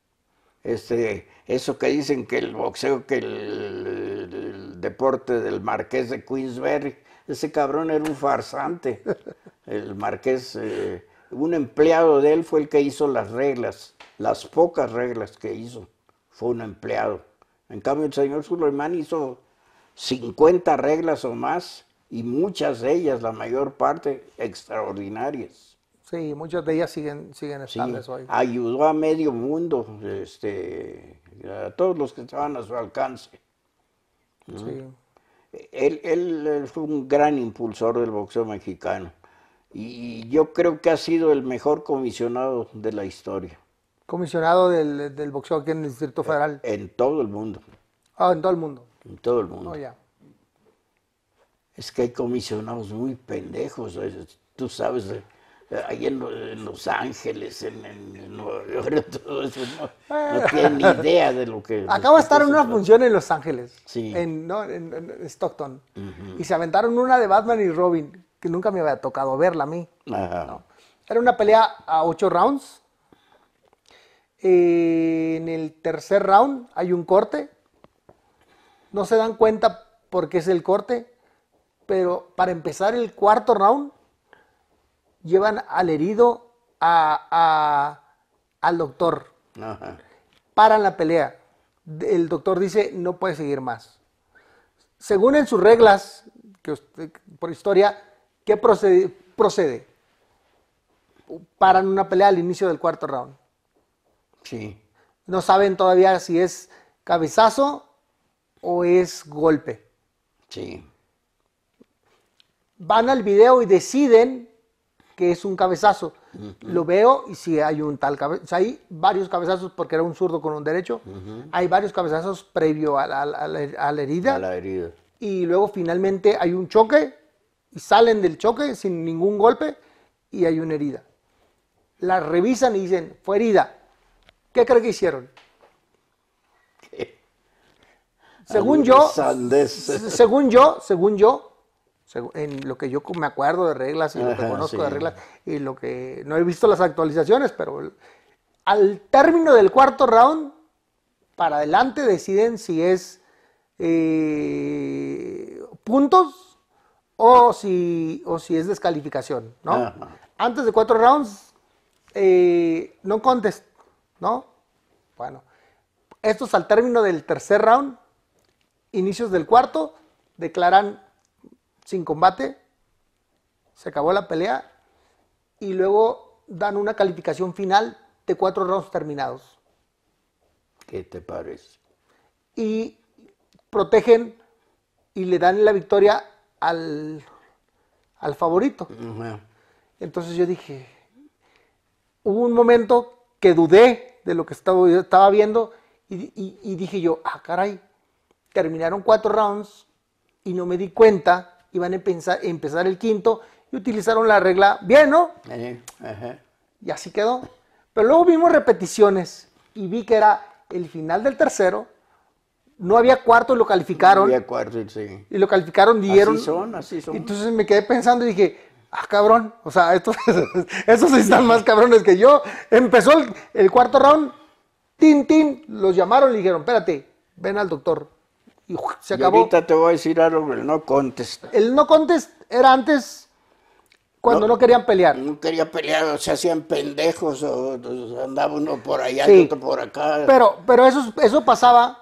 Eso que dicen que el boxeo, que el deporte del Marqués de Queensberry, ese cabrón era un farsante. El Marqués, un empleado de él fue el que hizo las reglas, las pocas reglas que hizo, fue un empleado. En cambio, el señor Sulaimán hizo 50 reglas o más, y muchas de ellas, la mayor parte, extraordinarias. Sí, muchas de ellas siguen Sí, estables hoy. ayudó a medio mundo, a todos los que estaban a su alcance. Sí. Él fue un gran impulsor del boxeo mexicano y yo creo que ha sido el mejor comisionado de la historia Comisionado del boxeo aquí en el Distrito Federal. en todo el mundo, Ah, en todo el mundo. en todo el No, mundo. ya. Es que hay comisionados muy pendejos, tú sabes, ahí en Los Ángeles, en Nueva York, todo eso, no tienen ni idea de lo que... Acabo de estar en una función en Los Ángeles, Sí. en Stockton, y se aventaron una de Batman y Robin, que nunca me había tocado verla a mí. Ajá. ¿No? Era una pelea a 8 rounds. En el tercer round hay un corte. No se dan cuenta por qué es el corte, pero para empezar el cuarto round llevan al herido al doctor. Ajá. Paran la pelea. El doctor dice no puede seguir más. Según en sus reglas, por historia, ¿qué procede? Paran una pelea al inicio del cuarto round. Sí. No saben todavía si es cabezazo o es golpe. Sí. Van al video y deciden que es un cabezazo. Lo veo y si hay un tal cabezazo. O sea, hay varios cabezazos porque era un zurdo con un derecho. Hay varios cabezazos previo a la herida. A la herida. Y luego finalmente hay un choque y salen del choque sin ningún golpe y hay una herida. La revisan y dicen, fue herida. ¿Qué cree que hicieron? Según yo, en lo que yo me acuerdo de reglas y lo que conozco de reglas y lo que no he visto las actualizaciones, pero al término del cuarto round, para adelante deciden si es puntos o si es descalificación, ¿no? Ajá. Antes de 4 rounds, no contest, ¿no? Bueno, estos al término del tercer round, inicios del cuarto, declaran sin combate, se acabó la pelea y luego dan una calificación final de 4 rounds terminados. ¿Qué te parece? Y protegen y le dan la victoria al favorito. Ajá. Entonces yo dije, hubo un momento que dudé de lo que estaba viendo y dije yo, caray, terminaron 4 rounds y no me di cuenta, iban a empezar el quinto y utilizaron la regla bien, ¿no? Ajá. Y así quedó. Pero luego vimos repeticiones y vi que era el final del tercero, no había cuarto y lo calificaron. No había cuarto, sí. Y lo calificaron, dieron. Así son. Entonces me quedé pensando y dije, cabrón, o sea, estos sí están más cabrones que yo. Empezó el cuarto round, tin, los llamaron y le dijeron, espérate, ven al doctor. Y se acabó. Y ahorita te voy a decir algo, el no contest. El no contest era antes, cuando no querían pelear. No quería pelear, o se hacían pendejos, o andaba uno por allá Sí. y otro por acá. Pero eso pasaba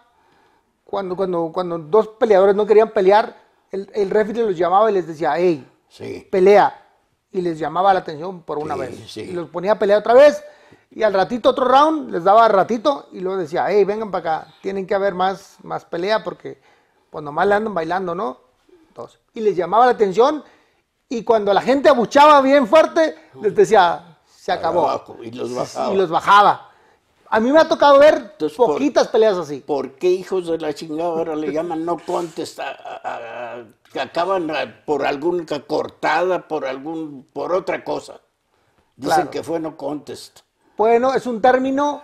cuando dos peleadores no querían pelear, el referee los llamaba y les decía, hey, Sí. pelea. Y les llamaba la atención por una Sí, vez. sí. Y los ponía a pelear otra vez. Y al ratito otro round, les daba ratito y luego decía, hey, vengan para acá, tienen que haber más pelea porque pues nomás le andan bailando, ¿no? Entonces, y les llamaba la atención y cuando la gente abuchaba bien fuerte, les decía, se acabó. Abajo, y los bajaba. Y los bajaba. A mí me ha tocado ver Entonces, poquitas peleas así. ¿Por qué hijos de la chingada ahora le llaman no contest? Que acaban por alguna cortada, por otra cosa. Dicen Claro. que fue no contest. Bueno, es un término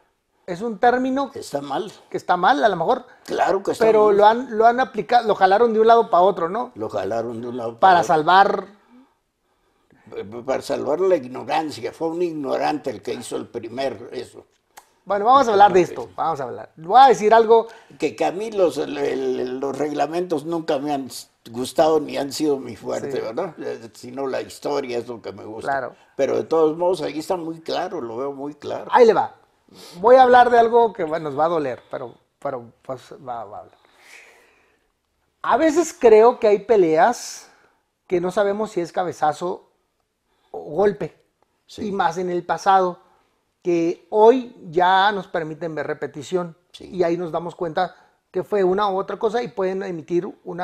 Está mal. que está mal a lo mejor, Claro que está pero mal. lo han aplicado, lo jalaron de un lado para otro, ¿no? Lo jalaron de un lado Para otro. salvar. Para salvar la ignorancia. Fue un ignorante el que hizo el primer eso. Bueno, vamos a hablar de esto, vamos a hablar. Voy a decir algo, Que a mí los reglamentos nunca me han gustado ni han sido mi fuerte, Sí. ¿verdad? Sino la historia es lo que me gusta. Claro. Pero de todos modos, ahí está muy claro, lo veo muy claro. ahí le va. Voy a hablar de algo que bueno, nos va a doler, pero pues va a hablar. A veces creo que hay peleas que no sabemos si es cabezazo o golpe. Sí. Y más en el pasado, que hoy ya nos permiten ver repetición. Sí. Y ahí nos damos cuenta que fue una u otra cosa y pueden emitir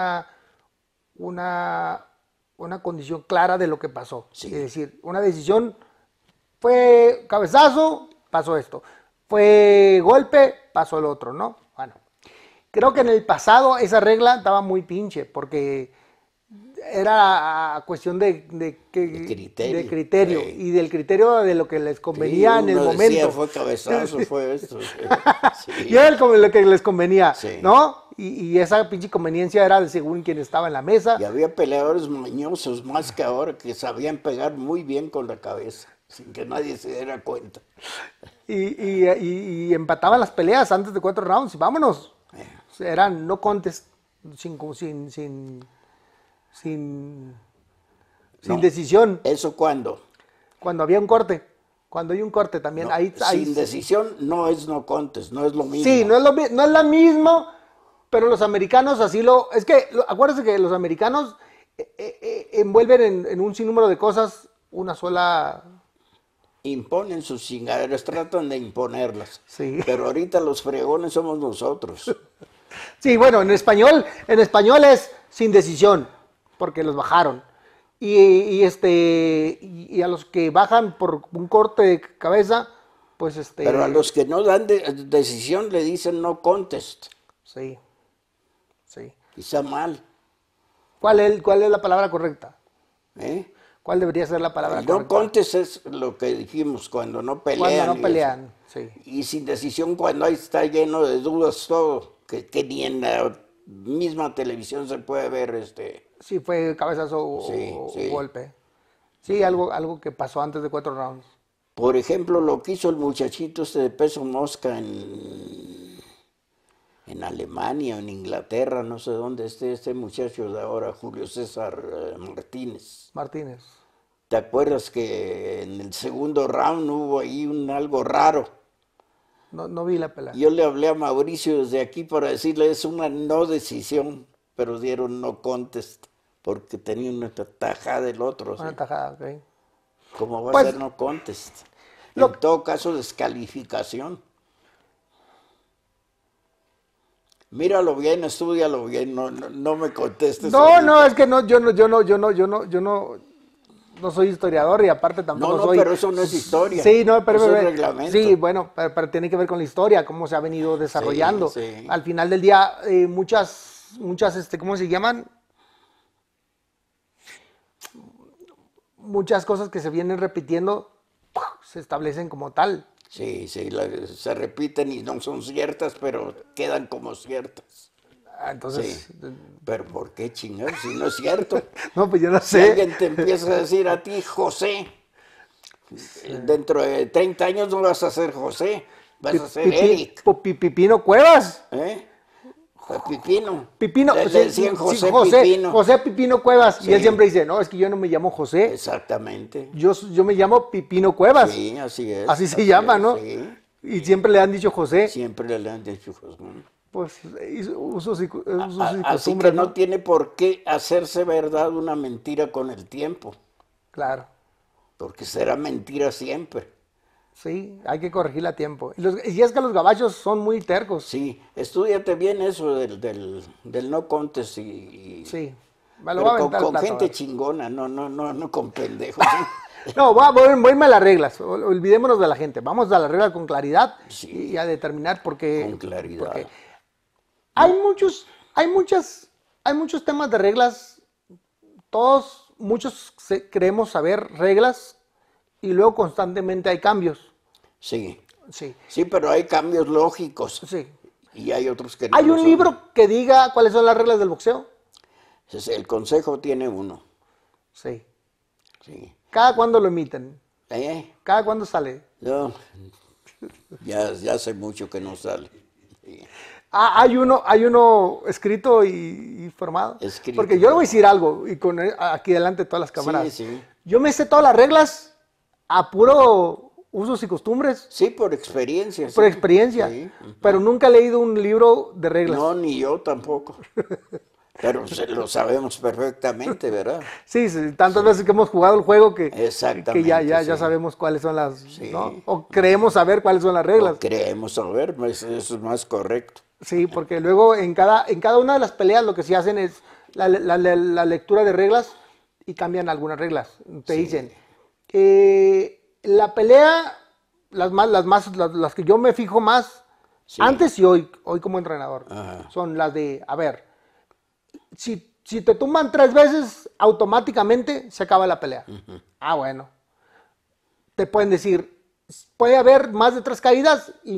una, una condición clara de lo que pasó. Sí. Es decir, una decisión fue cabezazo, pasó esto. Fue golpe, pasó el otro, ¿no? Bueno, creo que en el pasado esa regla estaba muy pinche porque era cuestión de criterio Sí. y del criterio de lo que les convenía Sí, en el uno momento. decía, fue cabezazo, fue esto. Sí. Y era como lo que les convenía, Sí. ¿no? Y esa pinche conveniencia era de según quien estaba en la mesa. Y había peleadores mañosos más que ahora que sabían pegar muy bien con la cabeza, sin que nadie se diera cuenta. Y empataban las peleas antes de 4 rounds y vámonos. O sea, eran no contest, sin No. decisión. ¿Eso cuándo? Cuando había un corte. Cuando hay un corte también. No, ahí sin decisión no es no contest, no es lo mismo. Sí, no es la mismo, pero los americanos así lo... Es que, acuérdense que los americanos envuelven en un sinnúmero de cosas una sola... Imponen sus chingaderas, tratan de imponerlas. Sí. Pero ahorita los fregones somos nosotros. Sí, bueno, en español es sin decisión, porque los bajaron. Y a los que bajan por un corte de cabeza, pues Pero a los que no dan decisión le dicen no contest. Sí, sí. Quizá mal. ¿Cuál es la palabra correcta? ¿Eh? ¿Cuál debería ser la palabra El correcta? no contest es lo que dijimos, cuando no pelean. Cuando no y pelean, eso. sí. Y sin decisión cuando ahí está lleno de dudas todo, que ni en la misma televisión se puede ver Sí, fue cabezazo Sí, o sí. golpe. Sí, algo que pasó antes de 4 rounds. Por ejemplo, lo que hizo el muchachito de peso mosca en Alemania, en Inglaterra, no sé dónde esté este muchacho de ahora, Julio César Martínez. Martínez. ¿Te acuerdas que en el segundo round hubo ahí algo raro? No vi la pelea. Yo le hablé a Mauricio desde aquí para decirle es una no decisión, pero dieron no contest, porque tenía una tajada del otro. Una ¿sí? tajada, ok. ¿Cómo va Pues, a ser no contest? lo- En todo caso, descalificación. Míralo bien, estúdialo bien, no me contestes. No, es que no soy historiador y aparte tampoco No, soy... pero eso no es historia. Sí, no, pero... Eso es reglamento. Sí, bueno, pero tiene que ver con la historia, cómo se ha venido desarrollando. Sí. Al final del día, muchas, ¿cómo se llaman? Muchas cosas que se vienen repitiendo se establecen como tal. Sí, se repiten y no son ciertas, pero quedan como ciertas. Entonces, Sí. Pero ¿por qué chingados si no es cierto? no, pues yo no Si sé. alguien te empieza a decir a ti, José, dentro de 30 años no vas a ser José, vas a ser Eric. Pipino Cuevas. ¿Eh? Pipino. Pipino, Le sí, decían sí, José Pipino. José Pipino Cuevas. Sí. Y él siempre dice, no, es que yo no me llamo José, Exactamente. yo me llamo Pipino Cuevas. Sí, así es. Así se llama, es, ¿no? Sí. Y siempre le han dicho José. Siempre le han dicho José. Pues usos y Así costumbres, que no tiene por qué hacerse verdad una mentira con el tiempo, Claro, porque será mentira siempre. sí, hay que corregirla a tiempo. Y es que los gabachos son muy tercos. Sí, estúdiate bien eso del no contest Sí, me lo pero voy a aventar al con plato, gente a ver. chingona, no con pendejos. No, voy a irme a las reglas. Olvidémonos de la gente. Vamos a las reglas con claridad Sí. y a determinar por qué. Con claridad. Porque hay muchos temas de reglas. Muchos creemos saber reglas y luego constantemente hay cambios. Sí, Sí, sí, pero hay cambios lógicos sí. y hay otros que no. ¿Hay lo un son. libro que diga cuáles son las reglas del boxeo? El Consejo tiene uno. Sí. Sí. ¿Cada cuándo lo emiten? ¿Cada cuándo sale? No, ya hace mucho que no sale. Sí. Hay uno escrito y formado. Escrito Porque y yo le voy a decir formado. algo, y con aquí delante de todas las cámaras. Sí. Yo me sé todas las reglas a puro usos y costumbres, Sí, por experiencia. por sí. experiencia. Sí. Pero nunca he leído un libro de reglas. No, ni yo tampoco. Pero lo sabemos perfectamente, ¿verdad? Sí, tantas veces que hemos jugado el juego que Exactamente, ya sí. sabemos cuáles son las, Sí. ¿no? O creemos saber cuáles son las reglas. O creemos saber, eso es más correcto. Sí, porque luego en cada una de las peleas lo que sí hacen es la lectura de reglas y cambian algunas reglas. Te Sí. dicen, la pelea, las que yo me fijo más, Sí. antes y hoy como entrenador, Ajá. son las de, a ver, si te tumban 3 veces, automáticamente se acaba la pelea. Ah, bueno. Te pueden decir, puede haber más de 3 caídas y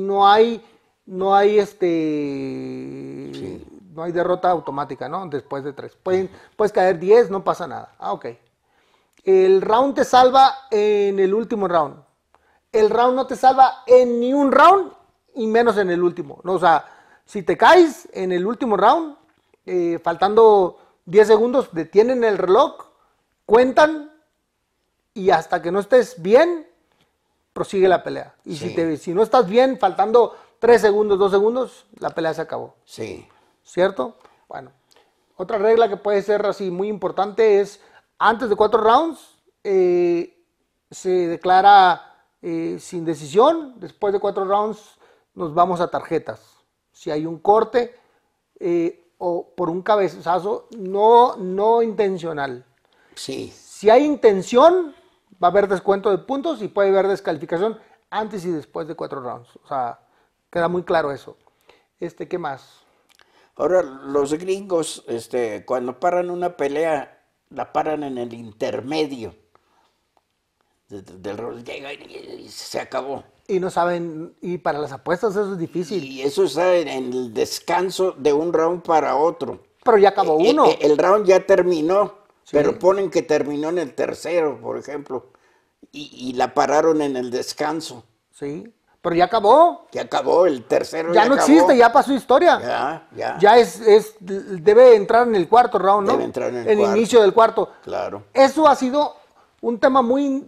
Sí. no hay derrota automática, ¿no? Después de 3. Puedes caer 10, no pasa nada. Ah, ok. El round te salva en el último round. El round no te salva en ni un round y menos en el último. ¿No? O sea, si te caes en el último round, faltando 10 segundos, detienen el reloj, cuentan y hasta que no estés bien, prosigue la pelea. Y Sí. si no estás bien, faltando 3 segundos, 2 segundos, la pelea se acabó. Sí. ¿Cierto? Bueno, otra regla que puede ser así muy importante es, antes de 4 rounds, se declara sin decisión. Después de 4 rounds nos vamos a tarjetas. Si hay un corte o por un cabezazo no intencional. Sí. Si hay intención, va a haber descuento de puntos y puede haber descalificación antes y después de 4 rounds. O sea, queda muy claro eso. ¿Qué más? Ahora, los gringos, cuando paran una pelea, la paran en el intermedio llega y se acabó. Y no saben, y para las apuestas eso es difícil. Y eso está en el descanso de un round para otro. Pero ya acabó uno. El round ya terminó, Sí. pero ponen que terminó en el tercero, por ejemplo, y la pararon en el descanso. Sí, pero ya acabó. Ya acabó, el tercero Ya ya no acabó. existe, ya pasó historia. Ya. Ya debe entrar en el cuarto round, ¿no? Debe entrar en el el cuarto. inicio del cuarto. Claro. Eso ha sido un tema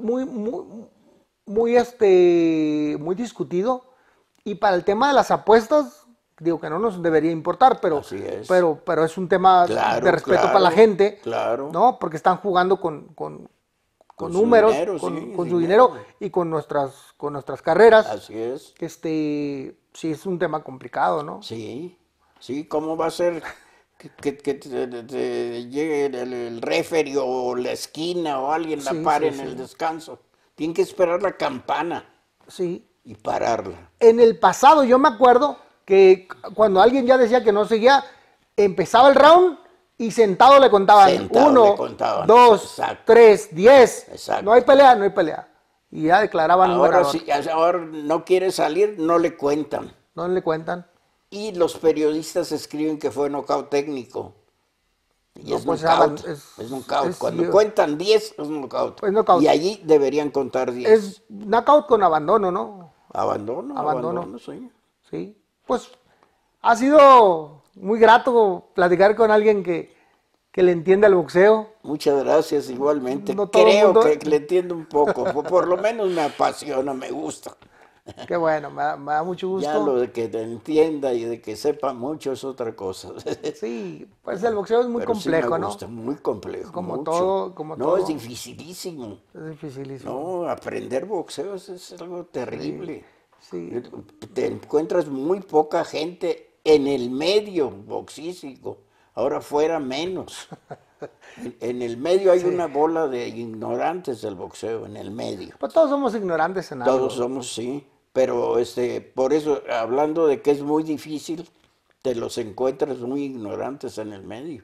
muy discutido. Y para el tema de las apuestas, digo que no nos debería importar, pero, Así es. pero es un tema Claro, de respeto claro, para la gente, claro. ¿no? Porque están jugando con Con su números, dinero, con sí, su dinero. dinero y con nuestras carreras. Así es. Sí es un tema complicado, ¿no? Sí, sí, ¿cómo va a ser que te llegue el referee o la esquina o alguien la Sí, pare sí, en el sí. descanso? Tienen que esperar la campana Sí. y pararla. En el pasado yo me acuerdo que cuando alguien ya decía que no seguía, empezaba el round y sentado le contaban Sentado 1, le contaban. 2, Exacto. 3, 10. Exacto. No hay pelea, no hay pelea. Y ya declaraban un Ahora ganador. sí, ahora no quiere salir, no le cuentan. No le cuentan. Y los periodistas escriben que fue nocaut técnico. Y No, es pues knockout. Es knockout. Cuando cuentan 10 es knockout. Es knockout. Y allí deberían contar 10. Es knockout con abandono, ¿no? Abandono, sí. Sí. Pues ha sido muy grato platicar con alguien que le entiende al boxeo. Muchas gracias, igualmente. No todo el Creo mundo- que le entiendo un poco. Por lo menos me apasiona, me gusta. Qué bueno, me da mucho gusto. Ya lo de que te entienda y de que sepa mucho es otra cosa. Sí, pues el boxeo es muy Pero complejo, sí me ¿no? gusta, muy complejo. Como mucho. todo, como no, todo. es dificilísimo. Es dificilísimo. No, aprender boxeo es algo terrible. Sí. Te encuentras muy poca gente en el medio boxístico. Ahora fuera menos. En el medio hay una bola de ignorantes del boxeo, en el medio. Pues todos somos ignorantes en algo. Todos somos, sí. Pero por eso, hablando de que es muy difícil, te los encuentras muy ignorantes en el medio.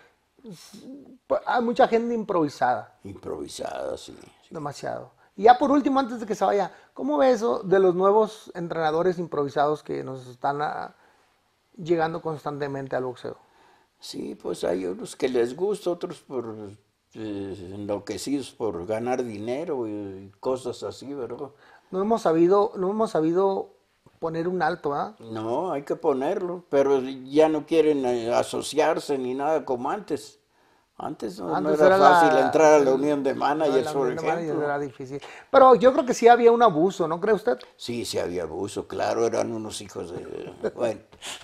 Pues hay mucha gente improvisada, Improvisada, sí. demasiado. Y ya por último, antes de que se vaya, ¿cómo ves eso de los nuevos entrenadores improvisados que nos están llegando constantemente al boxeo? Sí, pues hay unos que les gusta, otros por enloquecidos por ganar dinero y cosas así, ¿verdad? No hemos sabido poner un alto, ¿ah? No, hay que ponerlo, pero ya no quieren asociarse ni nada como antes. Antes no Antes era fácil la- entrar a la unión de no, managers, la por unión de managers ejemplo. era difícil. Pero yo creo que sí había un abuso, ¿no cree usted? Sí, sí había abuso, claro, eran unos hijos de... Bueno,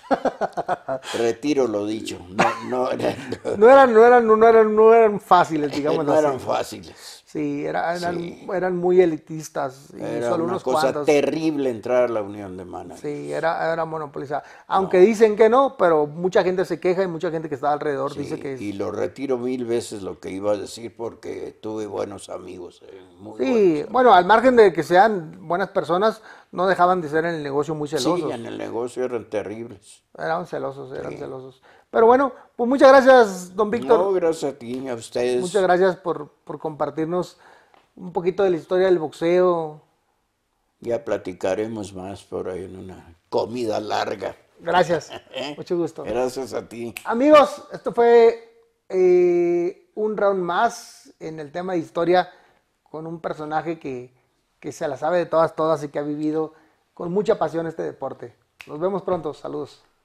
retiro lo dicho, no eran No eran fáciles, digamos no así. eran fáciles. Sí, Sí. eran muy elitistas y Era solo una unos cosa cuantos. terrible entrar a la unión de managers. Sí, era monopolizada. Aunque No, dicen que no, pero mucha gente se queja y mucha gente que está alrededor dice sí, que y es. lo retiro 1000 veces lo que iba a decir porque tuve buenos amigos, muy Sí, buenos bueno, al amigos. margen de que sean buenas personas, no dejaban de ser en el negocio muy Sí, en celosos. el negocio eran terribles. Eran celosos, eran Sí. celosos. Pero bueno, pues muchas gracias, don No, Víctor. gracias a ti, a Muchas ustedes. gracias por compartirnos un poquito de la historia del boxeo. Ya platicaremos más por ahí en una comida larga. Gracias, mucho gusto. Gracias a ti. Amigos, esto fue un round más en el tema de historia con un personaje que se la sabe de todas, todas y que ha vivido con mucha pasión este deporte. Nos vemos pronto, saludos.